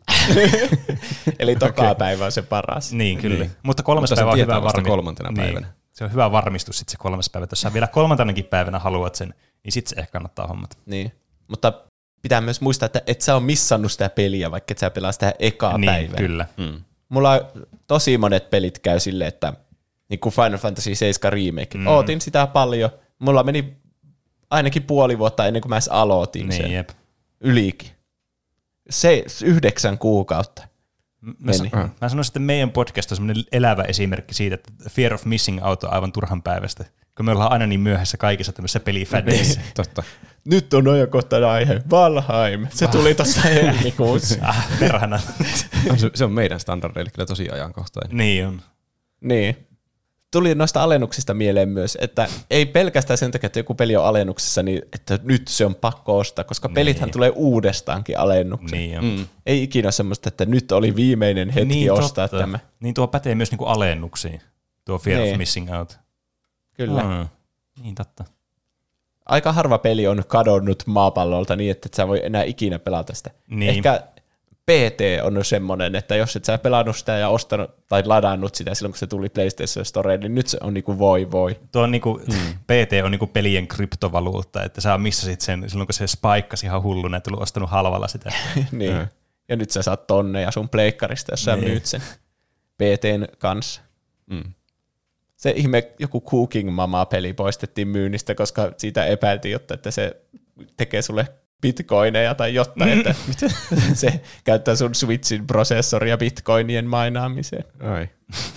Eli toka okay. päivä on se paras. Niin, kyllä. Niin. Mutta kolmas Mutta päivä on hyvä varmistus. kolmantena päivänä. Niin. Se on hyvä varmistus sitten se kolmas päivä. Jos sä vielä kolmantenakin päivänä haluat sen, niin sitten se ehkä kannattaa hommata. Niin, mutta pitää myös muistaa, että et sä ole missannut sitä peliä, vaikka et sä pelaa sitä ekaa niin, päivää. Kyllä. Hmm. Mulla on tosi monet pelit käy silleen, että niin kuin Final Fantasy seitsemän Remake. Mm. Ootin sitä paljon. Mulla meni ainakin puoli vuotta ennen kuin mä edes aloitin niin, sen. Jep. Ylikin. Se yhdeksän kuukautta. Mä, san- mä sanoisin, että meidän podcast on semmoinen elävä esimerkki siitä, että Fear of Missing Out on aivan turhan päivästä. Kun me ollaan aina niin myöhässä kaikissa tämmöisissä pelifädeissä. Totta. Nyt on ajankohtainen aihe. Valheim. Se tuli tuossa helmikuussa. ah, perhana. se, se on meidän standardeille kyllä tosi ajankohtainen. Niin on. Niin. Tuli noista alennuksista mieleen myös, että ei pelkästään sen takia, että joku peli on alennuksessa, niin että nyt se on pakko ostaa, koska niin. pelithän tulee uudestaankin alennukseen. Niin mm. Ei ikinä ole semmoista, että nyt oli viimeinen hetki niin, ostaa totta. tämä. Niin tuo pätee myös niinku alennuksiin, tuo Fear niin. of Missing Out. Kyllä. Mm. Niin totta. Aika harva peli on kadonnut maapallolta niin, että et sä voi enää ikinä pelata sitä. Niin. Ehkä P T on semmoinen, että jos et sä pelannut sitä ja ostanut tai ladannut sitä silloin, kun se tuli PlayStation Storeen, niin nyt se on niinku voi voi. Tuo on niinku, mm. P T on niinku pelien kryptovaluutta, että sä missasit sen silloin, kun se spaikkasi ihan hulluna, että tullut ostanut halvalla sitä. niin. Mm. Ja nyt sä saat tonneja sun pleikkarista, jos sä niin. myyt sen P T:n kanssa. Mm. Se ihme joku Cooking Mama-peli poistettiin myynnistä, koska siitä epäiltiin, jotta että se tekee sulle bitcoineja tai jotain, että se käyttää sun Switchin prosessoria bitcoinien mainaamiseen. Ai.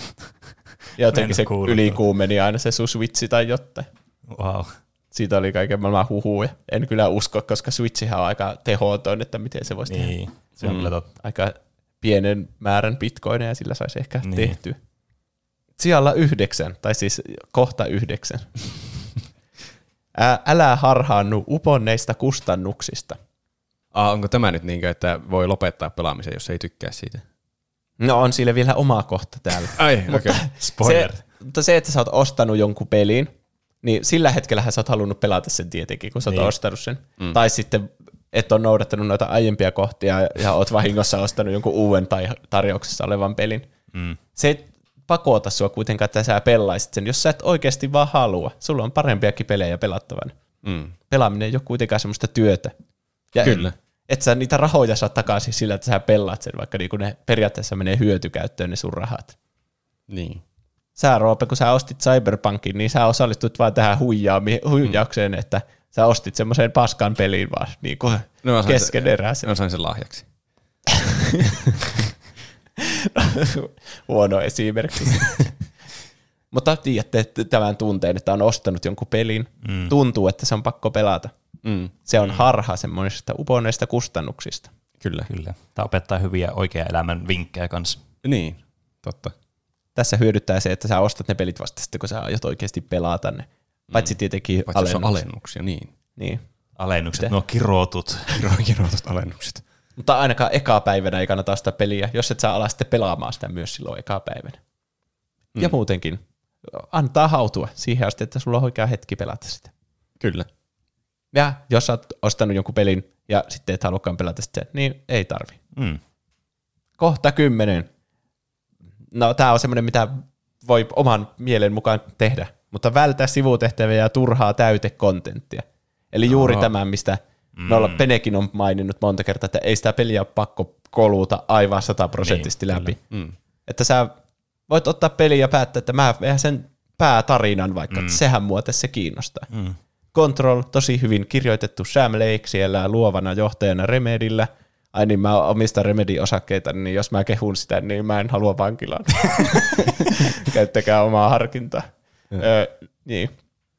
Ja jotenkin se ylikuumeni aina se sun Switchi tai jotain. Wow. Siitä oli kaiken maailman huhuja. En kyllä usko, koska Switchihän on aika tehoton, että miten se voisi niin, tehdä. se on kyllä totta. Aika pienen määrän bitcoineja, ja sillä saisi ehkä Niin. tehtyä. Sijalla yhdeksän, tai siis kohta yhdeksän. Ä, älä harhaannu uponneista kustannuksista. Ah, onko tämä nyt niin, että voi lopettaa pelaamisen, jos ei tykkää siitä? No on sille vielä oma kohta täällä. Ai, okei. Okay. Spoiler. Se, mutta se, että sä oot ostanut jonkun pelin, niin sillä hetkellähän sä oot halunnut pelata sen tietenkin, kun sä oot Niin. ostanut sen. Mm. Tai sitten et ole noudattanut noita aiempia kohtia ja oot vahingossa ostanut jonkun uuden tai tarjouksessa olevan pelin. Mm. Se ei pakota sua kuitenkaan, että sä pelaisit sen, jos sä et oikeasti vaan halua. Sulla on parempiakin pelejä pelattavana. Mm. Pelaaminen ei ole kuitenkaan semmoista työtä. Ja Kyllä. Et sä niitä rahoja saa takaisin sillä, että sä pelaat sen, vaikka niinku ne periaatteessa menee hyötykäyttöön ne sun rahat. Niin. Sä, Roope, kun sä ostit Cyberpunkin, niin sä osallistut vaan tähän huijaami- huijaukseen, mm. että sä ostit semmoiseen paskan peliin vaan niin kuin No, keskeneräisen. Mä sain sen lahjaksi. Huono esimerkki. Mutta tiedätte että tämän tunteen, että on ostanut jonkun pelin. Mm. Tuntuu, että se on pakko pelata. Mm. Se on harha semmoisista uponeista kustannuksista. Kyllä. Kyllä. Tämä opettaa hyviä oikean elämän vinkkejä kanssa. Niin, totta. Tässä hyödyttää se, että sä ostat ne pelit vasta sitten, kun sä aiot oikeasti pelata ne. Paitsi tietenkin Paitsi jos on alennuksia. alennuksia, niin. Niin. Alennukset, Mitä? nuo kirootut. Kirjoitut alennukset. Mutta ainakaan eka päivänä ei kannata ostaa peliä, jos et saa ala sitten pelaamaan sitä myös silloin eka päivänä. Mm. Ja muutenkin antaa hautua siihen asti, että sulla on oikea hetki pelata sitä. Kyllä. Ja jos sä oot ostanut jonkun pelin ja sitten et halukaan pelata sitä, niin ei tarvi. Mm. Kohta kymmenen. No tää on semmoinen, mitä voi oman mielen mukaan tehdä, mutta vältää sivutehtäviä ja turhaa täytekontenttia. Eli juuri Oho. tämä, mistä me ollaan, Penekin on maininnut monta kertaa, että ei sitä peliä ole pakko koluta aivan sataprosenttisesti Niin, läpi. Mm. Että sä voit ottaa peliä ja päättää, että mä vähän sen päätarinan vaikka, mm. että sehän mua tässä kiinnostaa. Mm. Control, tosi hyvin kirjoitettu Sam Lake siellä luovana johtajana Remedillä. Ai niin, mä omistan Remedy-osakkeita, niin jos mä kehun sitä, niin mä en halua vankilaan. Käyttäkää omaa harkintaa. Öö, niin.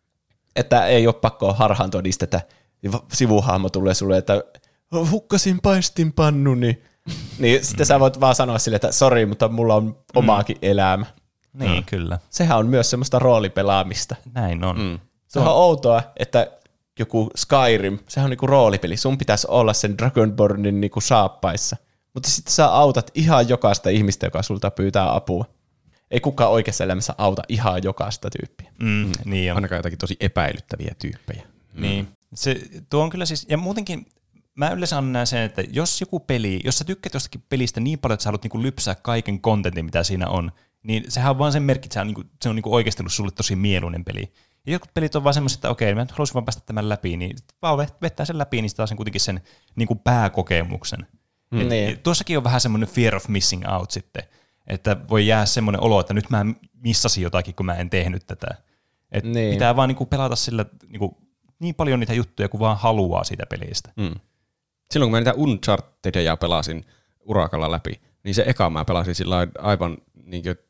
Että ei ole pakko harhaantua niistä, että sivuhahmo tulee sulle, että hukkasin paistinpannuni. Niin sitten sä voit vaan sanoa sille, että sori, mutta mulla on omaakin mm. elämä. Niin, mm. kyllä. Sehän on myös semmoista roolipelaamista. Näin on. Mm. Se on outoa, että joku Skyrim, sehän on niinku roolipeli. Sun pitäisi olla sen Dragonbornin niinku saappaissa. Mutta sitten sä autat ihan jokaista ihmistä, joka sulta pyytää apua. Ei kukaan oikeassa elämässä auta ihan jokaista tyyppiä. Mm, niin on. Ainakaan jotakin tosi epäilyttäviä tyyppejä. Niin. Se, tuo on kyllä siis, ja muutenkin mä yleensä annan näin sen, että jos joku peli, jos sä tykkäät jostakin pelistä niin paljon, että sä haluat niinku lypsää kaiken kontentin, mitä siinä on, niin sehän on vaan sen merkki, että se on, niinku, se on niinku oikeasti ollut sulle tosi mieluinen peli. Ja jotkut pelit on vaan semmoiset, että okei, mä haluaisin vaan päästä tämän läpi, niin vaan vettää sen läpi, niin sitä on sen kuitenkin sen niinku pääkokemuksen. Mm. Et, Niin. Tuossakin on vähän semmoinen fear of missing out sitten, että voi jää semmoinen olo, että nyt mä missasin jotakin, kun mä en tehnyt tätä. Et Niin. pitää vaan niinku pelata sillä niinku, niin paljon niitä juttuja, kuin vaan haluaa siitä pelistä. Mm. Silloin kun mä niitä Unchartedia pelasin urakalla läpi, niin se eka mä pelasin sillä aivan niin kuin,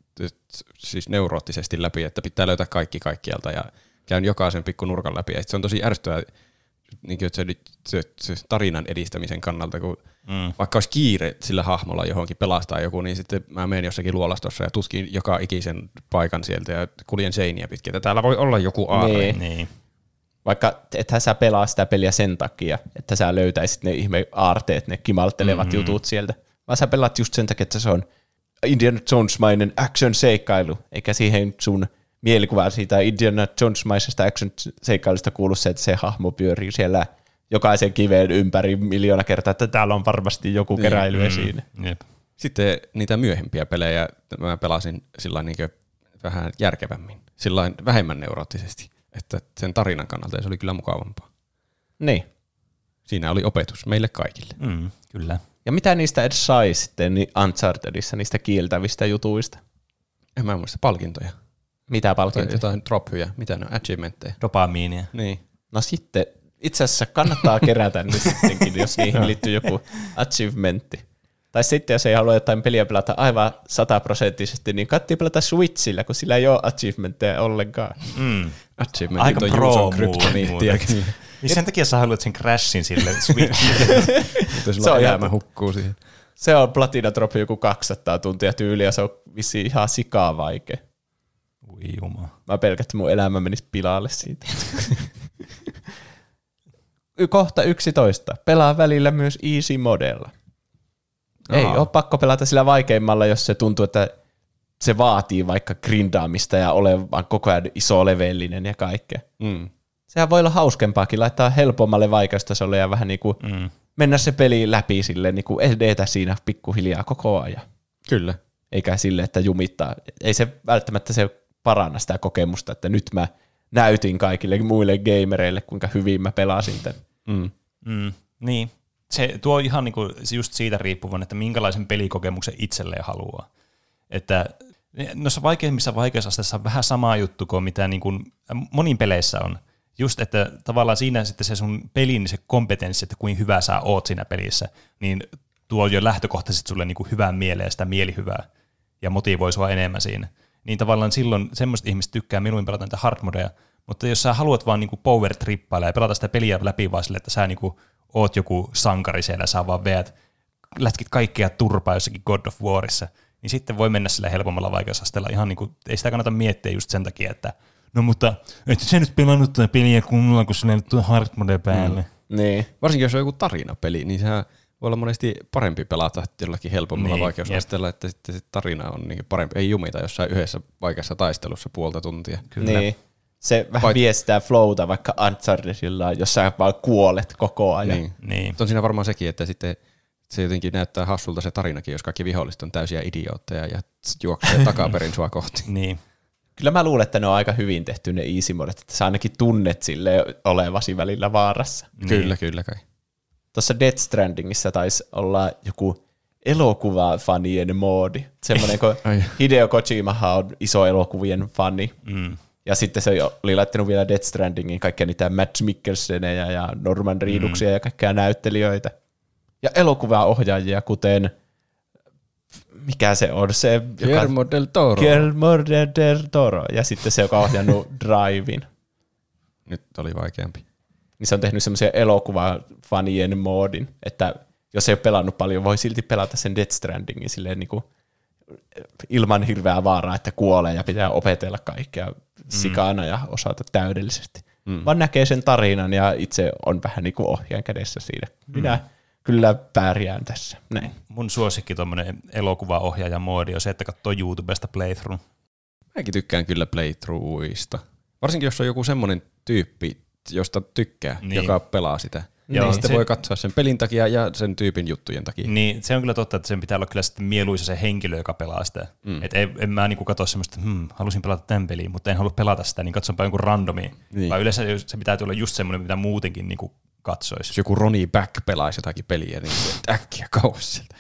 siis neuroottisesti läpi, että pitää löytää kaikki kaikkialta ja käyn jokaisen pikku nurkan läpi. Ja se on tosi ärsyttävää niin kuin, se, se, se tarinan edistämisen kannalta, kun mm. vaikka olisi kiire sillä hahmolla johonkin pelastaa joku, niin sitten mä menen jossakin luolastossa ja tuskin joka ikisen paikan sieltä ja kuljen seiniä pitkin, että täällä voi olla joku aarre. Niin. Niin. Vaikka ethän sä pelaa sitä peliä sen takia, että sä löytäisit ne ihme aarteet, ne kimaltelevat mm-hmm. jutut sieltä, vaan sä pelaat just sen takia, että se on Indiana Jones-mainen action-seikkailu, eikä siihen sun mielikuvaan siitä Indiana Jones-maisesta action-seikkailusta kuulu se, että se hahmo pyörii siellä jokaisen kiveen ympäri miljoona kertaa, että täällä on varmasti joku Niin. keräily esiin. Mm. Jep. Sitten niitä myöhempiä pelejä mä pelasin sillä niin vähän järkevämmin, sillä vähemmän neuroottisesti, että sen tarinan kannalta ja se oli kyllä mukavampaa. Niin. Siinä oli opetus meille kaikille. Mm, kyllä. Ja mitä niistä edes sai sitten niin Unchartedissa, niistä kieltävistä jutuista? En mä muista palkintoja. Mitä palkintoja? Jotain drophyjä, mitä ne on, achievementteja. Dopamiinia. Niin. No sitten itse asiassa kannattaa kerätä nyt sittenkin, jos niihin liittyy joku achievementti. Tai sitten jos ei halua jotain peliä pelata aivan sataprosenttisesti, niin kannattaa pelata Switchillä, kun sillä ei ole achievementteja ollenkaan. Mm. Achievementit Aika on pro Juuson move kryptoniittia. muuten. Niin sen takia sä haluat sen crashin sille Switchille. Mutta sulla elämä hukkuu siihen. Se on Platina Trophy joku kaksisataa tuntia tyyliä, ja se on vissiin ihan sikaa vaikea. Ui juma. Mä pelkään, että mun elämä menisi pilalle siitä. Kohta yksitoista. Pelaa välillä myös easy modella. Ei ole pakko pelata sillä vaikeimmalla, jos se tuntuu, että se vaatii vaikka grindaamista ja olevan koko ajan iso levellinen ja kaikkea. Mm. Sehän voi olla hauskempaakin laittaa helpommalle vaikeustasolle ja vähän niin kuin mm. mennä se peli läpi silleen, niin kuin edetä siinä pikkuhiljaa koko ajan. Kyllä. Eikä sille, että jumittaa. Ei se välttämättä se paranna sitä kokemusta, että nyt mä näytin kaikille muille gamereille, kuinka hyvin mä pelasin tämän. Mm. Mm. Niin. Se tuo ihan niinku just siitä riippuvan, että minkälaisen pelikokemuksen itselleen haluaa. Että noissa vaikeimmissa vaikeusasteissa on vähän sama juttu kuin mitä niin kuin monin peleissä on. Just, että tavallaan siinä sitten se sun pelin se kompetenssi, että kuinka hyvä sä oot siinä pelissä, niin tuo jo lähtökohtaisesti sulle niin kuin hyvää mieleen ja sitä mielihyvää ja motivoi sua enemmän siinä. Niin tavallaan silloin semmoiset ihmiset tykkää minuin pelata niitä hardmodeja, mutta jos sä haluat vaan niin kuin power trippailla ja pelata sitä peliä läpi vaan sille, että sä niin kuin oot joku sankari siellä, sä vaan veät, lätkit kaikkea turpaa jossakin God of Warissa, niin sitten voi mennä sillä helpommalla vaikeusasteella ihan niin kuin, ei sitä kannata miettiä just sen takia, että no mutta et sä nyt pelannut tätä peliä kunnolla, kun sulla ei nyt hard mode päälle. Mm. Niin. Varsinkin jos on joku tarinapeli, niin sehän voi olla monesti parempi pelata jollakin helpommalla niin, vaikeusasteella, jep. että sitten se tarina on niin parempi. Ei jumita jossain yhdessä vaikeassa taistelussa puolta tuntia. Kyllä. Niin. Se vähän Vait... viestää flowta vaikka Unchartedilla, jos sä vaan kuolet koko ajan. Niin. Niin. On siinä varmaan sekin, että sitten se jotenkin näyttää hassulta se tarinakin, jos kaikki viholliset on täysiä idiootteja ja juoksee takaperin sua kohti. Niin. Kyllä mä luulen, että ne on aika hyvin tehty ne easy modet, että sä ainakin tunnet sille olevasi välillä vaarassa. Niin. Kyllä, kyllä kai. Tuossa Death Strandingissa taisi olla joku elokuva-fanien moodi. Semmoinen, kun Hideo Kojimahan on iso elokuvien fani. Mm. Ja sitten se oli laittanut vielä Death Strandingin kaikkia niitä Mads Mikkelseneja ja Norman Reeduksia mm. ja kaikkia näyttelijöitä. Ja elokuvaohjaajia, kuten mikä se on? Se, Guillermo del Toro. Guillermo del Toro. Ja sitten se, joka on ohjannut Drivein. Nyt oli vaikeampi. Niin se on tehnyt semmoisia elokuvafanien moodin, että jos ei ole pelannut paljon, voi silti pelata sen Death Strandingin silleen niin kuin ilman hirveää vaaraa, että kuolee ja pitää opetella kaikkea mm. sikana ja osata täydellisesti. Mm. Vaan näkee sen tarinan ja itse on vähän niin kuin ohjaan kädessä siinä. Minä mm. kyllä pärjään tässä. Näin. Mun suosikki tuommoinen elokuvaohjaaja moodi on se, että katsoo YouTubesta playthrough. Mäkin tykkään kyllä playthroughista. Varsinkin jos on joku semmoinen tyyppi, josta tykkää, niin. joka pelaa sitä. Joo, niin sitten se voi katsoa sen pelin takia ja sen tyypin juttujen takia. Niin, se on kyllä totta, että sen pitää olla kyllä sitten mieluisa se henkilö, joka pelaa sitä. Mm. Että en, en mä niinku katso semmoista, että hmm, halusin pelata tämän peliin, mutta en halua pelata sitä, niin katsonpa jonkun randomiin. Niin. Vai yleensä se pitää tulla just semmoinen, mitä muutenkin niinku katsoisi. Jos joku Ronnie Back pelaisi jotakin peliä, niin äkkiä kauas sieltä.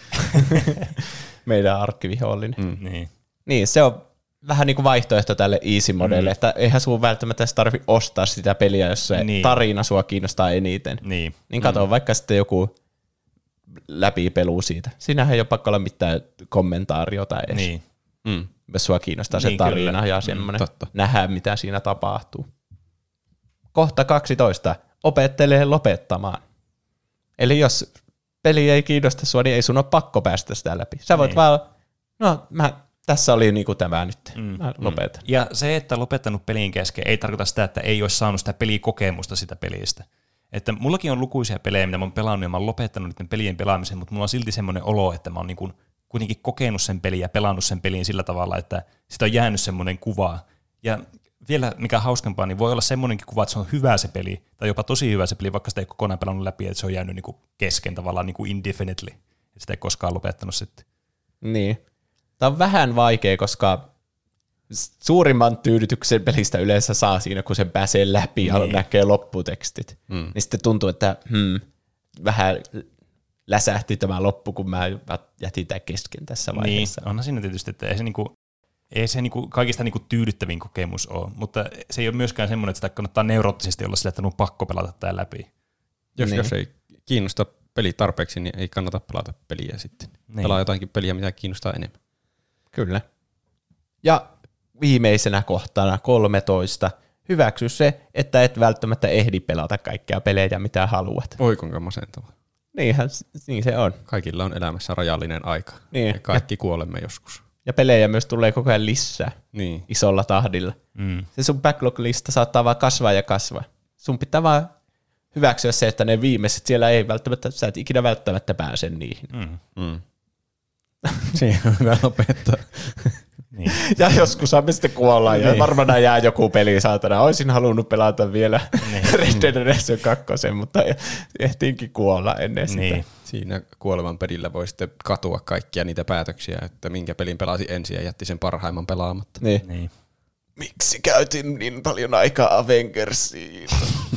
Meidän arkkivihollinen. Mm. Niin. niin, se on vähän niin kuin vaihtoehto tälle easy-modelle, mm. että eihän sun välttämättä tarvitse ostaa sitä peliä, jos se niin. tarina sua kiinnostaa eniten. Niin, niin kato mm. vaikka sitten joku läpipelu siitä. Siinähän ei ole pakko olla mitään kommentaariota edes. Niin. Mm. Jos sua kiinnostaa niin, se tarina kyllä. ja semmoinen mm, nähdä, mitä siinä tapahtuu. Kohta kaksitoista. Opettelee lopettamaan. Eli jos peli ei kiinnosta sua, niin ei sun ole pakko päästä sitä läpi. Sä voit niin. vaan, no mä... Tässä oli niinku tämä nyt. Mm, Mä lopetan. Ja se, että lopettanut pelin kesken, ei tarkoita sitä, että ei olisi saanut sitä pelikokemusta sitä pelistä. Että mullakin on lukuisia pelejä, mitä mä oon pelannut ja mä oon lopettanut niiden pelien pelaamisen, mutta mulla on silti semmoinen olo, että mä oon niinku kuitenkin kokenut sen pelin ja pelannut sen pelin sillä tavalla, että sitä on jäänyt semmoinen kuva. Ja vielä mikä hauskempaa, niin voi olla semmoinenkin kuva, että se on hyvä se peli, tai jopa tosi hyvä se peli, vaikka sitä ei kokonaan pelannut läpi, että se on jäänyt niinku kesken tavallaan niinku indefinitely. Että sitä ei koskaan lopettanut sitten. Niin. Tämä on vähän vaikea, koska suurimman tyydytyksen pelistä yleensä saa siinä, kun se pääsee läpi ja niin. näkee lopputekstit. Mm. Niin sitten tuntuu, että hmm, vähän läsähti tämä loppu, kun mä jätin tämän kesken tässä vaiheessa. Niin, onhan siinä tietysti, että ei se, niinku, ei se niinku kaikista niinku tyydyttävin kokemus ole, mutta se ei ole myöskään semmoinen, että sitä kannattaa neuroottisesti olla sillä, että on pakko pelata tämä läpi. Jos, niin. jos ei kiinnosta peli tarpeeksi, niin ei kannata pelata peliä sitten. Niin. Pelaa jotakin peliä, mitä kiinnostaa enemmän. Kyllä. Ja viimeisenä kohtana kolmetoista. Hyväksy se, että et välttämättä ehdi pelata kaikkia pelejä, mitä haluat. Oi kuinka masentavaa. Niinhän, niin se on. Kaikilla on elämässä rajallinen aika. Niin. Ja kaikki kuolemme joskus. Ja pelejä myös tulee koko ajan lisää Niin. isolla tahdilla. Mm. Se sun backlog-lista saattaa vaan kasvaa ja kasvaa. Sun pitää vaan hyväksyä se, että ne viimeiset siellä ei välttämättä, sä et ikinä välttämättä pääse niihin. Mm. Mm. Siinä on hyvä lopettaa. Niin. Ja joskus saamme sitten kuolla ja Niin. varmaan jää joku peli saatana. Olisin halunnut pelata vielä Niin. Red Dead Redemption kaksi, mutta ehtiinkin kuolla ennen sitä. Niin. Siinä kuolevan pelillä voi sitten katua kaikkia niitä päätöksiä, että minkä pelin pelasi ensin ja jätti sen parhaimman pelaamatta. Niin. Niin. Miksi käytin niin paljon aikaa Avengersiin?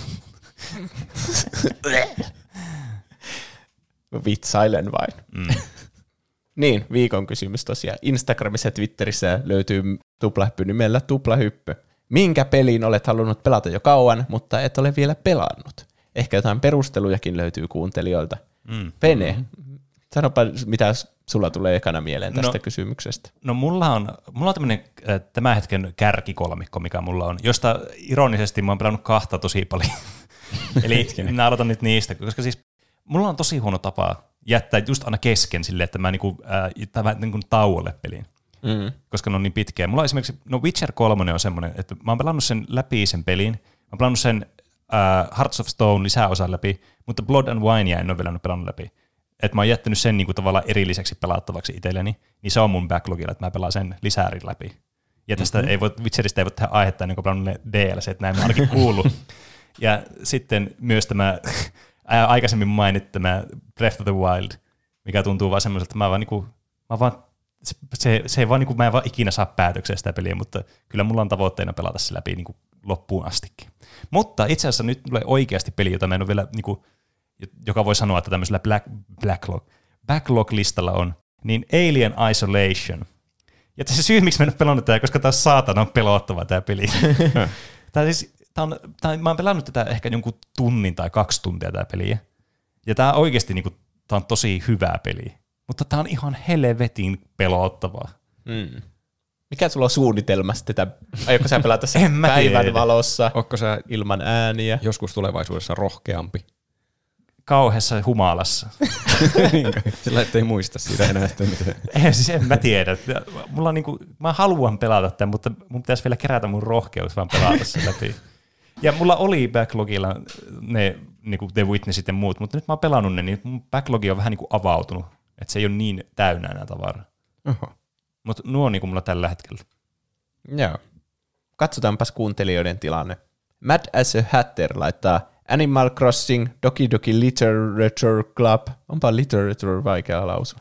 Vitsailen vain. Mm. Niin, viikon kysymys tosiaan. Instagramissa ja Twitterissä löytyy tuplahyppy nimellä Tuplahyppy. Minkä pelin olet halunnut pelata jo kauan, mutta et ole vielä pelannut? Ehkä jotain perustelujakin löytyy kuuntelijoilta. Mm. Pene, sanopa mitä sulla tulee ekana mieleen tästä No. kysymyksestä. No mulla on, mulla on tämmönen äh, tämän hetken kärkikolmikko, mikä mulla on, josta ironisesti mä oon pelannut kahta tosi paljon. Eli mä aloitan nyt niistä, koska siis mulla on tosi huono tapa jättää just aina kesken silleen, että mä niinku, äh, tämän, niinku tauolle peliin, Mm. koska ne on niin pitkiä. Mulla on esimerkiksi, no Witcher kolme on semmoinen, että mä oon pelannut sen läpi sen pelin, mä oon pelannut sen äh, Hearts of Stone lisäosan läpi, mutta Blood and Winea en ole vielä pelannut läpi. Että mä oon jättänyt sen niinku tavallaan erilliseksi pelattavaksi itselleni, niin se on mun backlogilla, että mä pelaan sen lisäärin läpi. Ja tästä mm-hmm. ei voi, Witcheristä ei voi tehdä aihetta ennen kuin pelannut ne D L C, että näin mä ainakin kuullut. Ja sitten myös tämä aikaisemmin mainittu tämä Breath of the Wild, mikä tuntuu vaan semmoiselta, että mä vaan niinku, mä vaan, se, se, se ei vaan niinku, mä en vaan ikinä saa päätöksiä sitä peliä, mutta kyllä mulla on tavoitteena pelata se läpi niinku loppuun astikin. Mutta itse asiassa nyt tulee oikeasti peli, jota mä en ole vielä, niinku, joka voi sanoa, että tämmöisellä black, backlog, backlog-listalla on, niin Alien Isolation. Ja se syy, miksi mä en ole pelannut tätä, koska tää on saatana pelottava tää peli. tää siis, tää on, tää, mä oon pelannut tätä ehkä jonkun tunnin tai kaksi tuntia tää peliä. Ja tää oikeesti niinku, tää on tosi hyvä peli. Mutta tää on ihan helvetin pelottavaa. Mm. Mikä sulla on suunnitelmassa tätä? Aiotko sä pelata sen En mä päivän tiedä. valossa Ootko sä ilman ääniä? joskus tulevaisuudessa rohkeampi? Kauheassa humalassa. Sillä ettei muista siitä enää sitten mitään. Ei, siis en mä tiedä. Mulla on niinku, mä haluan pelata tämän, mutta mun pitäisi vielä kerätä mun rohkeus vaan pelata se läpi. Ja mulla oli backlogilla ne niinku The Witnessit ja muut, mutta nyt mä oon pelannut ne, niin mun backlogi on vähän niinku avautunut. Että se ei ole niin täynnä enää tavaraa. Oho. Mutta nuo on niinku mulla tällä hetkellä. Joo. Katsotaanpas kuuntelijoiden tilanne. Mad as a Hatter laittaa Animal Crossing, Doki Doki Literature Club. Onpa literature vaikea lausua.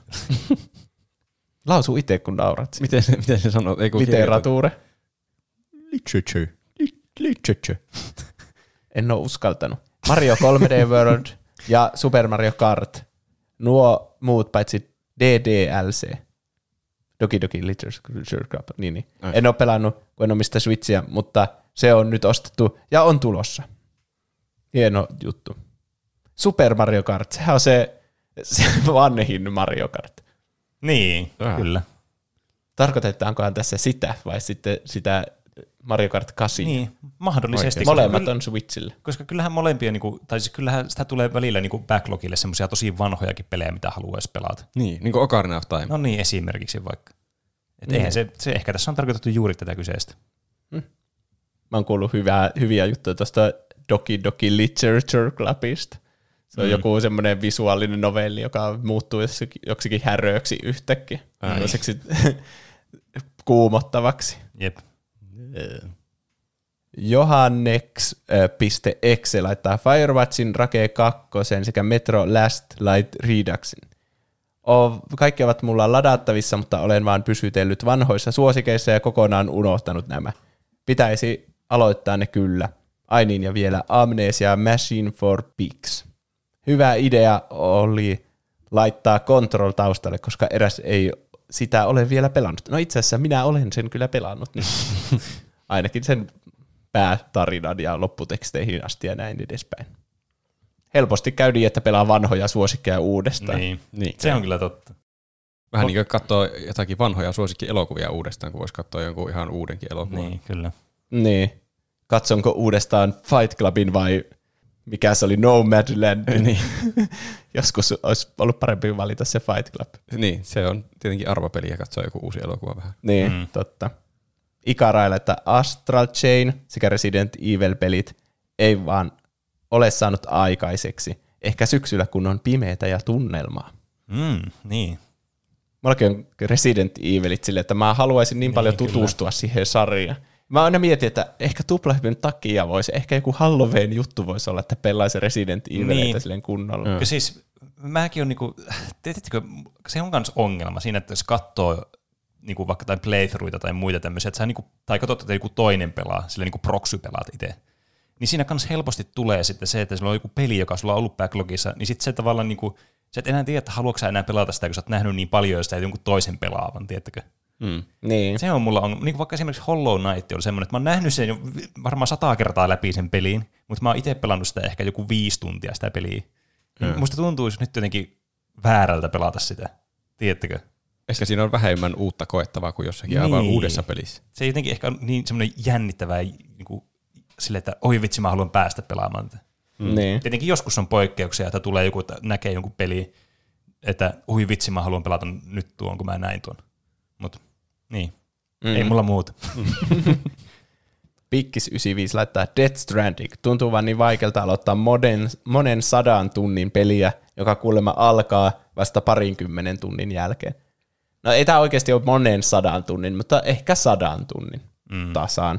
Lausu itse, kun naurat. Miten se, miten se sanoo? Ei, kun Literature. Literature. Literature. En ole uskaltanut. Mario kolme D World ja Super Mario Kart. Nuo muut paitsi D D L C. Doki Doki Literature Club. Niin, niin. Ai. En ole pelannut, kun en ole mistä Switchiä, mutta se on nyt ostettu ja on tulossa. Hieno juttu. Super Mario Kart, sehän on se, se vanhin Mario Kart. Niin, Vähän. kyllä. Tarkoitetaankohan tässä sitä vai sitten sitä Mario Kart kahdeksan? Niin, mahdollisesti. Oikein. koska Molemmat kyllä- on Switchillä. Koska kyllähän molempia, niinku, tai siis kyllähän sitä tulee välillä niinku backlogille semmoisia tosi vanhojakin pelejä, mitä haluaisi pelata. Niin, niin kuin Ocarina of Time. No niin, esimerkiksi vaikka. Et Niin. eihän se, se, ehkä tässä on tarkoitettu juuri tätä kyseistä. Mä oon kuullut hyvää, hyviä juttuja tuosta Doki Doki Literature Clubista. Se on Mm. joku semmoinen visuaalinen novelli, joka muuttuu joksikin, joksikin härööksi yhtäkkiä. Sellaiseksi kuumottavaksi. Jep. Johannex.exe laittaa Firewatchin, Rake kaksi sekä Metro Last Light Reduxin. O, kaikki ovat mulla ladattavissa, mutta olen vaan pysytellyt vanhoissa suosikeissa ja kokonaan unohtanut nämä. Pitäisi aloittaa ne kyllä. Ai niin, ja vielä Amnesia Machine for Pigs. Hyvä idea oli laittaa Control taustalle, koska eräs ei sitä ole vielä pelannut. No itse asiassa minä olen sen kyllä pelannut. Niin ainakin sen päätarinan ja lopputeksteihin asti ja näin edespäin. Helposti käy niin, että pelaa vanhoja suosikkeja uudestaan. Niin. Niin. Se on kyllä totta. Vähän niin kuin katsoo jotakin vanhoja suosikkielokuvia uudestaan, kun voisi katsoa jonkun ihan uudenkin elokuvan. Niin, kyllä. Niin. Katsonko uudestaan Fight Clubin vai mikä se oli, Nomadland. Niin. Joskus olisi ollut parempi valita se Fight Club. Niin, se on tietenkin arvopeli ja katsoa joku uusi elokuva vähän. Niin, Mm. totta. Ikarailla, että Astral Chain sekä Resident Evil-pelit ei vaan ole saanut aikaiseksi. Ehkä syksyllä, kun on pimeätä ja tunnelmaa. Mm, niin. Mullakin on Resident Evilit silleen, että mä haluaisin niin paljon Niin, tutustua kyllä. siihen sarjaan. Mä aina mietin, että ehkä tuplahypyn takia voisi, ehkä joku Halloween-juttu voisi olla, että pelaisi Resident Evileitä Niin. silleen kunnolla. Ja siis mäkin on niinku, tiedättekö, se on myös ongelma siinä, että jos katsoo niinku vaikka tai playthroughita tai muita tämmöisiä, että sä niinku, tai katsot, että joku toinen pelaa, sillä niinku proxy pelaat itse, niin siinä kanssa helposti tulee sitten se, että sulla on joku peli, joka sulla on ollut backlogissa, niin sitten se tavallaan niinku, sä et enää tiedä, että haluatko sä enää pelata sitä, kun sä oot nähnyt niin paljon jo sitä jonkun toisen pelaavan, tiedättekö? Mm. Niin. Se on mulla on, niin kuin vaikka esimerkiksi Hollow Knight oli semmoinen, että mä oon nähnyt sen jo varmaan sata kertaa läpi sen peliin, mutta mä oon itse pelannut sitä ehkä joku viisi tuntia sitä peliä. Niin musta tuntuisi nyt jotenkin väärältä pelata sitä, tiedättekö? Ehkä siinä on vähemmän uutta koettavaa kuin jossakin Niin. aivan uudessa pelissä. Se jotenkin ehkä on niin semmoinen jännittävää niin kuin, sille, että oi vitsi, mä haluan päästä pelaamaan tätä. Mm. Niin. Tietenkin joskus on poikkeuksia, että tulee joku, että näkee jonkun peli, että oi vitsi, mä haluan pelata nyt tuon, kun mä näin tuon. Mutta niin, mm. ei mulla muuta. Pikkis yhdeksänkymmentäviisi laittaa Death Stranding. Tuntuu vaan niin vaikealta aloittaa monen, monen sadan tunnin peliä, joka kuulemma alkaa vasta parinkymmenen tunnin jälkeen. No ei tämä oikeasti ole monen sadan tunnin, mutta ehkä sadan tunnin mm. tasaan.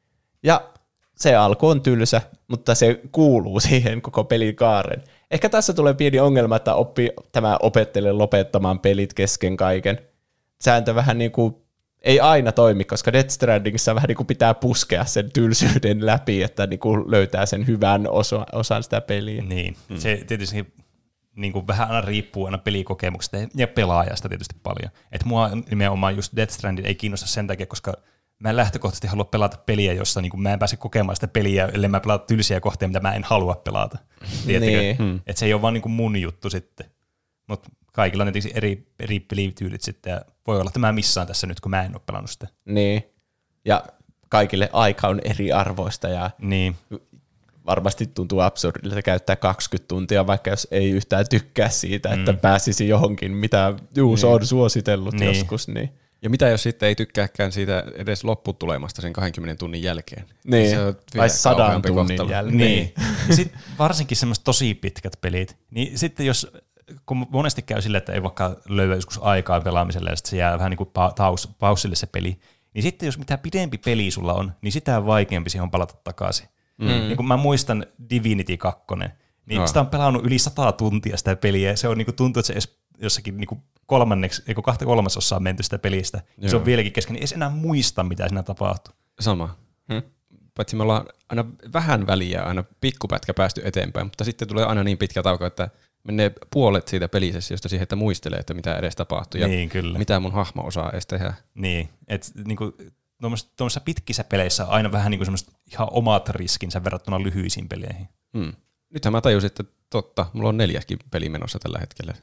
Ja se alku on tylsä, mutta se kuuluu siihen koko pelin kaaren. Ehkä tässä tulee pieni ongelma, että oppi, tämä opettelee lopettamaan pelit kesken kaiken. Sääntö vähän niin kuin ei aina toimi, koska Death Strandingissa vähän niin kuin pitää puskea sen tylsyyden läpi, että niin kuin löytää sen hyvän osa, osan sitä peliä. Niin, mm. se tietysti niin kuin vähän aina riippuu aina pelikokemuksesta ja pelaajasta tietysti paljon. Että mua nimenomaan just Death Stranding ei kiinnosta sen takia, koska mä en lähtökohtaisesti halua pelata peliä, jossa niin kuin mä en pääse kokemaan sitä peliä, ellei mä pelata tylsiä kohteja, mitä mä en halua pelata. Tiedättekö? Niin. Hmm. Että se ei ole vaan niin kuin mun juttu sitten. Mutta kaikilla on tietysti eri, eri pelityylit sitten, ja voi olla, että mä missaan tässä nyt, kun mä en ole pelannut sitä. Niin, ja kaikille aika on eriarvoista, ja Niin. varmasti tuntuu absurdilta käyttää kaksikymmentä tuntia, vaikka jos ei yhtään tykkää siitä, että Mm. pääsisi johonkin, mitä Juus on suositellut Niin. joskus. Niin. Ja mitä jos sitten ei tykkääkään siitä edes lopputulemasta sen kahdenkymmenen tunnin jälkeen? Niin, Se on vai vielä sadan kauheampi tunnin kohtalo. jälkeen. Niin. Sitten varsinkin semmoiset tosi pitkät pelit, niin sitten jos, kun monesti käy silleen, että ei vaikka löyä joskus aikaa pelaamiselle ja sitten se jää vähän niin kuin paus, paussille se peli, niin sitten jos mitä pidempi peli sulla on, niin sitä vaikeampi siihen on palata takaisin. Mm. Niin kun mä muistan Divinity kaksi, niin No. sitä on pelannut yli sata tuntia sitä peliä, ja se on niin kuin, tuntuu, että se edes jossakin niin kuin kolmanneksi, eikö kahta kolmasosaa menty sitä pelistä, ja se on vieläkin kesken, niin ei se enää muista, mitä siinä tapahtuu. Sama. Hmm. Paitsi me ollaan aina vähän väliä, aina pikkupätkä päästy eteenpäin, mutta sitten tulee aina niin pitkä tauko, että menee puolet siitä pelisessiosta siihen, että muistelee, että mitä edes tapahtuu ja Niin, kyllä. mitä mun hahmo osaa edes tehdä. Niin, että niinku, tuommoisissa pitkissä peleissä on aina vähän niinku semmoiset ihan omat riskinsä verrattuna lyhyisiin peleihin. Hmm. Nythän mä tajusin, että totta, mulla on neljäskin peli menossa tällä hetkellä.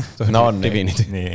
No niin. Divinity. Niin.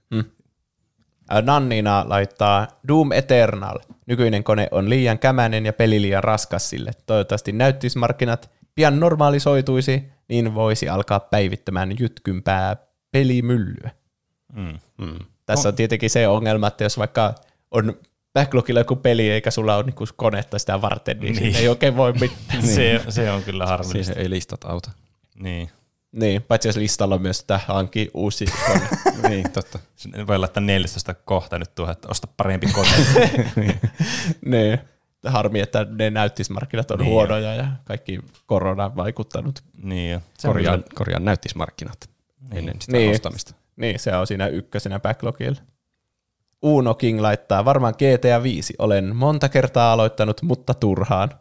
Nannina laittaa Doom Eternal. Nykyinen kone on liian kämäinen ja peli liian raskas sille. Toivottavasti näyttismarkkinat pian normaalisoituisi, niin voisi alkaa päivittämään jytkympää pelimyllyä. Mm. Hmm. Tässä on tietenkin se ongelma, että jos vaikka on backlogilla joku peli, eikä sulla ole niinku konetta sitä varten, niin, Niin. niin. ei oikein voi mitään. Se, se on kyllä harmillista. Siihen ei listat auta. Niin. Niin, paitsi jos listalla on myös, että hanki uusi kone. Niin, totta. Sinne voi laittaa neljätoista kohta nyt tuohon, että osta parempi kone. Niin. Harmi, että ne näyttismarkkinat on Niin huonoja ja kaikki korona on vaikuttanut. niin jo. Se on Korjaan, kyllä- korjaan näyttismarkkinat ennen sitä Niin. ostamista. Niin, se on siinä ykkösenä backlogilla. Uno King laittaa, varmaan G T A viisi. Olen monta kertaa aloittanut, mutta turhaan.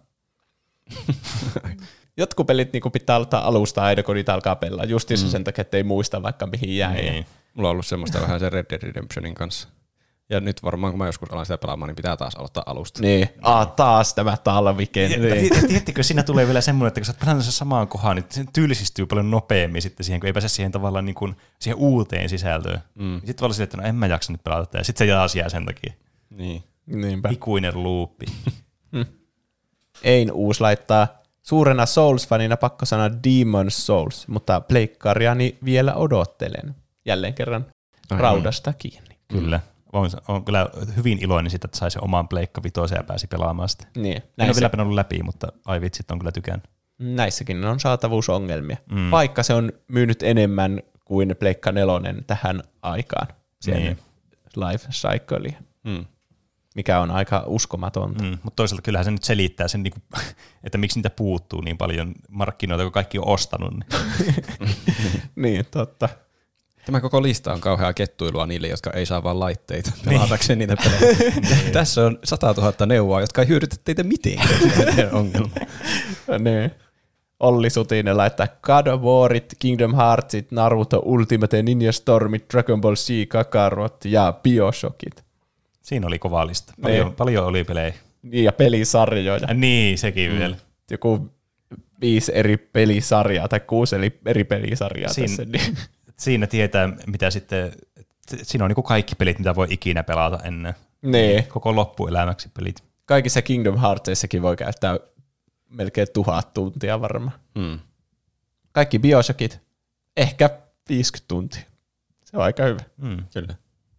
Jotkut pelit niin pitää aloittaa alusta aina, kun niitä alkaa pelaa. Justiinsa mm. sen takia, että ei muista vaikka mihin jäi. Niin. Mulla on ollut semmoista vähän sen Red Dead Redemptionin kanssa. Ja nyt varmaan, kun mä joskus alan sitä pelaamaan, niin pitää taas aloittaa alusta. Niin, ah, taas tämä talviken. Niin. Tiedättekö, siinä tulee vielä semmoinen, että kun sä oot pelannut sen samaan kohaan, niin se tylsistyy paljon nopeammin sitten siihen, kun ei pääse siihen tavallaan niin kuin, siihen uuteen sisältöön. Mm. Sitten voi olla sille, että no en mä jaksa nyt pelata tätä, ja sitten se taas jää sen takia. Niin. Niinpä. Ikuinen luuppi. Ein uusi laittaa, Suurena Souls-fanina pakko sanoa Demon's Souls, mutta pleikkariani vielä odottelen. Jälleen kerran Aivan. raudasta kiinni. Kyllä. On, on kyllä hyvin iloinen siitä, että sai sen oman Pleikka Vitoisen ja pääsi pelaamaan sitä. Niin, En ole näissä, vielä pelannut läpi, mutta ai vitsit, on kyllä tykännyt. näissäkin on saatavuusongelmia. Mm. Vaikka se on myynyt enemmän kuin Pleikka nelonen tähän aikaan. Siellä Niin. Life Cyclea, Mm. mikä on aika uskomatonta. Mm, mutta toisaalta kyllähän se nyt selittää sen, niinku, että miksi niitä puuttuu niin paljon markkinoita, kun kaikki on ostanut. Niin. Niin, totta. Tämä koko lista on kauheaa kettuilua niille, jotka ei saa vaan laitteita pelatakseen niitä pelejä. Tässä on satatuhatta neuvoa, jotka ei hyödytä teitä mitenkään. Ongelma. Niin. Olli Sutinen laittaa God of Warit, Kingdom Heartsit, Naruto, Ultimate Ninja Stormit, Dragon Ball Z, Kakarot ja Bioshockit. Siinä oli kova lista. Paljon, Niin. paljon oli pelejä. Niin, ja pelisarjoja. Ja niin, sekin mm. vielä. Joku viisi eri pelisarjaa tai kuusi eri, eri pelisarjaa Siin- tässä. Niin. Siinä tietää, mitä sitten, siinä on niin kaikki pelit, mitä voi ikinä pelata ennen. niin. Koko loppuelämäksi pelit. Kaikissa Kingdom Heartsissakin voi käyttää melkein tuhat tuntia varmaan. Mm. Kaikki Bioshockit, ehkä viisikymmentä tuntia. Se on aika hyvä. Mm. Kyllä.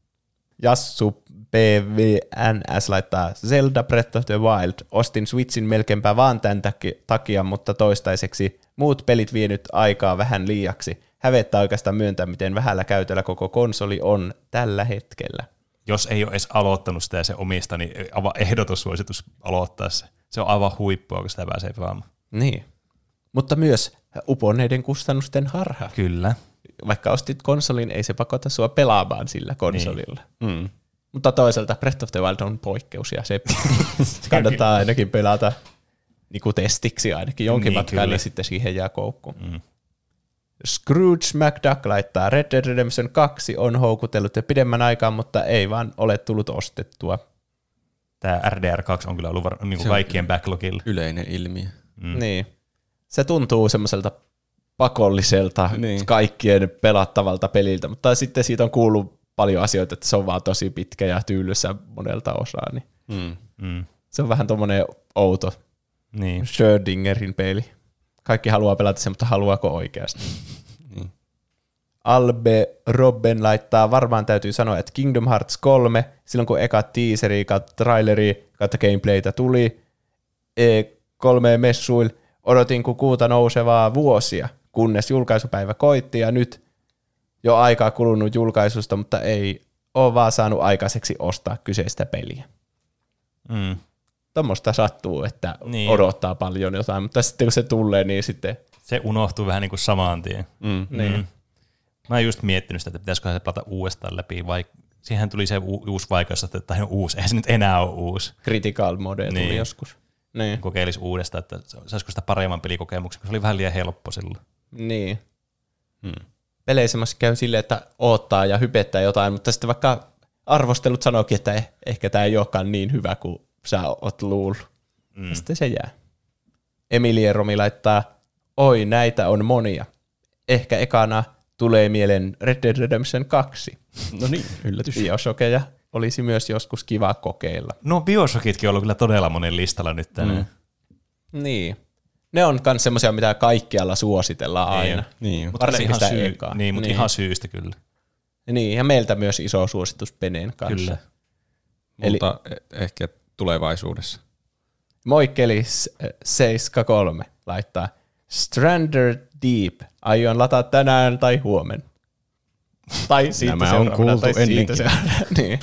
Jassu B V N S laittaa Zelda Breath of the Wild. Ostin Switchin melkeinpä vaan tämän takia, mutta toistaiseksi muut pelit vienyt aikaa vähän liiaksi. Hävettää oikeastaan myöntää, miten vähällä käytöllä koko konsoli on tällä hetkellä. Jos ei ole edes aloittanut sitä ja se omista, niin aivan ehdotussuositus aloittaa se. Se on aivan huippua, kun sitä pääsee pelaamaan. Niin. Mutta myös uponneiden kustannusten harha. Kyllä. Vaikka ostit konsolin, ei se pakota sua pelaamaan sillä konsolilla. Mm. Mutta toisaalta Breath of the Wild on poikkeus ja se kannattaa ainakin pelata niin kuin testiksi ainakin jonkin Niin, matkaan, kyllä. niin sitten siihen jää koukkuun. Mm. Scrooge McDuck laittaa Red Dead Redemption kaksi on houkutellut jo pidemmän aikaa, mutta ei vaan ole tullut ostettua. Tämä R D R kaksi on kyllä ollut var- niin kuin Se on kaikkien backlogilla. Yleinen ilmiö. Mm. Niin. Se tuntuu semmoiselta pakolliselta Niin. kaikkien pelattavalta peliltä, mutta sitten siitä on kuullut paljon asioita, että se on vaan tosi pitkä ja tyylyssä monelta osaa. Niin Mm. Mm. se on vähän tommonen outo Niin. Schrödingerin peli. Kaikki haluaa pelata sen, mutta haluaako oikeasti? Niin. Albe Robben laittaa, varmaan täytyy sanoa, että Kingdom Hearts kolme, silloin kun eka teaseri kautta traileri kautta gameplaytä tuli E kolme messuil, odotin kuin kuuta nousevaa vuosia, kunnes julkaisupäivä koitti ja nyt jo aikaa kulunut julkaisusta, mutta ei ole vaan saanut aikaiseksi ostaa kyseistä peliä. Mm. Tuommoista sattuu, että Niin. odottaa paljon jotain, mutta sitten kun se tulee, niin sitten Se unohtuu vähän niin kuin samaan tien. Mm. niin. Mm. Mä oon just miettinyt sitä, että pitäisikö se pelata uudestaan läpi, vai siihen tuli se u- uusi vaikeus, että tai uusi, eihän se nyt enää ole uusi. Critical Mode tuli Niin. joskus. Niin. Kokeilisi uudestaan, että saisiko sitä paremman pelikokemuksen, kun se oli vähän liian helppo silloin. niin. Mm. Peleissä käy silleen, että oottaa ja hypettää jotain, mutta sitten vaikka arvostelut sanoikin, että eh- ehkä tämä ei olekaan niin hyvä kuin sä oot luullut. Mm. Ja sitten se jää. Emilie Romi laittaa, oi näitä on monia. Ehkä ekana tulee mieleen Red Dead Redemption kaksi. No niin, yllätys. Bioshockeja olisi myös joskus kiva kokeilla. No Bioshockitkin on ollut kyllä todella monen listalla nyt tänään. Mm. Niin. Ne on myös semmoisia, mitä kaikkialla suositellaan aina. Niin. Mutta Varsinkin ihan, sitä syy- ekaa. niin, mutta Niin. ihan syystä kyllä. Niin, ja meiltä myös iso suositus Peneen kanssa. Kyllä. Eli- Mutta e- ehkä tulevaisuudessa. Moikkeli seitsemänkymmentäkolme laittaa Strander Deep. Aion lataa tänään tai huomenna. Tai siitä Nämä on seuraavana, kuultu tai siitä ennenkin. seuraavana. Niin.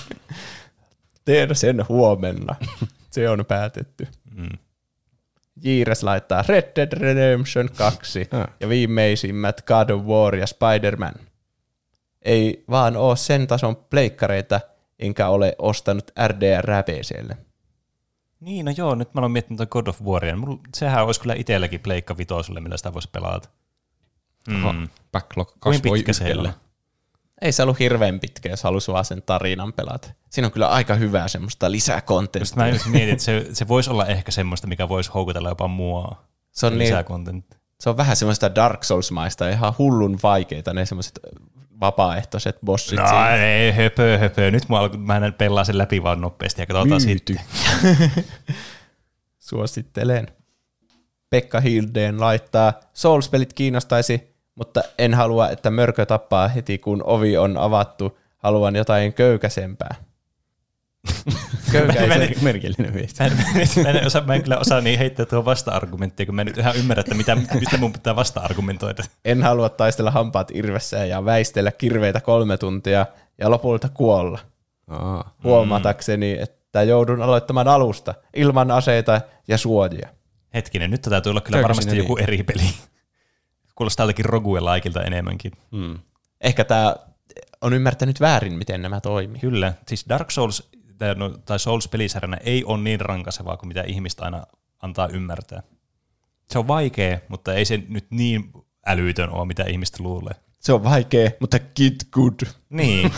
Teen sen huomenna. Se on päätetty. Mm. Jiires laittaa Red Dead Redemption kaksi Ah. ja viimeisimmät God of War ja Spider-Man. Ei vaan oo sen tason pleikkareita, enkä ole ostanut R D R P C:lle. Niin, no joo, nyt mä oon miettinyt toi God of Waria. Mulla, sehän olisi kyllä itselläkin Pleikka Vitoselle, millä sitä voisi pelata. Oho, Mm. backlog Kuin kasvoi pitkä se yhdellä. on? Ei se ollut hirveän pitkä, jos halusi vaan sen tarinan pelata. Siinä on kyllä aika hyvää semmoista Just lisäkontenttia. mä just mietin, että se, se voisi olla ehkä semmoista, mikä voisi houkutella jopa mua. Se on, niin, Lisää kontenttia. se on vähän semmoista Dark Souls-maista, ihan hullun vaikeita ne semmoiset vapaaehtoiset bossit. No siinä. ei, höpö, höpö. Nyt mä, alko, mä en pelaa sen läpi vaan nopeasti ja katsotaan Myyty. sitten. Suosittelen. Pekka Hildeen laittaa, Souls-pelit kiinnostaisi, mutta en halua, että mörkö tappaa heti, kun ovi on avattu. Haluan jotain köykäisempää. Köykäisen merkillinen viesti. Mä en, mä, en osaa, mä en kyllä osaa niin heittää tuohon vasta-argumenttia, kun mä en nyt ihan ymmärrä, että mitä, mistä mun pitää vasta-argumentoida. En halua taistella hampaat irvessä ja väistellä kirveitä kolme tuntia ja lopulta kuolla. Aa. Huomatakseni, että joudun aloittamaan alusta ilman aseita ja suojia. Hetkinen, nyt täytyy olla kyllä Käykö varmasti siinä joku niin? eri peli. Kuulostaa tältäkin Rogue-laikilta enemmänkin. Hmm. Ehkä tämä on ymmärtänyt väärin, miten nämä toimii. Kyllä, siis Dark Souls tai, no, tai Souls-pelisarjana ei ole niin rankasevaa kuin mitä ihmistä aina antaa ymmärtää. Se on vaikea, mutta ei se nyt niin älytön ole, mitä ihmistä luulee. Se on vaikea, mutta get good. Niin.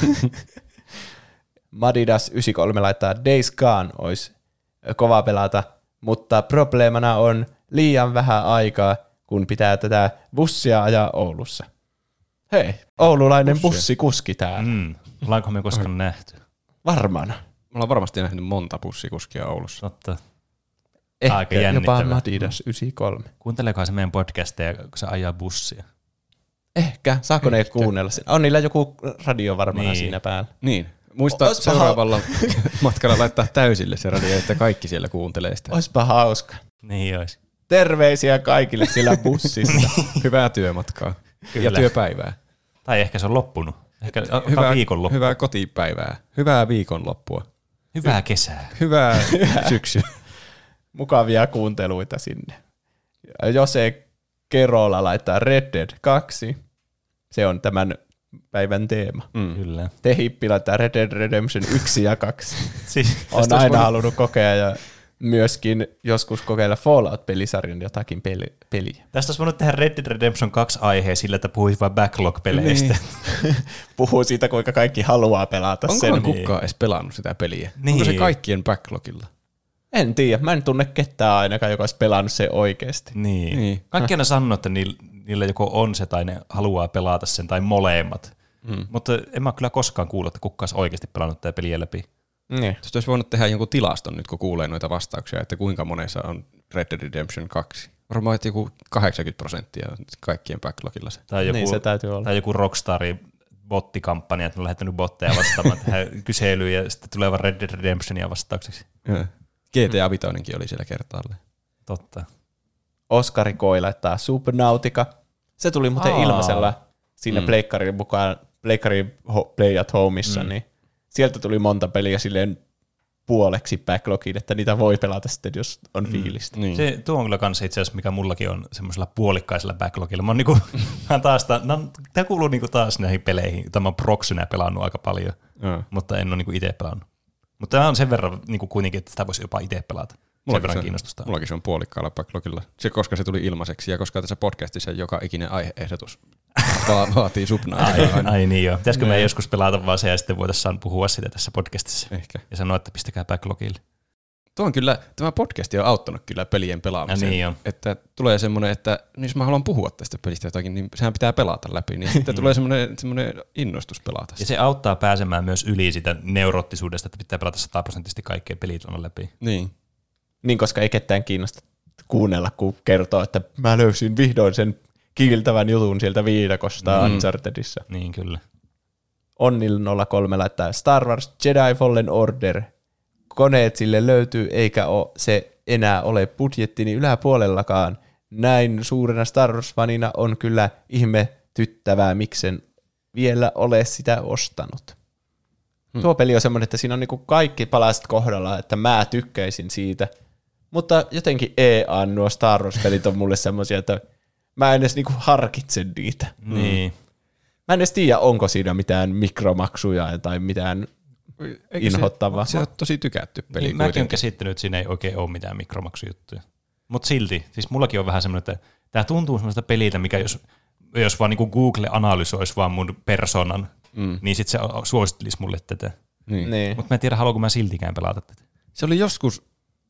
Madidas yhdeksänkymmentäkolme laittaa Days Gone olisi kova pelata, mutta probleemana on liian vähän aikaa, kun pitää tätä bussia ajaa Oulussa. Hei, oululainen bussikuski täällä. Mm. Ollaanko me koskaan nähty? Varmaan. Me ollaan varmasti nähnyt monta bussikuskia Oulussa. Totta. Ehkä Aika jopa jännittävää. Madidas yhdeksänkymmentäkolme. Kuunteleekohan se meidän podcasteja, kun se ajaa bussia? Ehkä. Saako ne kuunnella sen? On niillä joku radio varmaan Niin. siinä päällä. Niin. Muista Oispa seuraavalla matkalla laittaa täysille se radio, että kaikki siellä kuuntelee sitä. Oispa hauska. Niin olisi. Terveisiä kaikille siellä bussissa. Hyvää työmatkaa Kyllä. ja työpäivää. Tai ehkä se on loppunut. Ehkä Hyvää, hyvää viikonloppu. hyvää kotipäivää. Hyvää viikonloppua. Hyvää kesää. Hyvää syksyä. Mukavia kuunteluita sinne. Jose Kerola laittaa Red Dead kaksi. Se on tämän päivän teema. Mm. Kyllä. Te Hippi laittaa Red Dead Redemption yksi ja kaksi. Siis, On aina halunnut kokea ja myöskin joskus kokeilla Fallout-pelisarjan jotakin peli- peliä. tästä olisi voinut tehdä Red Dead Redemption kaksi aiheen sillä, että puhuisi vain backlog-peleistä. Niin. Puhuu siitä, kuinka kaikki haluaa pelata Onkohan sen. kukaan edes pelannut sitä peliä? Niin. Onko se kaikkien backlogilla? En tiedä, mä en tunne ketään ainakaan, joka olisi pelannut se oikeasti. Niin. Niin. Kaikki aina sanoo, että niillä, niillä joko on se tai ne haluaa pelata sen tai molemmat. Mm. Mutta en mä kyllä koskaan kuullut, että kukaan olisi oikeasti pelannut tätä peliä läpi. Niin. Tästä olisi voinut tehdä jonkun tilaston nyt, kun kuulee noita vastauksia, että kuinka monessa on Red Dead Redemption kaksi. Varmaan että joku kahdeksankymmentä prosenttia kaikkien backlogilla se. Tai joku, Niin se täytyy olla. tai joku Rockstarin bottikampanja, että on lähettänyt botteja vastaamaan tähän kyselyyn ja sitten tulee vaan Red Dead Redemptionia vastaukseksi. G T A viisi oli siellä kertaalleen. Totta. Oskari Koi laittaa Subnautica. Se tuli muuten Aa. ilmaisella siinä Mm. pleikkarin mukaan, pleikkarin ho- Play at Homeissa, Mm. niin sieltä tuli monta peliä silleen puoleksi backlogiin, että niitä voi pelata sitten, jos on Mm. fiilistä. Niin. Se, tuo on kyllä kanssa itse asiassa, mikä mullakin on semmoisella puolikkaisella backlogilla. Mä oon niinku, taas, no, tää kuuluu niinku taas näihin peleihin, joita mä oon proksynä pelannut aika paljon, Joo. mutta en ole niinku itse pelannut. Mutta tämä on sen verran niinku kuitenkin, että sitä voisi jopa itse pelata. Sen Mullakin verran se, kiinnostusta. mullakin se on puolikkaalla backlogilla. Se, koska se tuli ilmaiseksi ja koska tässä podcastissa joka ikinen aiheehdotus va- vaatii Subnauticaa. Ai, ai niin joo. Pitäisikö me Niin. joskus pelata vaan se ja sitten voitaisiin puhua sitä tässä podcastissa Ehkä. ja sanoa, että pistäkää backlogille. Tuo on kyllä, tämä podcast on auttanut kyllä pelien pelaamiseen. Ja niin on. Että tulee semmoinen, että niin jos mä haluan puhua tästä pelistä jotakin, niin sehän pitää pelata läpi. Niin sitten tulee semmoinen, semmoinen innostus pelata Ja sitä. se auttaa pääsemään myös yli sitä neuroottisuudesta, että pitää pelata sataprosenttisesti kaikkea pelit on läpi. Niin. Niin, koska ei ketään kiinnosta kuunnella, kun kertoo, että mä löysin vihdoin sen kiiltävän jutun sieltä viidakosta Mm. Unchartedissa. Niin kyllä. Onnil nolla kolme laittaa Star Wars Jedi Fallen Order. Koneet sille löytyy, eikä o, se enää ole budjettini yläpuolellakaan. Näin suurena Star Wars-fanina on kyllä ihmetyttävää, miksen vielä ole sitä ostanut. Hmm. Tuo peli on semmoinen, että siinä on niinku kaikki palaset kohdalla, että mä tykkäisin siitä. Mutta jotenkin E A nuo Star Wars-pelit on mulle semmoisia, että mä en edes niinku harkitse niitä. Niin. Mä en edes tiedä, onko siinä mitään mikromaksuja tai mitään inhottavaa. Se, se on tosi tykätty peli Niin, mäkin olen kuitenkin. käsittänyt, että siinä ei oikein ole mitään mikromaksujuttuja. Mutta silti, siis mullakin on vähän semmoinen, että tämä tuntuu semmoista peliltä, mikä jos, jos vaan niinku Google analysoisi vaan mun persoonan, Mm. niin sitten se suosittelisi mulle tätä. Niin. Niin. Mutta mä en tiedä, haluanko mä siltikään pelata tätä. Se oli joskus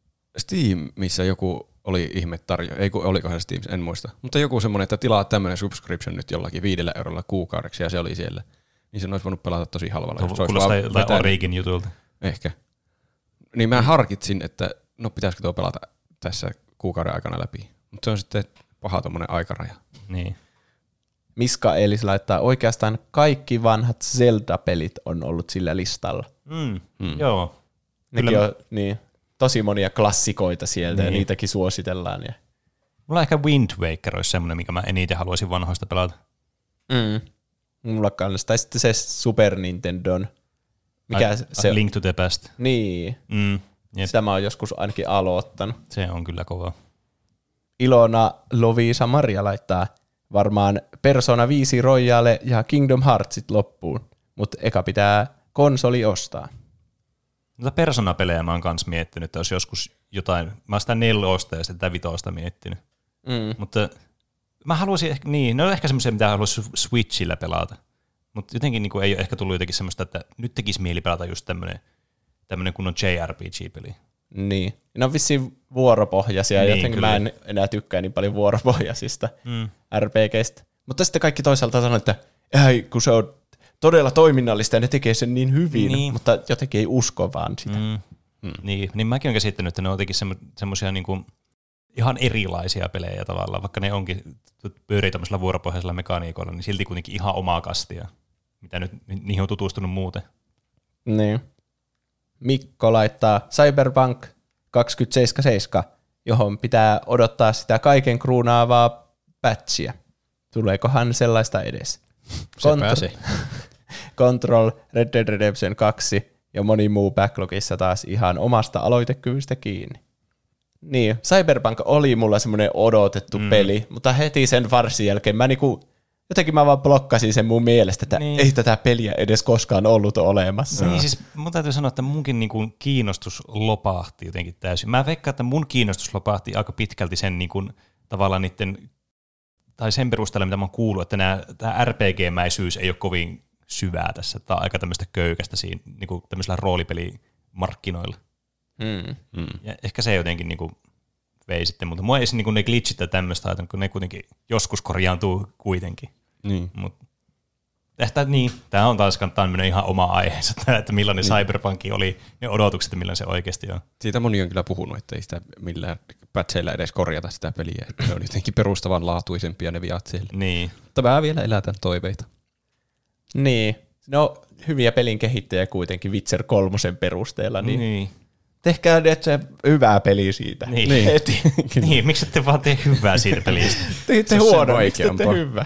Steamissa joku oli ihme tarjo, ei kun olikohan Steam, en muista. Mutta joku semmoinen, että tilaa tämmöinen subscription nyt jollakin viidellä eurolla kuukaudeksi ja se oli siellä. Niin sen olisi voinut pelata tosi halvalla. jos se olisi Kuulostaa vaan jotain vetänyt. Origin jutulta. Ehkä. Niin mä harkitsin, että no pitäisikö tuo pelata tässä kuukauden aikana läpi. Mutta se on sitten paha tommonen aikaraja. Niin. Miska Eelis laittaa oikeastaan kaikki vanhat Zelda-pelit on ollut sillä listalla. Mm. Mm. Joo. Nekin Kyllä. on niin, tosi monia klassikoita sieltä niin. ja niitäkin suositellaan. Ja... Mulla ehkä Wind Waker olisi semmoinen, mikä mä eniten haluaisin vanhoista pelata. Mm. Mulla kanssa. Tai sitten se Super Nintendon. Mikä Ai, se Link to the Past. Niin. Mm. Sitä mä oon joskus ainakin aloittanut. Se on kyllä kova. Ilona Lovisa Maria laittaa varmaan Persona viisi Royale ja Kingdom Heartsit loppuun, mutta eka pitää konsoli ostaa. Mutta Persona-pelejä mä oon kans miettinyt, että olisi joskus jotain, mä oon sitä nelosta ja sitä vitosta miettinyt. Mm. Mutta mä haluaisin ehkä, niin, ne on ehkä semmoisia, mitä haluaisin Switchillä pelata. Mutta jotenkin niin kuin, ei ole ehkä tullut jotenkin semmoista, että nyt tekisi mieli pelata just tämmöinen tämmöinen kunnon J R P G-peli. Niin. Ne on vissiin vuoropohjaisia, niin, jotenkin kyllä. Mä en enää tykkää niin paljon vuoropohjaisista mm. R P G:stä. Mutta sitten kaikki toisaalta sanoo, että ei, kun se on todella toiminnallista ja ne tekee sen niin hyvin, niin. Mutta jotenkin ei usko vaan sitä. Mm. Mm. Niin, niin mäkin olen käsittänyt, että ne on jotenkin semmoisia niinku ihan erilaisia pelejä tavallaan, vaikka ne onkin pyörii tämmöisellä vuoropohjaisella mekaniikoilla, niin silti kuitenkin ihan omaa kastia, mitä nyt niihin on tutustunut muuten. Niin. Mikko laittaa Cyberpunk kaksituhattaseitsemänkymmentäseitsemän, johon pitää odottaa sitä kaiken kruunaavaa patchia. Tuleekohan sellaista edes? Contr- Control, Red Dead Redemption kaksi ja moni muu backlogissa taas ihan omasta aloitekyvystä kiinni. Niin, Cyberpunk oli mulla semmoinen odotettu mm. peli, mutta heti sen farsin jälkeen mä niinku, jotenkin mä vaan blokkasin sen mun mielestä, että niin. ei tätä peliä edes koskaan ollut olemassa. Niin siis mun täytyy sanoa, että munkin niinku kiinnostus lopahti jotenkin täysin. Mä veikkaan, että mun kiinnostus lopahti aika pitkälti sen niinku, tavallaan niiden, tai sen perusteella, mitä mä oon kuullut, että tämä R P G-mäisyys ei ole kovin syvää tässä. Tämä on aika tämmöistä köykästä siinä niinku tämmöisellä roolipelimarkkinoilla. Mm. Mm. Ja ehkä se jotenkin niinku vei sitten, mutta mua ei se niinku ne glitchit ja tämmöistä ajatellut, kun ne kuitenkin joskus korjaantuu kuitenkin. Niin. Mut, että niin, tämä on taas tämmöinen ihan oma aiheensa, että millainen niin. Cyberpunk oli, ne odotukset, millainen se oikeasti on. Siitä moni on kyllä puhunut, että ei sitä millään patcheilla edes korjata sitä peliä, että ne on jotenkin perustavanlaatuisempia ne viat siellä. Niin. Mutta mä vielä elätän toiveita. Niin, no hyviä pelin kehittäjiä kuitenkin Witcher kolmosen perusteella, niin, niin. tehkää nyt se hyvää peliä siitä. Niin, niin. Heti. Niin, miksi ette vaan tee hyvää siitä pelistä? Teitte huono, miksi ette hyvä?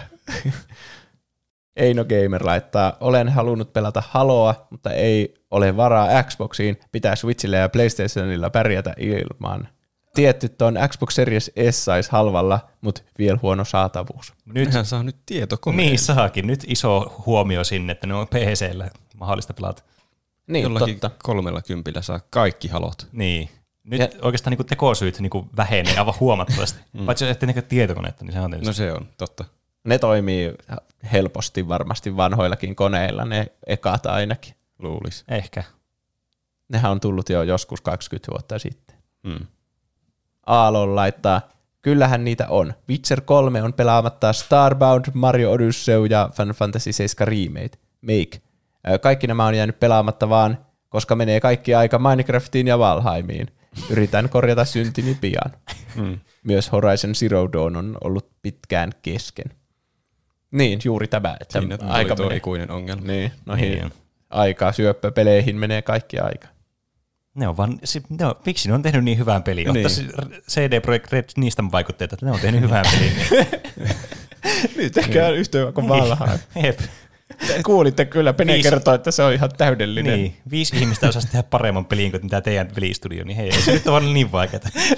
Eino Gamer laittaa, olen halunnut pelata Haloa, mutta ei ole varaa Xboxiin, pitää Switchillä ja PlayStationilla pärjätä ilman. Tietty tuon Xbox Series S sais halvalla, mutta vielä huono saatavuus. Nyt hän saa nyt tietokoneen. Niin saakin, nyt iso huomio sinne, että ne on P C:llä mahdollista pelata. Niin, jollakin totta. kolmella kympillä saa kaikki halot. Niin. Nyt ja oikeastaan niinku tekosyyt niinku vähenee aivan huomattavasti. mm. Paitsi jos ette näkö tietokonetta, niin se on tietysti. No se on, totta. Ne toimii helposti varmasti vanhoillakin koneilla, ne ekat ainakin. Luulis. Ehkä. Nehän on tullut jo joskus kaksikymmentä vuotta sitten. Mm. Aallon laittaa, kyllähän niitä on. Witcher kolme on pelaamatta Starbound, Mario Odyssey ja Final Fantasy seitsemän Remake. Make. Kaikki nämä on jäänyt pelaamatta vaan, koska menee kaikki aika Minecraftiin ja Valheimiin. Yritän korjata syntini pian. Mm. Myös Horizon Zero Dawn on ollut pitkään kesken. Niin, juuri tämä. Että siinä aika tuo ikuinen ongelma. Niin, noihin niin. aikaa syöppöpeleihin menee kaikki aika. Ne on vaan, ne on, miksi ne on tehnyt niin hyvän pelin? Niin. Ottaisi C D Projekt Red niistä vaikutteita, että ne on tehnyt hyvän pelin. Nyt tehkää niin. yhtä hyvä kuin Valheim. Jep. Kuulitte kyllä, Pene viisi, kertoo, että se on ihan täydellinen. Niin, viisi ihmistä osaisi tehdä paremman pelin kuin mitä teidän pelistudio, niin hei, se nyt on niin vaikeaa.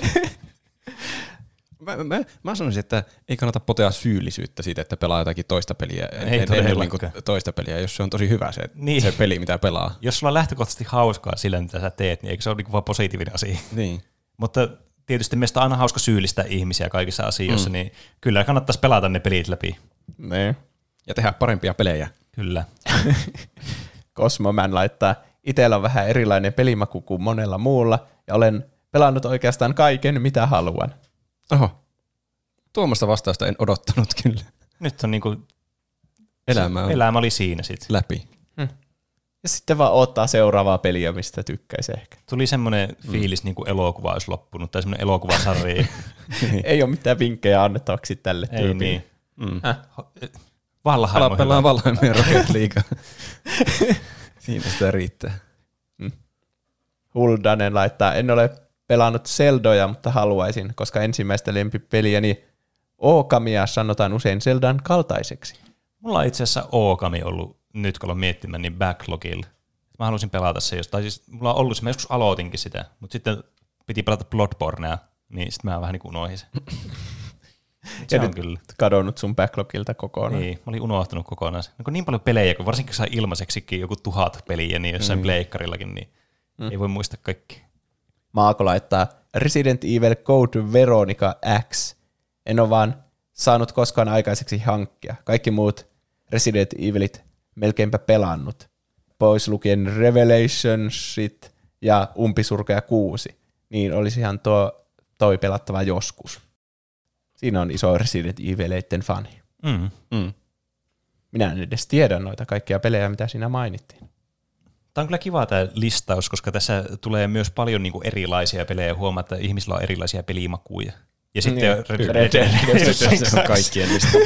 Mä, mä, mä sanoisin, että ei kannata potea syyllisyyttä siitä, että pelaa jotakin toista peliä. Ei enemmän kuin toista peliä, jos se on tosi hyvä se, niin. se peli, mitä pelaa. Jos sulla on lähtökohtaisesti hauskaa sillä, mitä sä teet, niin eikö se ole niin vaan positiivinen asia? Niin. Mutta tietysti meistä on aina hauska syyllistää ihmisiä kaikissa asioissa, mm. niin kyllä kannattaisi pelata ne pelit läpi. Niin. Ja tehdä parempia pelejä. Kyllä. Cosmoman laittaa, itsellä on vähän erilainen pelimaku kuin monella muulla, ja olen pelannut oikeastaan kaiken, mitä haluan. Oho. Tuommoista vastausta en odottanut kyllä. Nyt on niinku, elämä, on elämä oli siinä sitten. Läpi. Hmm. Ja sitten vaan odottaa seuraavaa peliä, mistä tykkäisi ehkä. Tuli semmoinen fiilis, mm. niin kuin elokuva olisi loppunut, tai semmoinen elokuvasarja. Ei ole mitään vinkkejä annettavaksi tälle Ei tyypille. niin. Mm. Häh? Valheim on Pelaa hyvä. Valheimia Rocket League. Siinä sitä riittää. Huldanen laittaa, en ole pelannut Zeldoja, mutta haluaisin, koska ensimmäistä lempipeliäni Ookamia sanotaan usein Zeldan kaltaiseksi. Mulla on itse asiassa Ookami ollut, nyt kun olen miettimään, niin backlogilla. Mä halusin pelata se jostain. Siis mulla on ollut se, mä joskus aloitinkin sitä, mutta sitten piti pelata Bloodbornea, niin sitten mä vähän niin kuin unohdin se. Se on kyllä. Kadonnut sun backlogilta kokonaan. Niin, mä olin unohtanut kokonaan se. No, niin paljon pelejä, kun varsinkin sai ilmaiseksikin joku tuhat peliä, niin jossain mm. pleikkarillakin, niin mm. ei voi muistaa kaikki. Maako laittaa Resident Evil Code Veronica X. En ole vaan saanut koskaan aikaiseksi hankkia. Kaikki muut Resident Evilit melkeinpä pelannut. Pois lukien Revelationsit ja Umpisurkea kuusi. Niin olisihan tuo toi pelattava joskus. Siinä on iso Resident Evileiden fani. Mm. Mm. Minä en edes tiedä noita kaikkia pelejä, mitä siinä mainittiin. Tämä on kyllä kiva tämä listaus, koska tässä tulee myös paljon niinku erilaisia pelejä. Huomaa, että ihmisillä on erilaisia pelimakuja. Ja sitten Niin, Red Red Dead Redemption Se on kaikkien lista.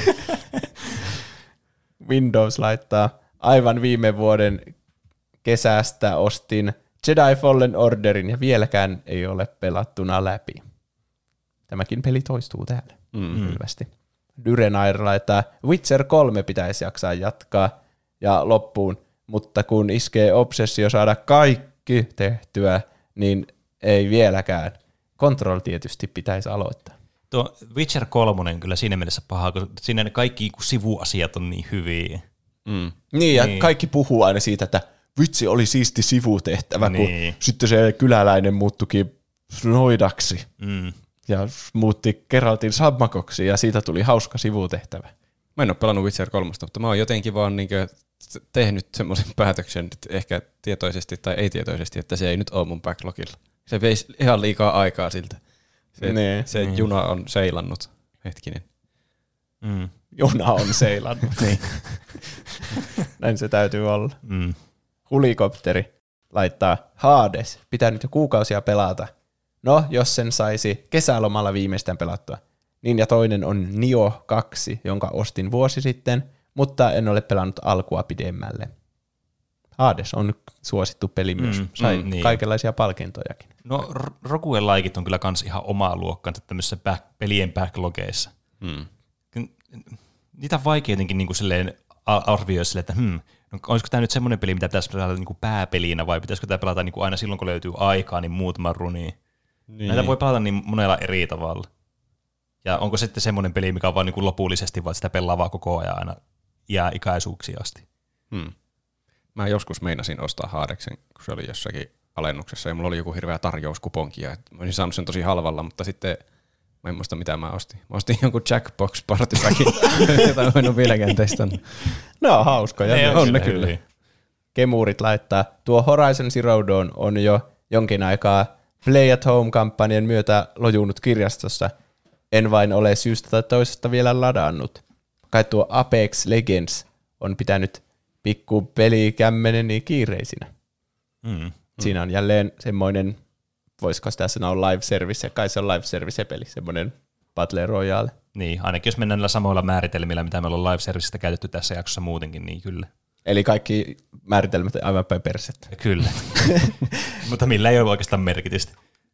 Windows laittaa aivan viime vuoden kesästä ostin Jedi Fallen Orderin ja vieläkään ei ole pelattuna läpi. Tämäkin peli toistuu täällä Mm. selvästi. Dyrenair laittaa Witcher kolme pitäisi jaksaa jatkaa ja loppuun, mutta kun iskee obsessio saada kaikki tehtyä, niin ei vieläkään. Control tietysti pitäisi aloittaa. Tuo Witcher kolme on kyllä siinä mielessä paha, kun siinä ne kaikki sivuasiat on niin hyviä. Mm. Niin, ja Niin. kaikki puhuu aina siitä, että vitsi oli siisti sivutehtävä, Niin. kun sitten se kyläläinen muuttukin noidaksi Mm. ja muutti Geraltin sammakoksi ja siitä tuli hauska sivutehtävä. Mä en ole pelannut Witcher kolme, mutta mä oon jotenkin vaan niinkö tehnyt semmoisen päätöksen, että ehkä tietoisesti tai ei tietoisesti, että se ei nyt ole mun backlogilla. Se veisi ihan liikaa aikaa siltä. Se, Nee. se Mm. juna on seilannut. Hetkinen. Mm. Juna on seilannut. niin. Näin se täytyy olla. Mm. Hulikopteri laittaa Hades. Pitää nyt jo kuukausia pelata. No, jos sen saisi kesälomalla viimeistään pelattua. Niin ja toinen on Nioh kaksi, jonka ostin vuosi sitten, mutta en ole pelannut alkua pidemmälle. Hades on suosittu peli myös. Mm, Sai mm, niin. kaikenlaisia palkintojakin. No Roguelikeit on kyllä kans ihan omaa luokkaansa tämmöisissä back, pelien backlogeissa. Mm. Niitä on vaikea jotenkin niin kuin silleen arvioida silleen, että hmm, no, olisiko tämä nyt semmoinen peli, mitä pitäisi pelata niin kuin pääpelinä, vai pitäisikö tämä pelata niin kuin aina silloin, kun löytyy aikaa, niin muutaman runiin. Niin. Näitä voi pelata niin monella eri tavalla. Ja onko sitten semmoinen peli, mikä on vaan niin kuin lopullisesti, vaan sitä pelaa vaan koko ajan aina jää ikäisuuksiin asti. Hmm. Mä joskus meinasin ostaa Hadeksen, kun se oli jossakin alennuksessa, ja mulla oli joku hirveä tarjouskuponki, ja mä olisin saanut sen tosi halvalla, mutta sitten mä en muista, mitä mä ostin. Mä ostin jonkun Jackbox Party Packin, jota mä en ole vieläkään testannut. No, hauskoja. Ne myös. on ne kyllä kyllä. hyviä. Kemurit laittaa, tuo Horizon Zero Dawn on jo jonkin aikaa Play at Home-kampanjan myötä lojunut kirjastossa. En vain ole syystä tai toisesta vielä ladannut. Kai tuo Apex Legends on pitänyt pikku pelikämmeneni kiireisinä. Mm. Siinä on jälleen semmoinen, voisiko sitä sanoa live service, kai se on live service peli, semmoinen Battle Royale. Niin, ainakin jos mennään näillä samoilla määritelmillä, mitä meillä on live servicesta käytetty tässä jaksossa muutenkin, niin kyllä. Eli kaikki määritelmät aivan päin persettä. Kyllä. Mutta millä ei ole oikeastaan merkitystä.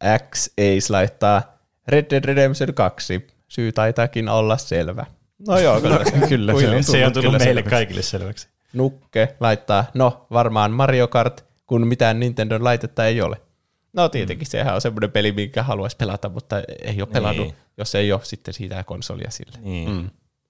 X Ace laittaa Red Dead Redemption kaksi. Syy taitaakin olla selvä. No joo, no, kyllä, se on Se on tullut kyllä meille selväksi. kaikille selväksi. Nukke laittaa, no varmaan Mario Kart, kun mitään Nintendon laitetta ei ole. No tietenkin, mm. sehän on semmoinen peli, minkä haluaisi pelata, mutta ei ole pelannut, Niin. jos ei ole sitten siitä konsolia sille. Niin. Mm.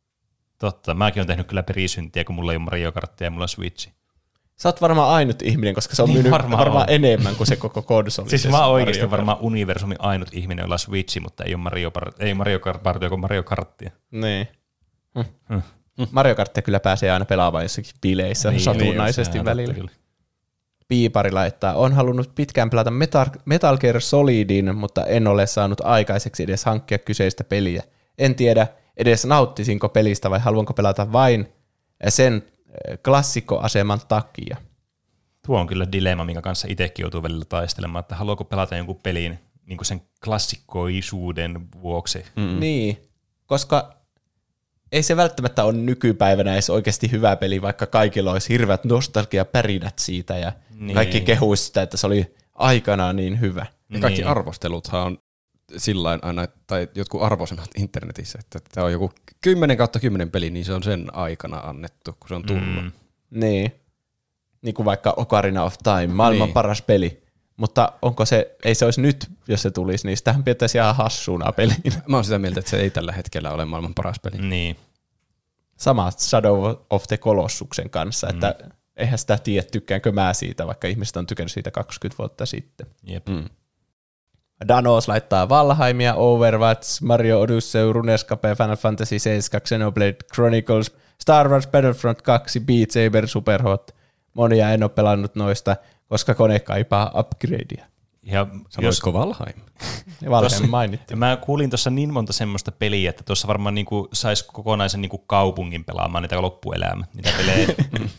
Totta, mäkin olen tehnyt kyllä perisyntiä, kun mulla ei ole Mario Karttia ja mulla on Switchi. Sä oot varmaan ainut ihminen, koska se on Niin myynyt varmaan varmaan on. enemmän kuin se koko konsoli. Siis se mä oon Mario oikeasti Kart. varmaan universumin ainut ihminen, jolla on Switchi, mutta ei ole Mario, Par- ei Mario Kart Party, kuin Mario Karttia. Niin. Hm. Hm. Mario Karttia kyllä pääsee aina pelaamaan jossakin bileissä niin, satunnaisesti sehän välillä. totta kyllä. Piipari laittaa, on halunnut pitkään pelata Metal, Metal Gear Solidin, mutta en ole saanut aikaiseksi edes hankkia kyseistä peliä. En tiedä edes nauttisinko pelistä vai haluanko pelata vain sen klassikkoaseman takia. Tuo on kyllä dilemma, minkä kanssa itsekin joutuu välillä taistelemaan, että haluaako pelata jonkun pelin niin kuin sen klassikkoisuuden vuoksi. Mm. Niin, koska ei se välttämättä ole nykypäivänä edes oikeasti hyvä peli, vaikka kaikilla olisi hirveät nostalgiapärinät siitä ja niin. kaikki kehuisi sitä, että se oli aikanaan niin hyvä. Ja kaikki niin. arvosteluthan on sillain aina, tai jotkut arvosanat internetissä, että tämä on joku kymmenen kautta kymmenen peli, niin se on sen aikana annettu, kun se on tullut. Mm. Niin. Niin kuin vaikka Ocarina of Time, maailman niin. paras peli. Mutta onko se, ei se olisi nyt, jos se tulisi, niin sitähän pitäisi ihan hassuna peliin. Mä oon sitä mieltä, että se ei tällä hetkellä ole maailman paras peli. Niin. Sama Shadow of the Colossuksen kanssa, että mm. eihän sitä tiedä, tykkäänkö mä siitä, vaikka ihmiset on tykännyt siitä kaksikymmentä vuotta sitten. Jep. Mm. Danos laittaa Valheimia, Overwatch, Mario Odyssey, Runescape, Final Fantasy seitsemän, Xenoblade Chronicles, Star Wars Battlefront kaksi, Beat Saber, Superhot. Monia en ole pelannut noista, koska kone kaipaa upgradea. Ja sanoisiko Valheim? Valheim mainittiin. Mä kuulin tuossa niin monta semmoista peliä, että tuossa varmaan niinku saisi kokonaisen niinku kaupungin pelaamaan niitä loppuelämä, niitä pelejä.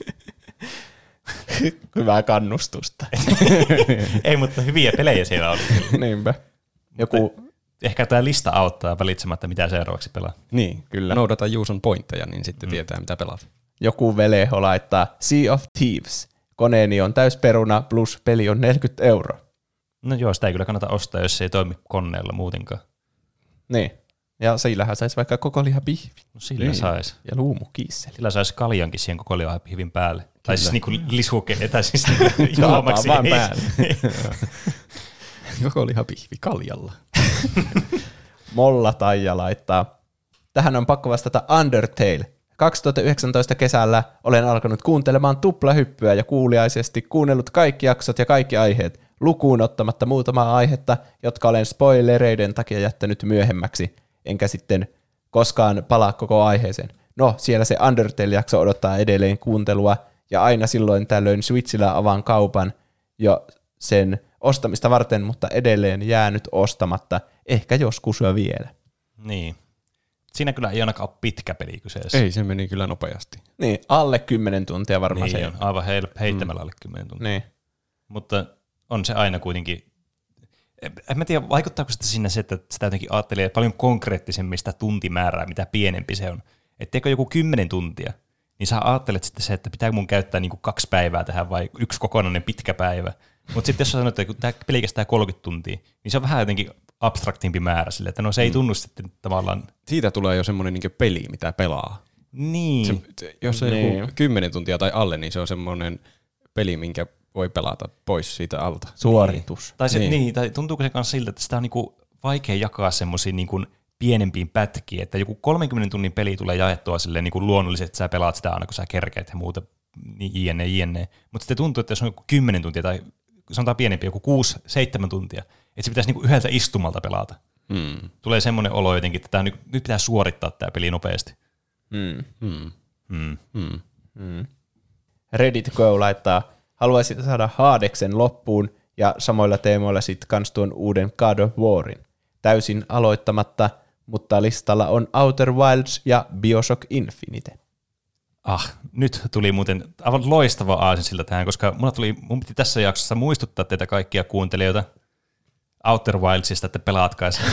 Hyvää kannustusta. Ei, mutta hyviä pelejä siellä oli. Niinpä. Joku... Ehkä tämä lista auttaa välitsemättä, mitä seuraavaksi pelaa. Niin, kyllä. Noudata Juuson pointteja, niin sitten mm. tietää, mitä pelaat. Joku veleho laittaa Sea of Thieves. Koneeni on täysperuna plus peli on neljäkymmentä euroa. No joo, sitä ei kyllä kannata ostaa, jos se ei toimi koneella muutenkaan. Niin. Ja sillähän saisi vaikka koko lihapihvi. No sillä niin. saisi. Ja luumukiisseli. Sillä saisi kaljankin siihen koko lihapihvin päälle. Kyllä. Tai siis niinku lisuke, tai siis juomaksi. vaan päälle. Koko lihapihvi kaljalla. Molla Taija laittaa. Tähän on pakko vastata Undertale. kaksituhattayhdeksäntoista kesällä olen alkanut kuuntelemaan tuplahyppyä ja kuuliaisesti kuunnellut kaikki jaksot ja kaikki aiheet, lukuun ottamatta muutamaa aihetta, jotka olen spoilereiden takia jättänyt myöhemmäksi, enkä sitten koskaan palaa koko aiheeseen. No, siellä se Undertale-jakso odottaa edelleen kuuntelua, ja aina silloin tällöin Switchillä avaan kaupan jo sen ostamista varten, mutta edelleen jäänyt ostamatta, ehkä joskus vielä. Niin. Siinä kyllä ei ainakaan ole pitkä peli kyseessä. Ei, se meni kyllä nopeasti. Niin, alle kymmenen tuntia varmaan niin se on. Aivan heittämällä mm. alle kymmenen tuntia. Niin. Mutta on se aina kuitenkin, en mä tiedä, vaikuttaako sitä sinne se, että sitä jotenkin ajattelee paljon konkreettisemmin sitä tuntimäärää, mitä pienempi se on. Että teekö joku kymmenen tuntia, niin sä ajattelet sitten se, että pitää mun käyttää niinku kaksi päivää tähän vai yksi kokonainen pitkä päivä. Mutta sitten jos sä sanot, että tämä peli kestää kolmekymmentä tuntia, niin se on vähän jotenkin abstraktimpi määrä sille, että no se ei tunnu mm. sitten tavallaan. Siitä tulee jo semmoinen niin peli, mitä pelaa. Niin. Se, jos se on niin. joku kymmenen tuntia tai alle, niin se on semmoinen peli, minkä voi pelata pois siitä alta. Suoritus. Tai, se, niin. Niin, tai tuntuuko se kanssa siltä, että sitä on niinku vaikea jakaa semmoisiin niinku pienempiin pätkiin, että joku kolmenkymmenen tunnin peli tulee jaettua silleen niinku luonnollisesti, että sä pelaat sitä aina, kun sä kerkeät ja muuta, niin jne, jne. Mutta sitten tuntuu, että jos on joku kymmenen tuntia tai sanotaan pienempi, joku kuusi, seitsemän tuntia, että se pitäisi niinku yhdeltä istumalta pelata. Hmm. Tulee semmoinen olo jotenkin, että nyt, nyt pitää suorittaa tämä peli nopeasti. Hmm. Hmm. Hmm. Hmm. Hmm. Ready to go laittaa, haluaisin saada Hadeksen loppuun ja samoilla teemoilla sitten kans tuon uuden God of Warin. Täysin aloittamatta, mutta listalla on Outer Wilds ja Bioshock Infinite. Ah, nyt tuli muuten aivan loistava aasinsilta tähän, koska mulla tuli, mun piti tässä jaksossa muistuttaa teitä kaikkia kuuntelijoita Outer Wildsista, että pelaatkaa sen.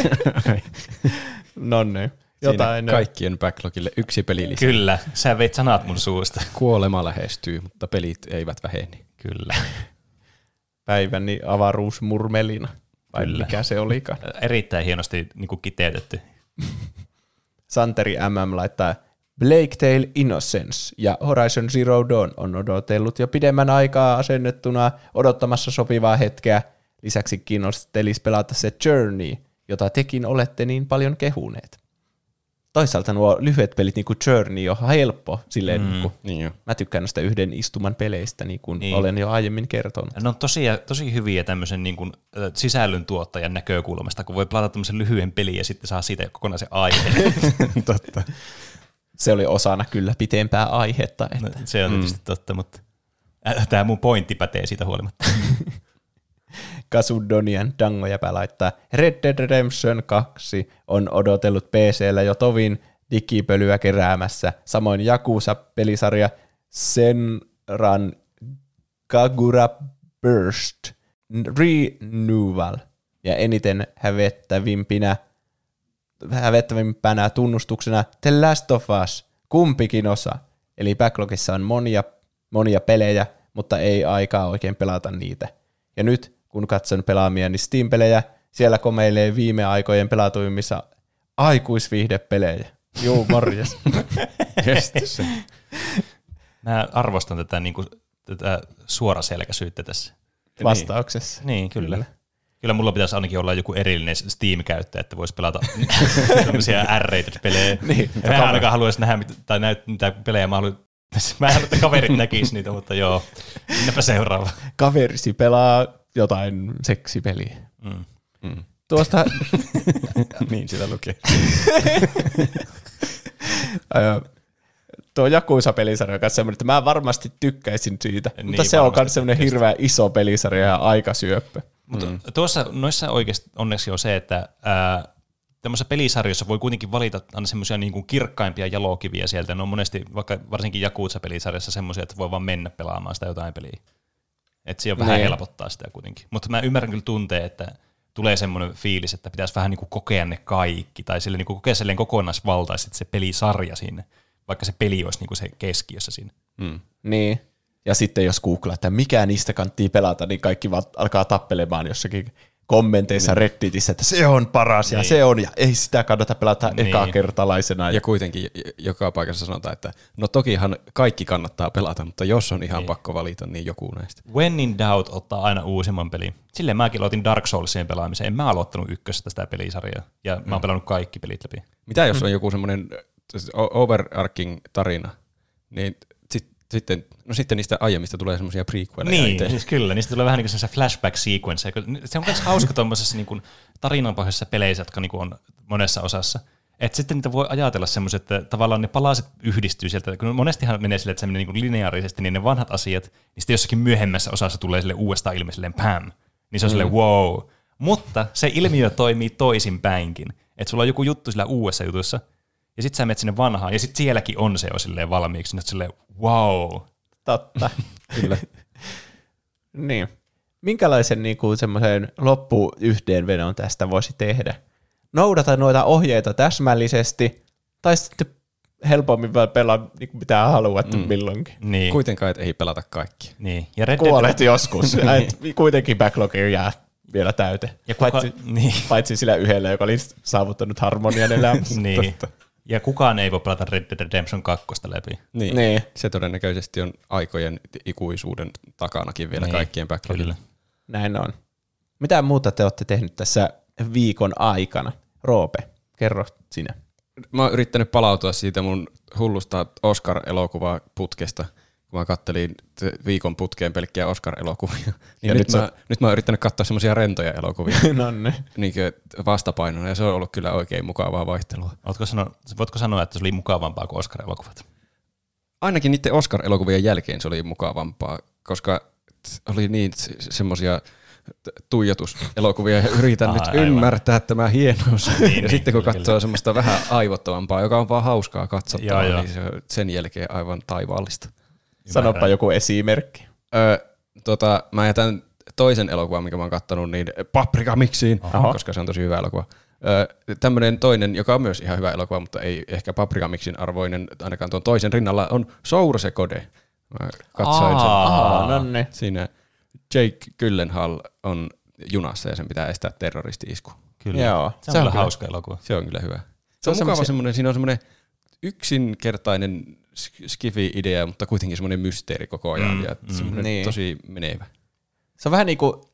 No niin. Jotain kaikkien backlogille yksi peli lisää. Kyllä, sä veit sanat mun suusta. Kuolema lähestyy, mutta pelit eivät väheni. Kyllä. Päiväni avaruusmurmelina. Vai Kyllä. mikä se olikaan? Erittäin hienosti niin kuin kiteytetty. Santeri M M laittaa Plague Tale Innocence ja Horizon Zero Dawn on odotellut jo pidemmän aikaa asennettuna odottamassa sopivaa hetkeä. Lisäksi kiinnostelisi pelata se Journey, jota tekin olette niin paljon kehuneet. Toisaalta nuo lyhyet pelit, niin kuin Journey, on helppo. Silleen, mm, niin kuin, niin mä tykkään näistä yhden istuman peleistä, niin kuin niin. olen jo aiemmin kertonut. Ne on tosi, tosi hyviä tämmöisen niin kuin, sisällöntuottajan näkökulmasta, kun voi pelata tämmöisen lyhyen pelin ja sitten saa siitä kokonaisen aiheen. Totta. Se oli osana kyllä pitempää aihetta. Että. No, se on tietysti mm. totta, mutta tämä mun pointti pätee siitä huolimatta. Kasudonian Dangojäpä laittaa Red Dead Redemption kaksi on odotellut P C:llä jo tovin digipölyä keräämässä. Samoin Yakuza-pelisarja Senran Kagura Burst Renewal ja eniten hävettävimpinä, hävettävimpänä tunnustuksena The Last of Us, kumpikin osa. Eli backlogissa on monia, monia pelejä, mutta ei aikaa oikein pelata niitä. Ja nyt, kun katson pelaamia, niin Steam-pelejä, siellä komeilee viime aikojen pelatuimmissa aikuisviihdepelejä. Juu, morjes. Mä arvostan tätä, niin kuin, tätä suoraselkäisyyttä tässä. Vastauksessa. Niin, niin kyllä. kyllä. Kyllä mulla pitäisi ainakin olla joku erillinen Steam-käyttäjä, että voisi pelata tämmöisiä R-rated-pelejä. Niin, mä en ainakaan haluaisi nähdä, mitä, tai näyt, mitä pelejä mä haluan. Mä en halua, että kaverit näkisi niitä, mutta joo. Mennäpä seuraava. Kaverisi pelaa jotain seksipeliä. Mm. Mm. Tuosta... niin sitä lukee. Tuo Yakuza-pelisarja on myös semmoinen, että mä varmasti tykkäisin siitä, niin, mutta se on myös semmoinen hirveä iso pelisarja ja aikasyöppö. Mutta mm. tuossa noissa oikeasti onneksi on se, että ää, tämmöisessä pelisarjoissa voi kuitenkin valita aina semmoisia niin kuin kirkkaimpia jalokiviä sieltä. Ne on monesti, vaikka varsinkin Yakuza-pelisarjassa semmoisia, että voi vaan mennä pelaamaan sitä jotain peliä. Että se on vähän niin. helpottaa sitä kuitenkin. Mutta mä ymmärrän kyllä tunteen, että tulee semmoinen fiilis, että pitäisi vähän niin kuin kokea ne kaikki, tai sille niin kuin kokea silleen kokonaisvaltaisesti se pelisarja sinne, vaikka se peli olisi niin kuin se keskiössä siinä. Mm. Niin. Ja sitten jos googlaa, että mikä niistä kannattaa pelata, niin kaikki vaan alkaa tappelemaan jossakin kommenteissa niin. Redditissä, että se on paras niin. ja se on, ja ei sitä kannata pelata niin. ekakertalaisena. Ja kuitenkin joka paikassa sanotaan, että no tokihan kaikki kannattaa pelata, mutta jos on ihan niin. pakko valita, niin joku näistä. When in doubt ottaa aina uusimman pelin. Silleen mäkin aloitin Dark Soulsien pelaamiseen. En mä aloittanut ykkösestä sitä pelisarjaa, ja mm. mä oon pelannut kaikki pelit läpi. Mitä jos on joku semmoinen overarching tarina, niin Sitten, no sitten niistä aiemmista tulee semmoisia prequeleja. Niin, siis kyllä. Niistä tulee vähän niin kuin semmoisia flashback sequence. Se on myös hauska tuommoisessa niin tarinanpohjaisissa peleissä, jotka niin on monessa osassa. Että sitten niitä voi ajatella semmoiset, että tavallaan ne palaset yhdistyy sieltä. Kun monestihan menee sille, että se menee niin lineaarisesti, niin ne vanhat asiat, niin sitten jossakin myöhemmässä osassa tulee sille uudestaan ilme silleen pam. Niin se on mm. silleen wow. Mutta se ilmiö toimii toisinpäinkin. Että sulla on joku juttu sillä uudessa jutussa, ja sit sä menet sinne vanhaan, ja sit sielläkin on se jo silleen valmiiksi, niin silleen wow. Totta. Kyllä. Niin. Minkälaisen niinku semmoisen loppuyhteenvedon tästä voisi tehdä? Noudata noita ohjeita täsmällisesti, tai sitten helpommin vaan pelaa niin kuin mitä haluat mm. milloinkin. Niin. Kuitenkaan, et ei pelata kaikki. Niin. Ja kuolet joskus. niin. Kuitenkin backlogi jää vielä täyteen. Ja kuka, paitsi, niin. paitsi sillä yhdellä, joka oli saavuttanut harmonian elämässä. niin. Ja kukaan ei voi pelata Red Dead Redemption kaksi läpi. Niin. niin. Se todennäköisesti on aikojen ikuisuuden takanakin vielä niin. kaikkien backlogilla. Näin on. Mitä muuta te olette tehnyt tässä viikon aikana? Roope, kerro sinä. Mä oon yrittänyt palautua siitä mun hullusta Oscar-elokuvaa putkesta, kun mä kattelin viikon putkeen pelkkiä Oscar-elokuvia. Niin ja nyt, nyt, mä, nyt mä oon yrittänyt katsoa semmosia rentoja elokuvia Nonne. niin vastapainona, ja se on ollut kyllä oikein mukavaa vaihtelua. Ootko sano, voitko sanoa, että se oli mukavampaa kuin Oscar-elokuvat? Ainakin niiden Oscar-elokuvien jälkeen se oli mukavampaa, koska oli niin semmosia tuijotuselokuvia ja yritän Aha, nyt aivan. ymmärtää tämä hienous. niin, ja niin, sitten kun katsoo kyllä. semmoista vähän aivottavampaa, joka on vaan hauskaa katsottavaa, niin se on sen jälkeen aivan taivaallista. Sanoppa joku esimerkki. Öö, tota, mä jätän toisen elokuvan, minkä mä oon kattonut, niin Paprika Mixiin, Aha. koska se on tosi hyvä elokuva. Öö, tämmönen toinen, joka on myös ihan hyvä elokuva, mutta ei ehkä Paprika Mixin arvoinen, ainakaan tuon toisen rinnalla, on Source Code. Mä katsoin sen. Aa, nonne. Siinä Jake Gyllenhaal on junassa ja sen pitää estää terroristi-isku. Kyllä. Joo, se on, se on kyllä hauska elokuva. Se on kyllä hyvä. Se on, se on mukava semmoinen, siinä on semmoinen yksinkertainen skifi-idea, mutta kuitenkin semmoinen mysteeri koko ajan mm, ja semmoinen niin. tosi menevä. Se on vähän niin kuin,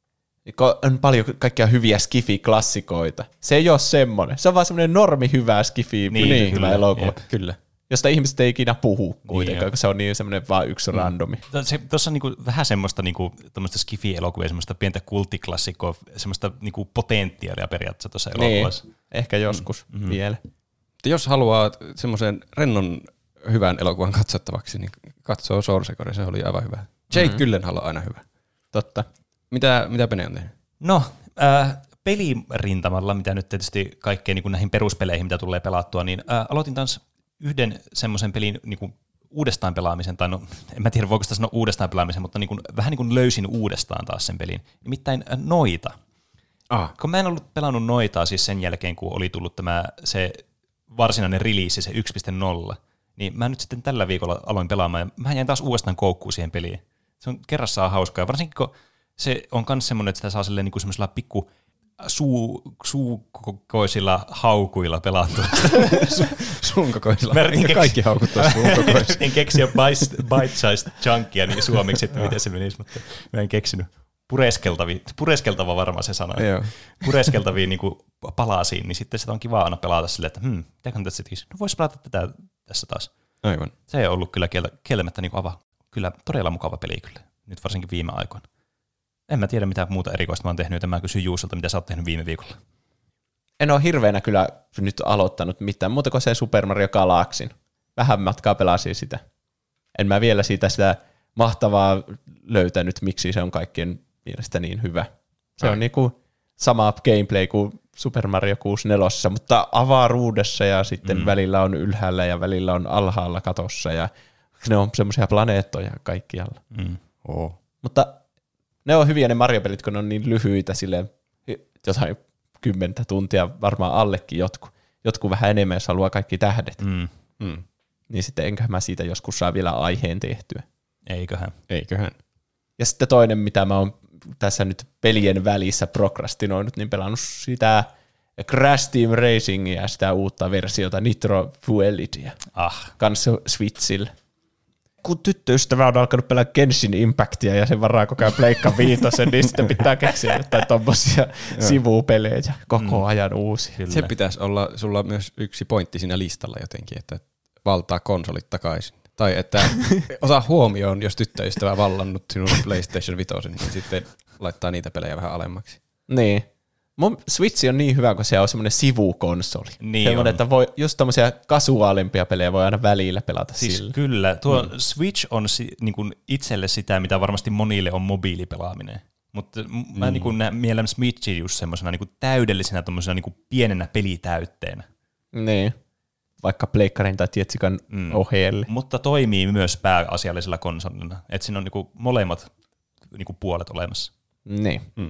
on paljon kaikkia hyviä skifi-klassikoita. Se ei ole semmoinen. Se on vaan semmoinen normi hyvä skifi niin, hyvä elokuva. Jep. Kyllä. Josta ihmiset ei ikinä puhu kuitenkaan, niin, kun se on niin semmoinen vaan yksi mm. randomi. Tuossa on niinku vähän semmoista niinku, skifi-elokuvia, semmoista pientä kulttiklassikkoa, semmoista niinku potentiaalia periaatteessa tuossa niin. elokuvassa. Ehkä joskus mm-hmm. vielä. Jos haluaa semmoisen rennon hyvän elokuvan katsottavaksi, niin katsoo Source Code, se oli aivan hyvä. Jake mm-hmm. Gyllenhaal on aina hyvä. Totta. Mitä, mitä Pene on tehnyt? No, äh, pelirintamalla, mitä nyt tietysti kaikkeen niin näihin peruspeleihin, mitä tulee pelattua, niin äh, aloitin taas yhden semmoisen pelin niin kuin uudestaan pelaamisen, tai no en mä tiedä voiko sitä sanoa uudestaan pelaamisen, mutta niin kuin, vähän niin kuin löysin uudestaan taas sen pelin. Nimittäin Noita. Ah. Kun mä en ollut pelannut Noitaa siis sen jälkeen, kun oli tullut tämä se varsinainen release, se yksi piste nolla, niin mä nyt sitten tällä viikolla aloin pelaamaan, ja mä jäin taas uudestaan koukkuun siihen peliin. Se on kerrassaan hauskaa, ja varsinkin kun se on myös semmoinen, että sitä saa silleen niin kuin semmoisella pikku suu, suukokoisilla haukuilla pelattua. Sun kokoisilla. Mä yritin Kaikki haukuttaa sun kokoisilla. Yritin keksiä bite-sized chunkia niin suomeksi, että miten se menisi, mutta mä en keksinyt. Pureskeltavia, pureskeltava varmaan se sana. Joo. Pureskeltavia niin palasiin, niin sitten sitä on kiva aina pelata silleen, että hmm, mitäköhän tässä tekisi? No vois pelata tätä tässä taas. Aivan. Se on ollut kyllä kieltämättä niin ava. Kyllä todella mukava peli kyllä, nyt varsinkin viime aikoina. En mä tiedä, mitä muuta erikoista mä oon tehnyt, joten mä kysyn Juusolta, mitä sä oot tehnyt viime viikolla. En ole hirveänä kyllä nyt aloittanut mitään, muuta kuin se Super Mario Galaxin. Vähän matkaa pelasin sitä. En mä vielä siitä sitä mahtavaa löytänyt, miksi se on kaikkien mielestä niin hyvä. Se Ai. on niinku sama gameplay kuin Super Mario kuusikymmentäneljä, mutta avaruudessa ja sitten mm. välillä on ylhäällä ja välillä on alhaalla katossa ja ne on semmoisia planeettoja kaikkialla. Mm. Oh. Mutta ne on hyviä ne Mario-pelit, kun ne on niin lyhyitä, silleen jotain kymmentä tuntia, varmaan allekin jotkut. Jotkut vähän enemmän, jos haluaa kaikki tähdet. Mm. Mm. Niin sitten enköhän mä siitä joskus saa vielä aiheen tehtyä. Eiköhän. Eiköhän. Ja sitten toinen, mitä mä oon tässä nyt pelien välissä prokrastinoinut, niin pelannut sitä Crash Team Racingia ja sitä uutta versiota Nitro Fuelidia. Ah. Kanssa Switchillä. Kun tyttöystävä on alkanut pelaa Genshin Impactia ja sen varaa koko ajan Pleikka viitosen, niin sitten pitää keksiä jotain tommosia sivupelejä koko ajan uusia. Kyllä. Se pitäisi olla sulla myös yksi pointti siinä listalla jotenkin, että valtaa konsolit takaisin. Tai että osaa huomioon, jos tyttöystävä vallannut sinun PlayStation viisi, niin sitten laittaa niitä pelejä vähän alemmaksi. Niin. Mun Switch on niin hyvä, kun se on semmoinen sivukonsoli. Niin semmoinen, on. että voi, just tommosia kasuaalimpia pelejä voi aina välillä pelata Siis sillä. kyllä, tuo mm. Switch on si, niin kuin itselle sitä, mitä varmasti monille on mobiilipelaaminen. Mutta mm. mä niin kuin mielen Switchin just semmoisena niin kuin täydellisenä tommosena niin kuin pienenä pelitäytteenä. Niin. Vaikka pleikkarin tai tietsikan mm. ohjeelle. Mutta toimii myös pääasiallisella konsolina. Että siinä on niin kuin molemmat niin kuin puolet olemassa. Niin. Mm.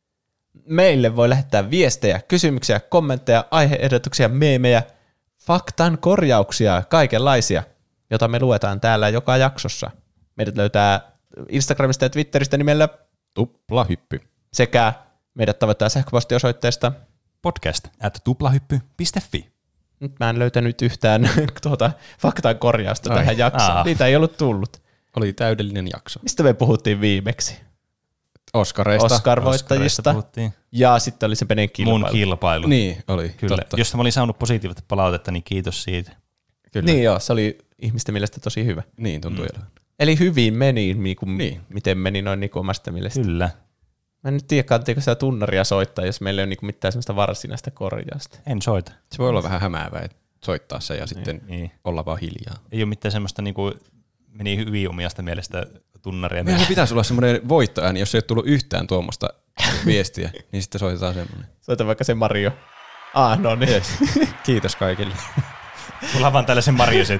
Meille voi lähettää viestejä, kysymyksiä, kommentteja, aihe-ehdotuksia, meemejä, faktan korjauksia, kaikenlaisia, jota me luetaan täällä joka jaksossa. Meidät löytää Instagramista ja Twitteristä nimellä Tuplahyppy. Sekä meidät tavoittaa sähköpostiosoitteesta podcast at tuplahyppy piste fi. Nyt mä en löytänyt yhtään tuota faktan korjausta Ai. tähän jaksoon. Aa. Niitä ei ollut tullut. Oli täydellinen jakso. Mistä me puhuttiin viimeksi? Oskareista. Oscar-voittajista. puhuttiin. Ja sitten oli se Penen kilpailu. Mun kilpailu. Niin, oli. Kyllä. Totta. Jos mä olin saanut positiivista palautetta, niin kiitos siitä. Kyllä. Niin joo, se oli ihmisten mielestä tosi hyvä. Niin tuntui Mm. elämään. Eli hyvin meni, niin kuin, Niin. miten meni noin niin kuin omasta mielestä. Kyllä. Mä en nyt tiedä, kannattaako sitä tunnaria soittaa, jos meillä ei ole niin kuin mitään sellaista varsinaista korjausta. En soita. Se voi olla vähän hämäävää, että soittaa se ja sitten Niin. olla vaan hiljaa. Ei ole mitään semmoista, niin kuin, meni hyvin omasta mielestä tunnaria. Meillä pitäisi olla semmoinen voittoääni, jos ei ole tullut yhtään tuommoista viestiä, niin sitten soitetaan semmoinen. Soita vaikka se Mario. Ah, no niin. Yes. Kiitos kaikille. Mulla on vaan tällaisen Mario se.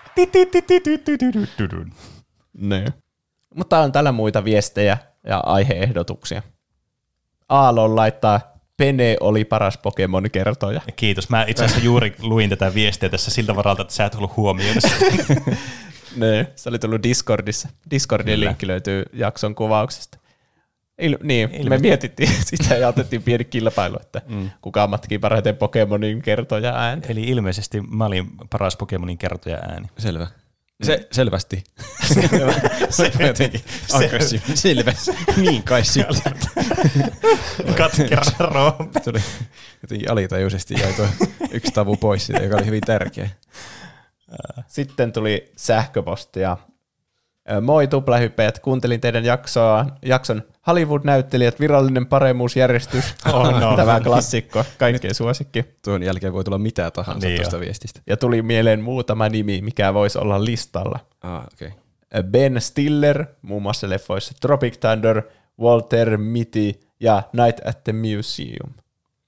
Ne. Mutta on täällä muita viestejä ja aihe-ehdotuksia. Aallon laittaa Pene oli paras Pokemon-kertoja. Kiitos. Mä itse asiassa juuri luin tätä viestiä tässä siltä varalta, että sä et ollut huomioida sitä. Ne, se oli tullut Discordissa. Discordin Kyllä. linkki löytyy jakson kuvauksesta. Il, niin, Ilmeisesti. me mietittiin sitä ja otettiin pieni kilpailu, että mm. kuka matkii parhaiten Pokemonin kertoja ääntä. Eli ilmeisesti mä olin paras Pokemonin kertoja ääni. Selvä. Se, selvästi. Se on jotenkin aggressiivinen. Selvä. Niin kai sitten. Katkera roompi. Se oli jotenkin alitajuisesti jäi tuo yksi tavu pois siitä, joka oli hyvin tärkeä. Sitten tuli sähköpostia. Moi tuplahyppäjät, kuuntelin teidän jaksoa, jakson Hollywood-näyttelijät, virallinen paremmuusjärjestys. Oh no. Tämä klassikko, kaikkein suosikki. Tuon jälkeen voi tulla mitä tahansa Niin tuosta jo. viestistä. Ja tuli mieleen muutama nimi, mikä voisi olla listalla. Ah, okei. Okay. Ben Stiller, muun muassa leffoissa Tropic Thunder, Walter Mitty ja Night at the Museum.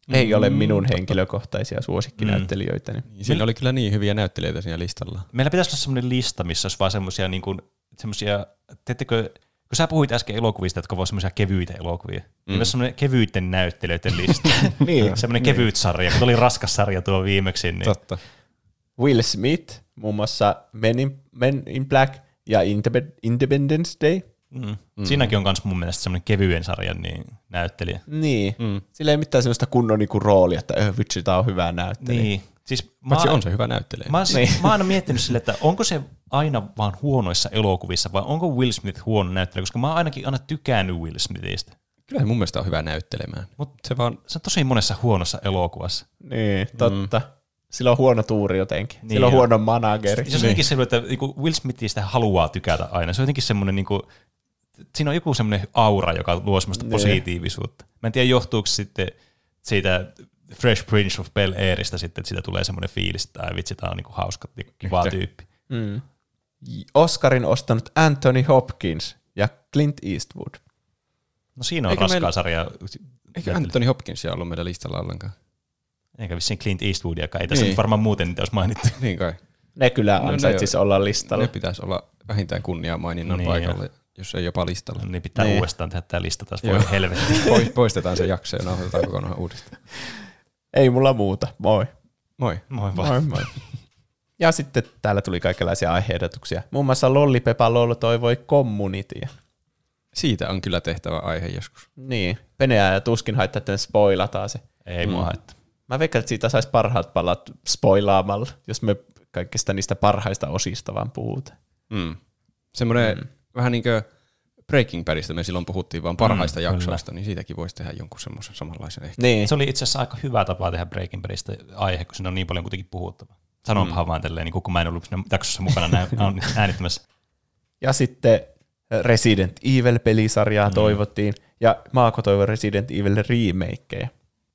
Ei ole minun henkilökohtaisia suosikkinäyttelijöitä. Mm. Siinä oli kyllä niin hyviä näyttelijöitä siinä listalla. Meillä pitäisi olla semmoinen lista, missä olisi vaan semmoisia, niin kuin, semmoisia, teettekö, kun sä puhuit äsken elokuvista, jotka ovat semmoisia kevyitä elokuvia, mm. niin myös semmoinen kevyiden näyttelijöiden lista. Niin. Semmoinen niin. kevyt sarja, kun oli raskas sarja tuo viimeksi. Niin. Totta. Will Smith, muun muassa Men in, Men in Black ja Independence Day. Mm. Mm. Siinäkin on myös mun mielestä semmoinen kevyen sarjan niin näyttelijä. Niin. Mm. Sillä ei mitään semmoista kunnon niinku roolia, että öh, vitsi, tää on hyvä näyttelijä. Niin. Siis Paitsi mä, on se hyvä näyttelijä. Mä, siis, niin. mä oon aina miettinyt sille, että onko se aina vaan huonoissa elokuvissa vai onko Will Smith huono näyttelijä, koska mä oon ainakin aina tykännyt Will Smithistä. Kyllä se mun mielestä on hyvä näyttelemään. Mutta se, vaan, se on tosi monessa huonossa elokuvassa. Niin, totta. Mm. Sillä on huono tuuri jotenkin. Niin Sillä on jo. huono manageri. Se on jotenkin niin. se, että Will Smithistä haluaa tykätä aina. Se on jotenkin semmoinen, niin kuin, siinä on joku semmoinen aura, joka luo semmoista niin. positiivisuutta. Mä en tiedä, johtuuko sitten siitä Fresh Prince of Bel-Airista sitten, että siitä tulee semmoinen fiilis, että ai vitsi, tää on niin kuin hauska, kiva tyyppi. Mm. Oscarin ostanut Anthony Hopkins ja Clint Eastwood. No siinä on Eikä raskaa meillä... sarja. Eikö Anthony Hopkinsia ollut meidän listalla ollenkaan? Eikä vissiin Clint Eastwoodia, ei tässä niin. varmaan muuten niitä olisi mainittu. Niin kai. Ne kyllä no, ansaitsisi olla listalla. Ne pitäisi olla vähintään kunniaa maininnan niin, paikalle, jos ei jopa listalla. No, niin pitää niin. uudestaan tehdä tämä lista taas, voi helvetti. Poistetaan se jakso ja nauhoitetaan kokonaan uudestaan. Ei mulla muuta, moi. Moi. Moi vaan. Moi, moi. Ja sitten täällä tuli kaikenlaisia aiheehdotuksia. Muun muassa Lollipepa Lol toivoi Communityä. Siitä on kyllä tehtävä aihe joskus. Niin, Peneä ja tuskin haittaa, että spoilataan se. Ei mm. mua haittaa. Mä veikkaan, että siitä saisi parhaat palat spoilaamalla, jos me kaikista niistä parhaista osista vaan puhutaan. Mm. Semmoinen mm. vähän niin kuin Breaking Badista me silloin puhuttiin vaan parhaista mm, jaksoista, kyllä. niin siitäkin voisi tehdä jonkun semmoisen samanlaisen ehkä. Niin. Se oli itse asiassa aika hyvä tapa tehdä Breaking Badista aihe, kun siinä on niin paljon kuitenkin puhuttavaa. Sanonpahan mm. vaan tälleen, niin kun mä en ollut siinä jaksossa mukana äänittämässä. Ja sitten Resident Evil-pelisarjaa mm. toivottiin, ja Maako toivoi Resident Evil remakeja.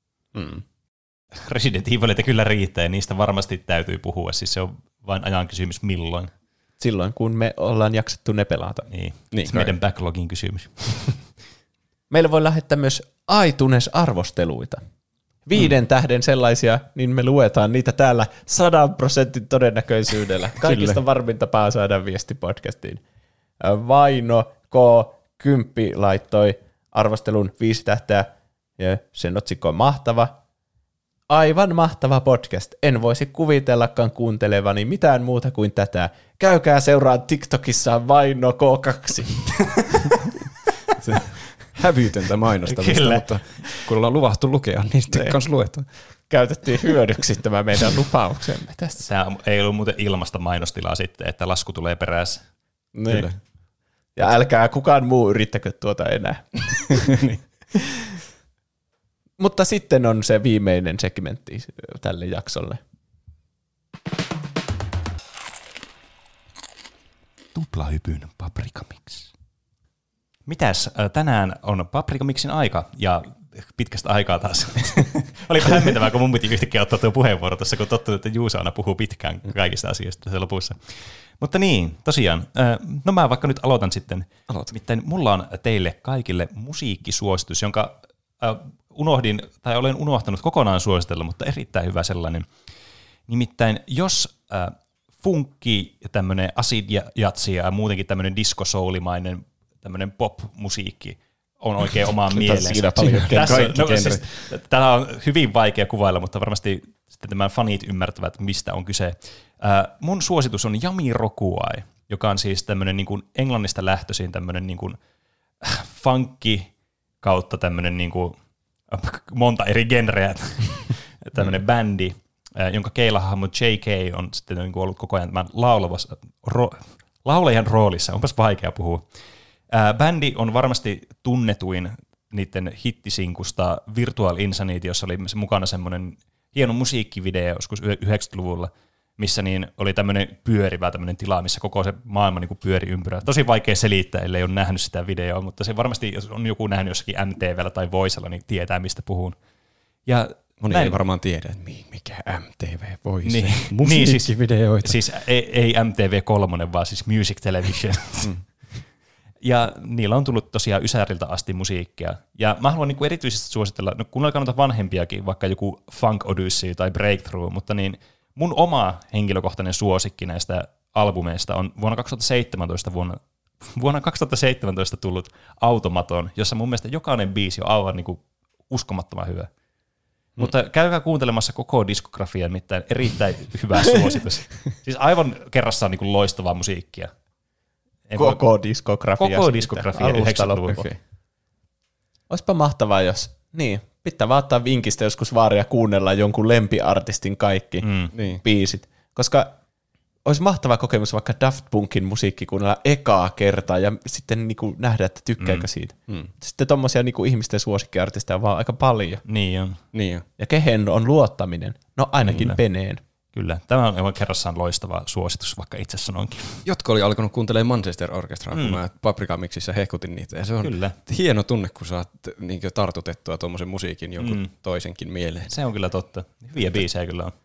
Mm. Resident Evilitä kyllä riittää, ja niistä varmasti täytyy puhua, siis se on vain ajan kysymys milloin. Silloin, kun me ollaan jaksettu ne pelata. Niin, niin se meidän backlogin kysymys. Meillä voi lähettää myös iTunes-arvosteluita. Viiden mm. tähden sellaisia, niin me luetaan niitä täällä sadan prosentin todennäköisyydellä. Kaikista varmin tapaa saada viesti podcastiin. Vaino K. Kymppi laittoi arvostelun viisi tähteä, ja sen otsikko on mahtava. Aivan mahtava podcast. En voisi kuvitellakaan kuuntelevani mitään muuta kuin tätä. Käykää seuraa TikTokissa Vaino K kaksi. Se hävytöntä mainostamista, mutta kun ollaan luvattu lukea, niin sitten kans luetaan. Käytettiin hyödyksi tämä meidän lupauksemme tässä. Tämä ei ollut muuten ilmasta mainostilaa sitten, että lasku tulee perässä. Niin. Ja älkää kukaan muu yrittäkö tuota enää. Niin. Mutta sitten on se viimeinen segmentti tälle jaksolle. Tuplahypyn paprikamix. Mitäs? Tänään on paprikamixin aika ja pitkästä aikaa taas. Olipa hämmentävää, kun mun piti yhtäkkiä ottaa tuo puheenvuoro tuossa, kun tottunut, että Juuso aina puhuu pitkään kaikista asioista tässä lopussa. Mutta niin, tosiaan. No mä vaikka nyt aloitan sitten. Aloita. Nimittäin mulla on teille kaikille musiikkisuositus, jonka unohdin, tai olen unohtanut kokonaan suositella, mutta erittäin hyvä sellainen. Nimittäin jos äh, funkki ja tämmöinen acid jatsi ja muutenkin tämmöinen disco-soulimainen tämmöinen pop-musiikki on oikein omaan mielensä. Tässä, no, siis, tämä on hyvin vaikea kuvailla, mutta varmasti sitten tämän fanit ymmärtävät, mistä on kyse. Äh, mun suositus on Jamiroquai, joka on siis tämmöinen niin kuin englannista lähtöisin tämmöinen niin kuin funkki kautta tämmöinen niin kuin monta eri genreä, tämmöinen bändi, jonka keilahahmo J K on sitten niin kuin ollut koko ajan tämän laulavassa, ro, laulajan roolissa, onpas vaikea puhua. Ää, bändi on varmasti tunnetuin niiden hittisinkusta Virtual Insanity, jossa oli mukana semmoinen hieno musiikkivideo joskus yhdeksänkymmentäluvulla, missä niin oli tämmöinen pyörivä tämmöinen tila, missä koko se maailma niin kuin pyöri ympyrää. Tosi vaikea selittää, ellei ole nähnyt sitä videoa, mutta se varmasti, jos on joku nähnyt jossakin M T V:llä tai Voicella, niin tietää, mistä puhun. Ja moni näin, ei varmaan tiedä, että mikä M T V Voice, niin, musiikkivideoita. Niin, siis, siis ei, ei M T V kolme, vaan siis Music Television. Mm. Ja niillä on tullut tosiaan Ysäriltä asti musiikkia. Ja mä haluan niinku erityisesti suositella, no kuunnelkaa noita vanhempiakin, vaikka joku Funk Odyssey tai Breakthrough, mutta niin mun oma henkilökohtainen suosikki näistä albumeista on vuonna kaksituhattaseitsemäntoista, vuonna, vuonna kaksituhattaseitsemäntoista tullut Automaton, jossa mun mielestä jokainen biisi on aivan niinku uskomattoman hyvä. Mm. Mutta käykää kuuntelemassa koko diskografia, mitään erittäin hyvä suositus. Siis aivan kerrassaan niinku loistavaa musiikkia. En Koko voi... diskografia. Koko diskografia yhdeksänkymmentäluvulta. Okay. Olisipa mahtavaa, jos... Niin, pitää vaan ottaa vinkistä joskus vaaria kuunnella jonkun lempiartistin kaikki Mm. niin. biisit. Koska olisi mahtava kokemus vaikka Daft Punkin musiikki kuunnella ekaa kertaa ja sitten niinku nähdä, että tykkääkö Mm. siitä. Mm. Sitten tommosia niinku ihmisten suosikkiartisteja on vaan aika paljon. Niin on. Niin on. Ja kehen on luottaminen? No ainakin Kyllä. Peneen. Kyllä. Tämä on aivan kerrassaan loistava suositus, vaikka itse sanonkin. Jotkut oli alkanut kuuntelemaan Manchester Orchestraa, mm. kun mä Paprika-miksissä hehkutin niitä. Ja se on Kyllä. hieno tunne, kun saat niin tartutettua tuommoisen musiikin jonkun mm. toisenkin mieleen. Se on kyllä totta. Hyviä biisejä kyllä on.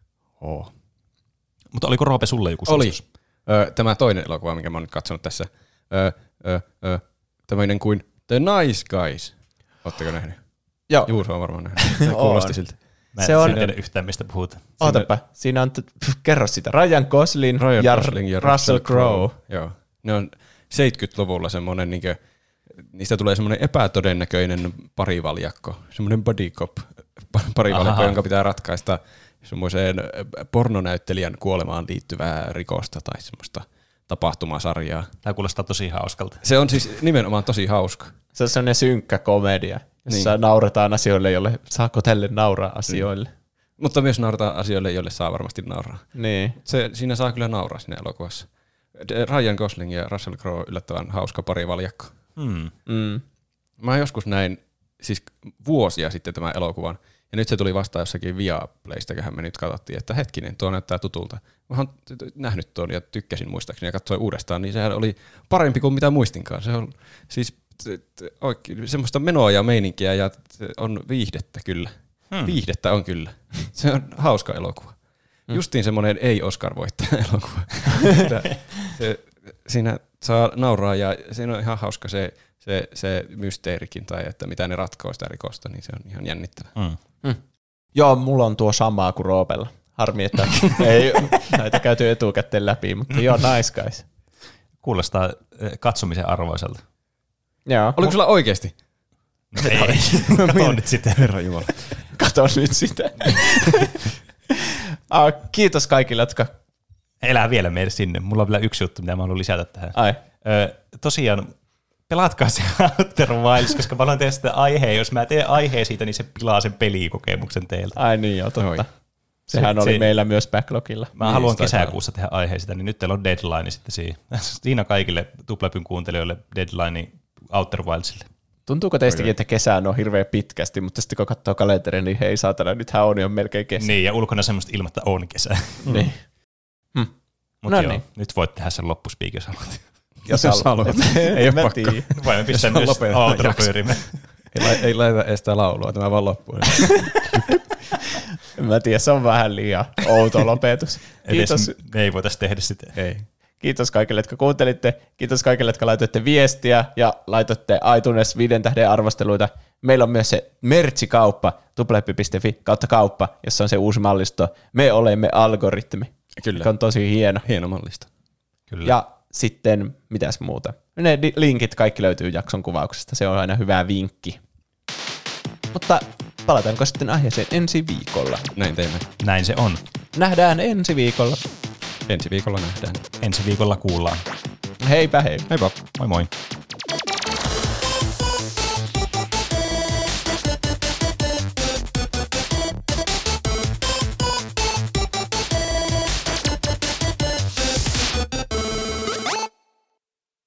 Oh. Mutta oliko Roope sulle joku Oli. suositus? Ö, tämä toinen elokuva, minkä mä oon nyt katsonut tässä. Ö, ö, ö, tämmöinen kuin The Nice Guys. Ootteko nähnyt? Joo. Juu, se on varmaan nähnyt. Se kuulosti siltä. Mä en Se on- tiedä yhtään, mistä puhutaan. Ootapa, siinä on, t- pff, kerro sitä, Ryan Gosling, Ryan ja, Gosling ja Russell Crowe. Joo. Ne on seitsemänkymmentäluvulla semmoinen, niinkö, niistä tulee semmoinen epätodennäköinen parivaljakko, semmoinen body cop parivaljakko, Aha. jonka pitää ratkaista semmoiseen pornonäyttelijän kuolemaan liittyvää rikosta tai semmoista tapahtumasarjaa. Tämä kuulostaa tosi hauskalta. Se on siis nimenomaan tosi hauska. Se on sellainen synkkä komedia, jossa niin. nauretaan asioille, jolle saako tälle nauraa asioille. Mutta myös naurataan asioille, joille saa varmasti nauraa. Niin. Se, siinä saa kyllä nauraa siinä elokuvassa. Ryan Gosling ja Russell Crowe yllättävän hauska parivaljakko. Hmm. Mm. Mä joskus näin siis vuosia sitten tämän elokuvan, ja nyt se tuli vasta jossakin Viaplaystäköhän me nyt katsottiin, että hetkinen, tuo näyttää tutulta. Mä oon nähnyt tuon ja tykkäsin muistaakseni ja katsoin uudestaan, niin sehän oli parempi kuin mitä muistinkaan. Se on siis t- t- oikein semmoista menoa ja meininkiä ja t- on viihdettä kyllä. Hmm. Viihdettä on kyllä. Se on hauska elokuva. Hmm. Justiin semmoinen ei-Oscar-voittaja elokuva. se, siinä saa nauraa ja siinä on ihan hauska se, se, se mysteerikin tai että mitä ne ratkoo sitä rikosta, niin se on ihan jännittävä. Hmm. Mm. Joo, mulla on tuo samaa kuin Roopella. Harmi, että ei näitä käyty etukäteen läpi, mutta joo, Nice Guys. Kuulostaa eh, katsomisen arvoiselta. Joo, Oliko sulla oikeasti? No ei, kato nyt sitten. Herran Jumala. kato nyt sitä. ah, kiitos kaikille, jotka... Elää vielä meille sinne. Mulla on vielä yksi juttu, mitä mä haluan lisätä tähän. Ai. Ö, tosiaan, pelatkaa se Outer Wilds, koska mä haluan tehdä sitä aiheen. Jos mä teen aiheen siitä, niin se pilaa sen pelikokemuksen teiltä. Ai niin, joo, totta. Oi. Sehän Se- oli se- meillä myös backlogilla. Mä Niin, haluan sitä taitaa kesäkuussa tehdä aiheen sitä, niin nyt teillä on deadline sitten siinä. Siinä kaikille Tuplapyn kuuntelijoille deadline Outer Wildsille. Tuntuuko teistäkin, että kesään on hirveän pitkästi, mutta sitten kun katsoo kalenterin, niin hei saatana, nythän on jo melkein kesä. Niin, ja ulkona semmoista ilmatta on kesä. Niin. Hm. Mutta No joo, niin. nyt voit tehdä sen loppuspiikin, jos haluat. Jos Jos haluat. Ei ole Mä pakko. tiedän. Voimme pistää Jos on myös lopeta outro jakso. pyörimään. Ei, la- ei laita edes sitä laulua, tämä vaan loppuu. Mä tiedän, se on vähän liian outo lopetus. Kiitos, Edes me ei voitaisiin tehdä sitä. Ei. kiitos kaikille, jotka kuuntelitte. Kiitos kaikille, jotka laitoitte viestiä ja laitoitte iTunes viiden tähden arvosteluita. Meillä on myös se merchikauppa, tuplahyppi piste fi kautta kauppa, jossa on se uusi mallisto. Me olemme algoritmi, Kyllä. joka on tosi hieno. Hieno mallista. Kyllä. Ja sitten, mitäs muuta? Ne di- linkit kaikki löytyy jakson kuvauksesta, se on aina hyvä vinkki. Mutta palataanko sitten aiheeseen ensi viikolla? Näin teemme. Näin se on. Nähdään ensi viikolla. Ensi viikolla nähdään. Ensi viikolla kuullaan. Heipä hei. Heippa. Moi moi.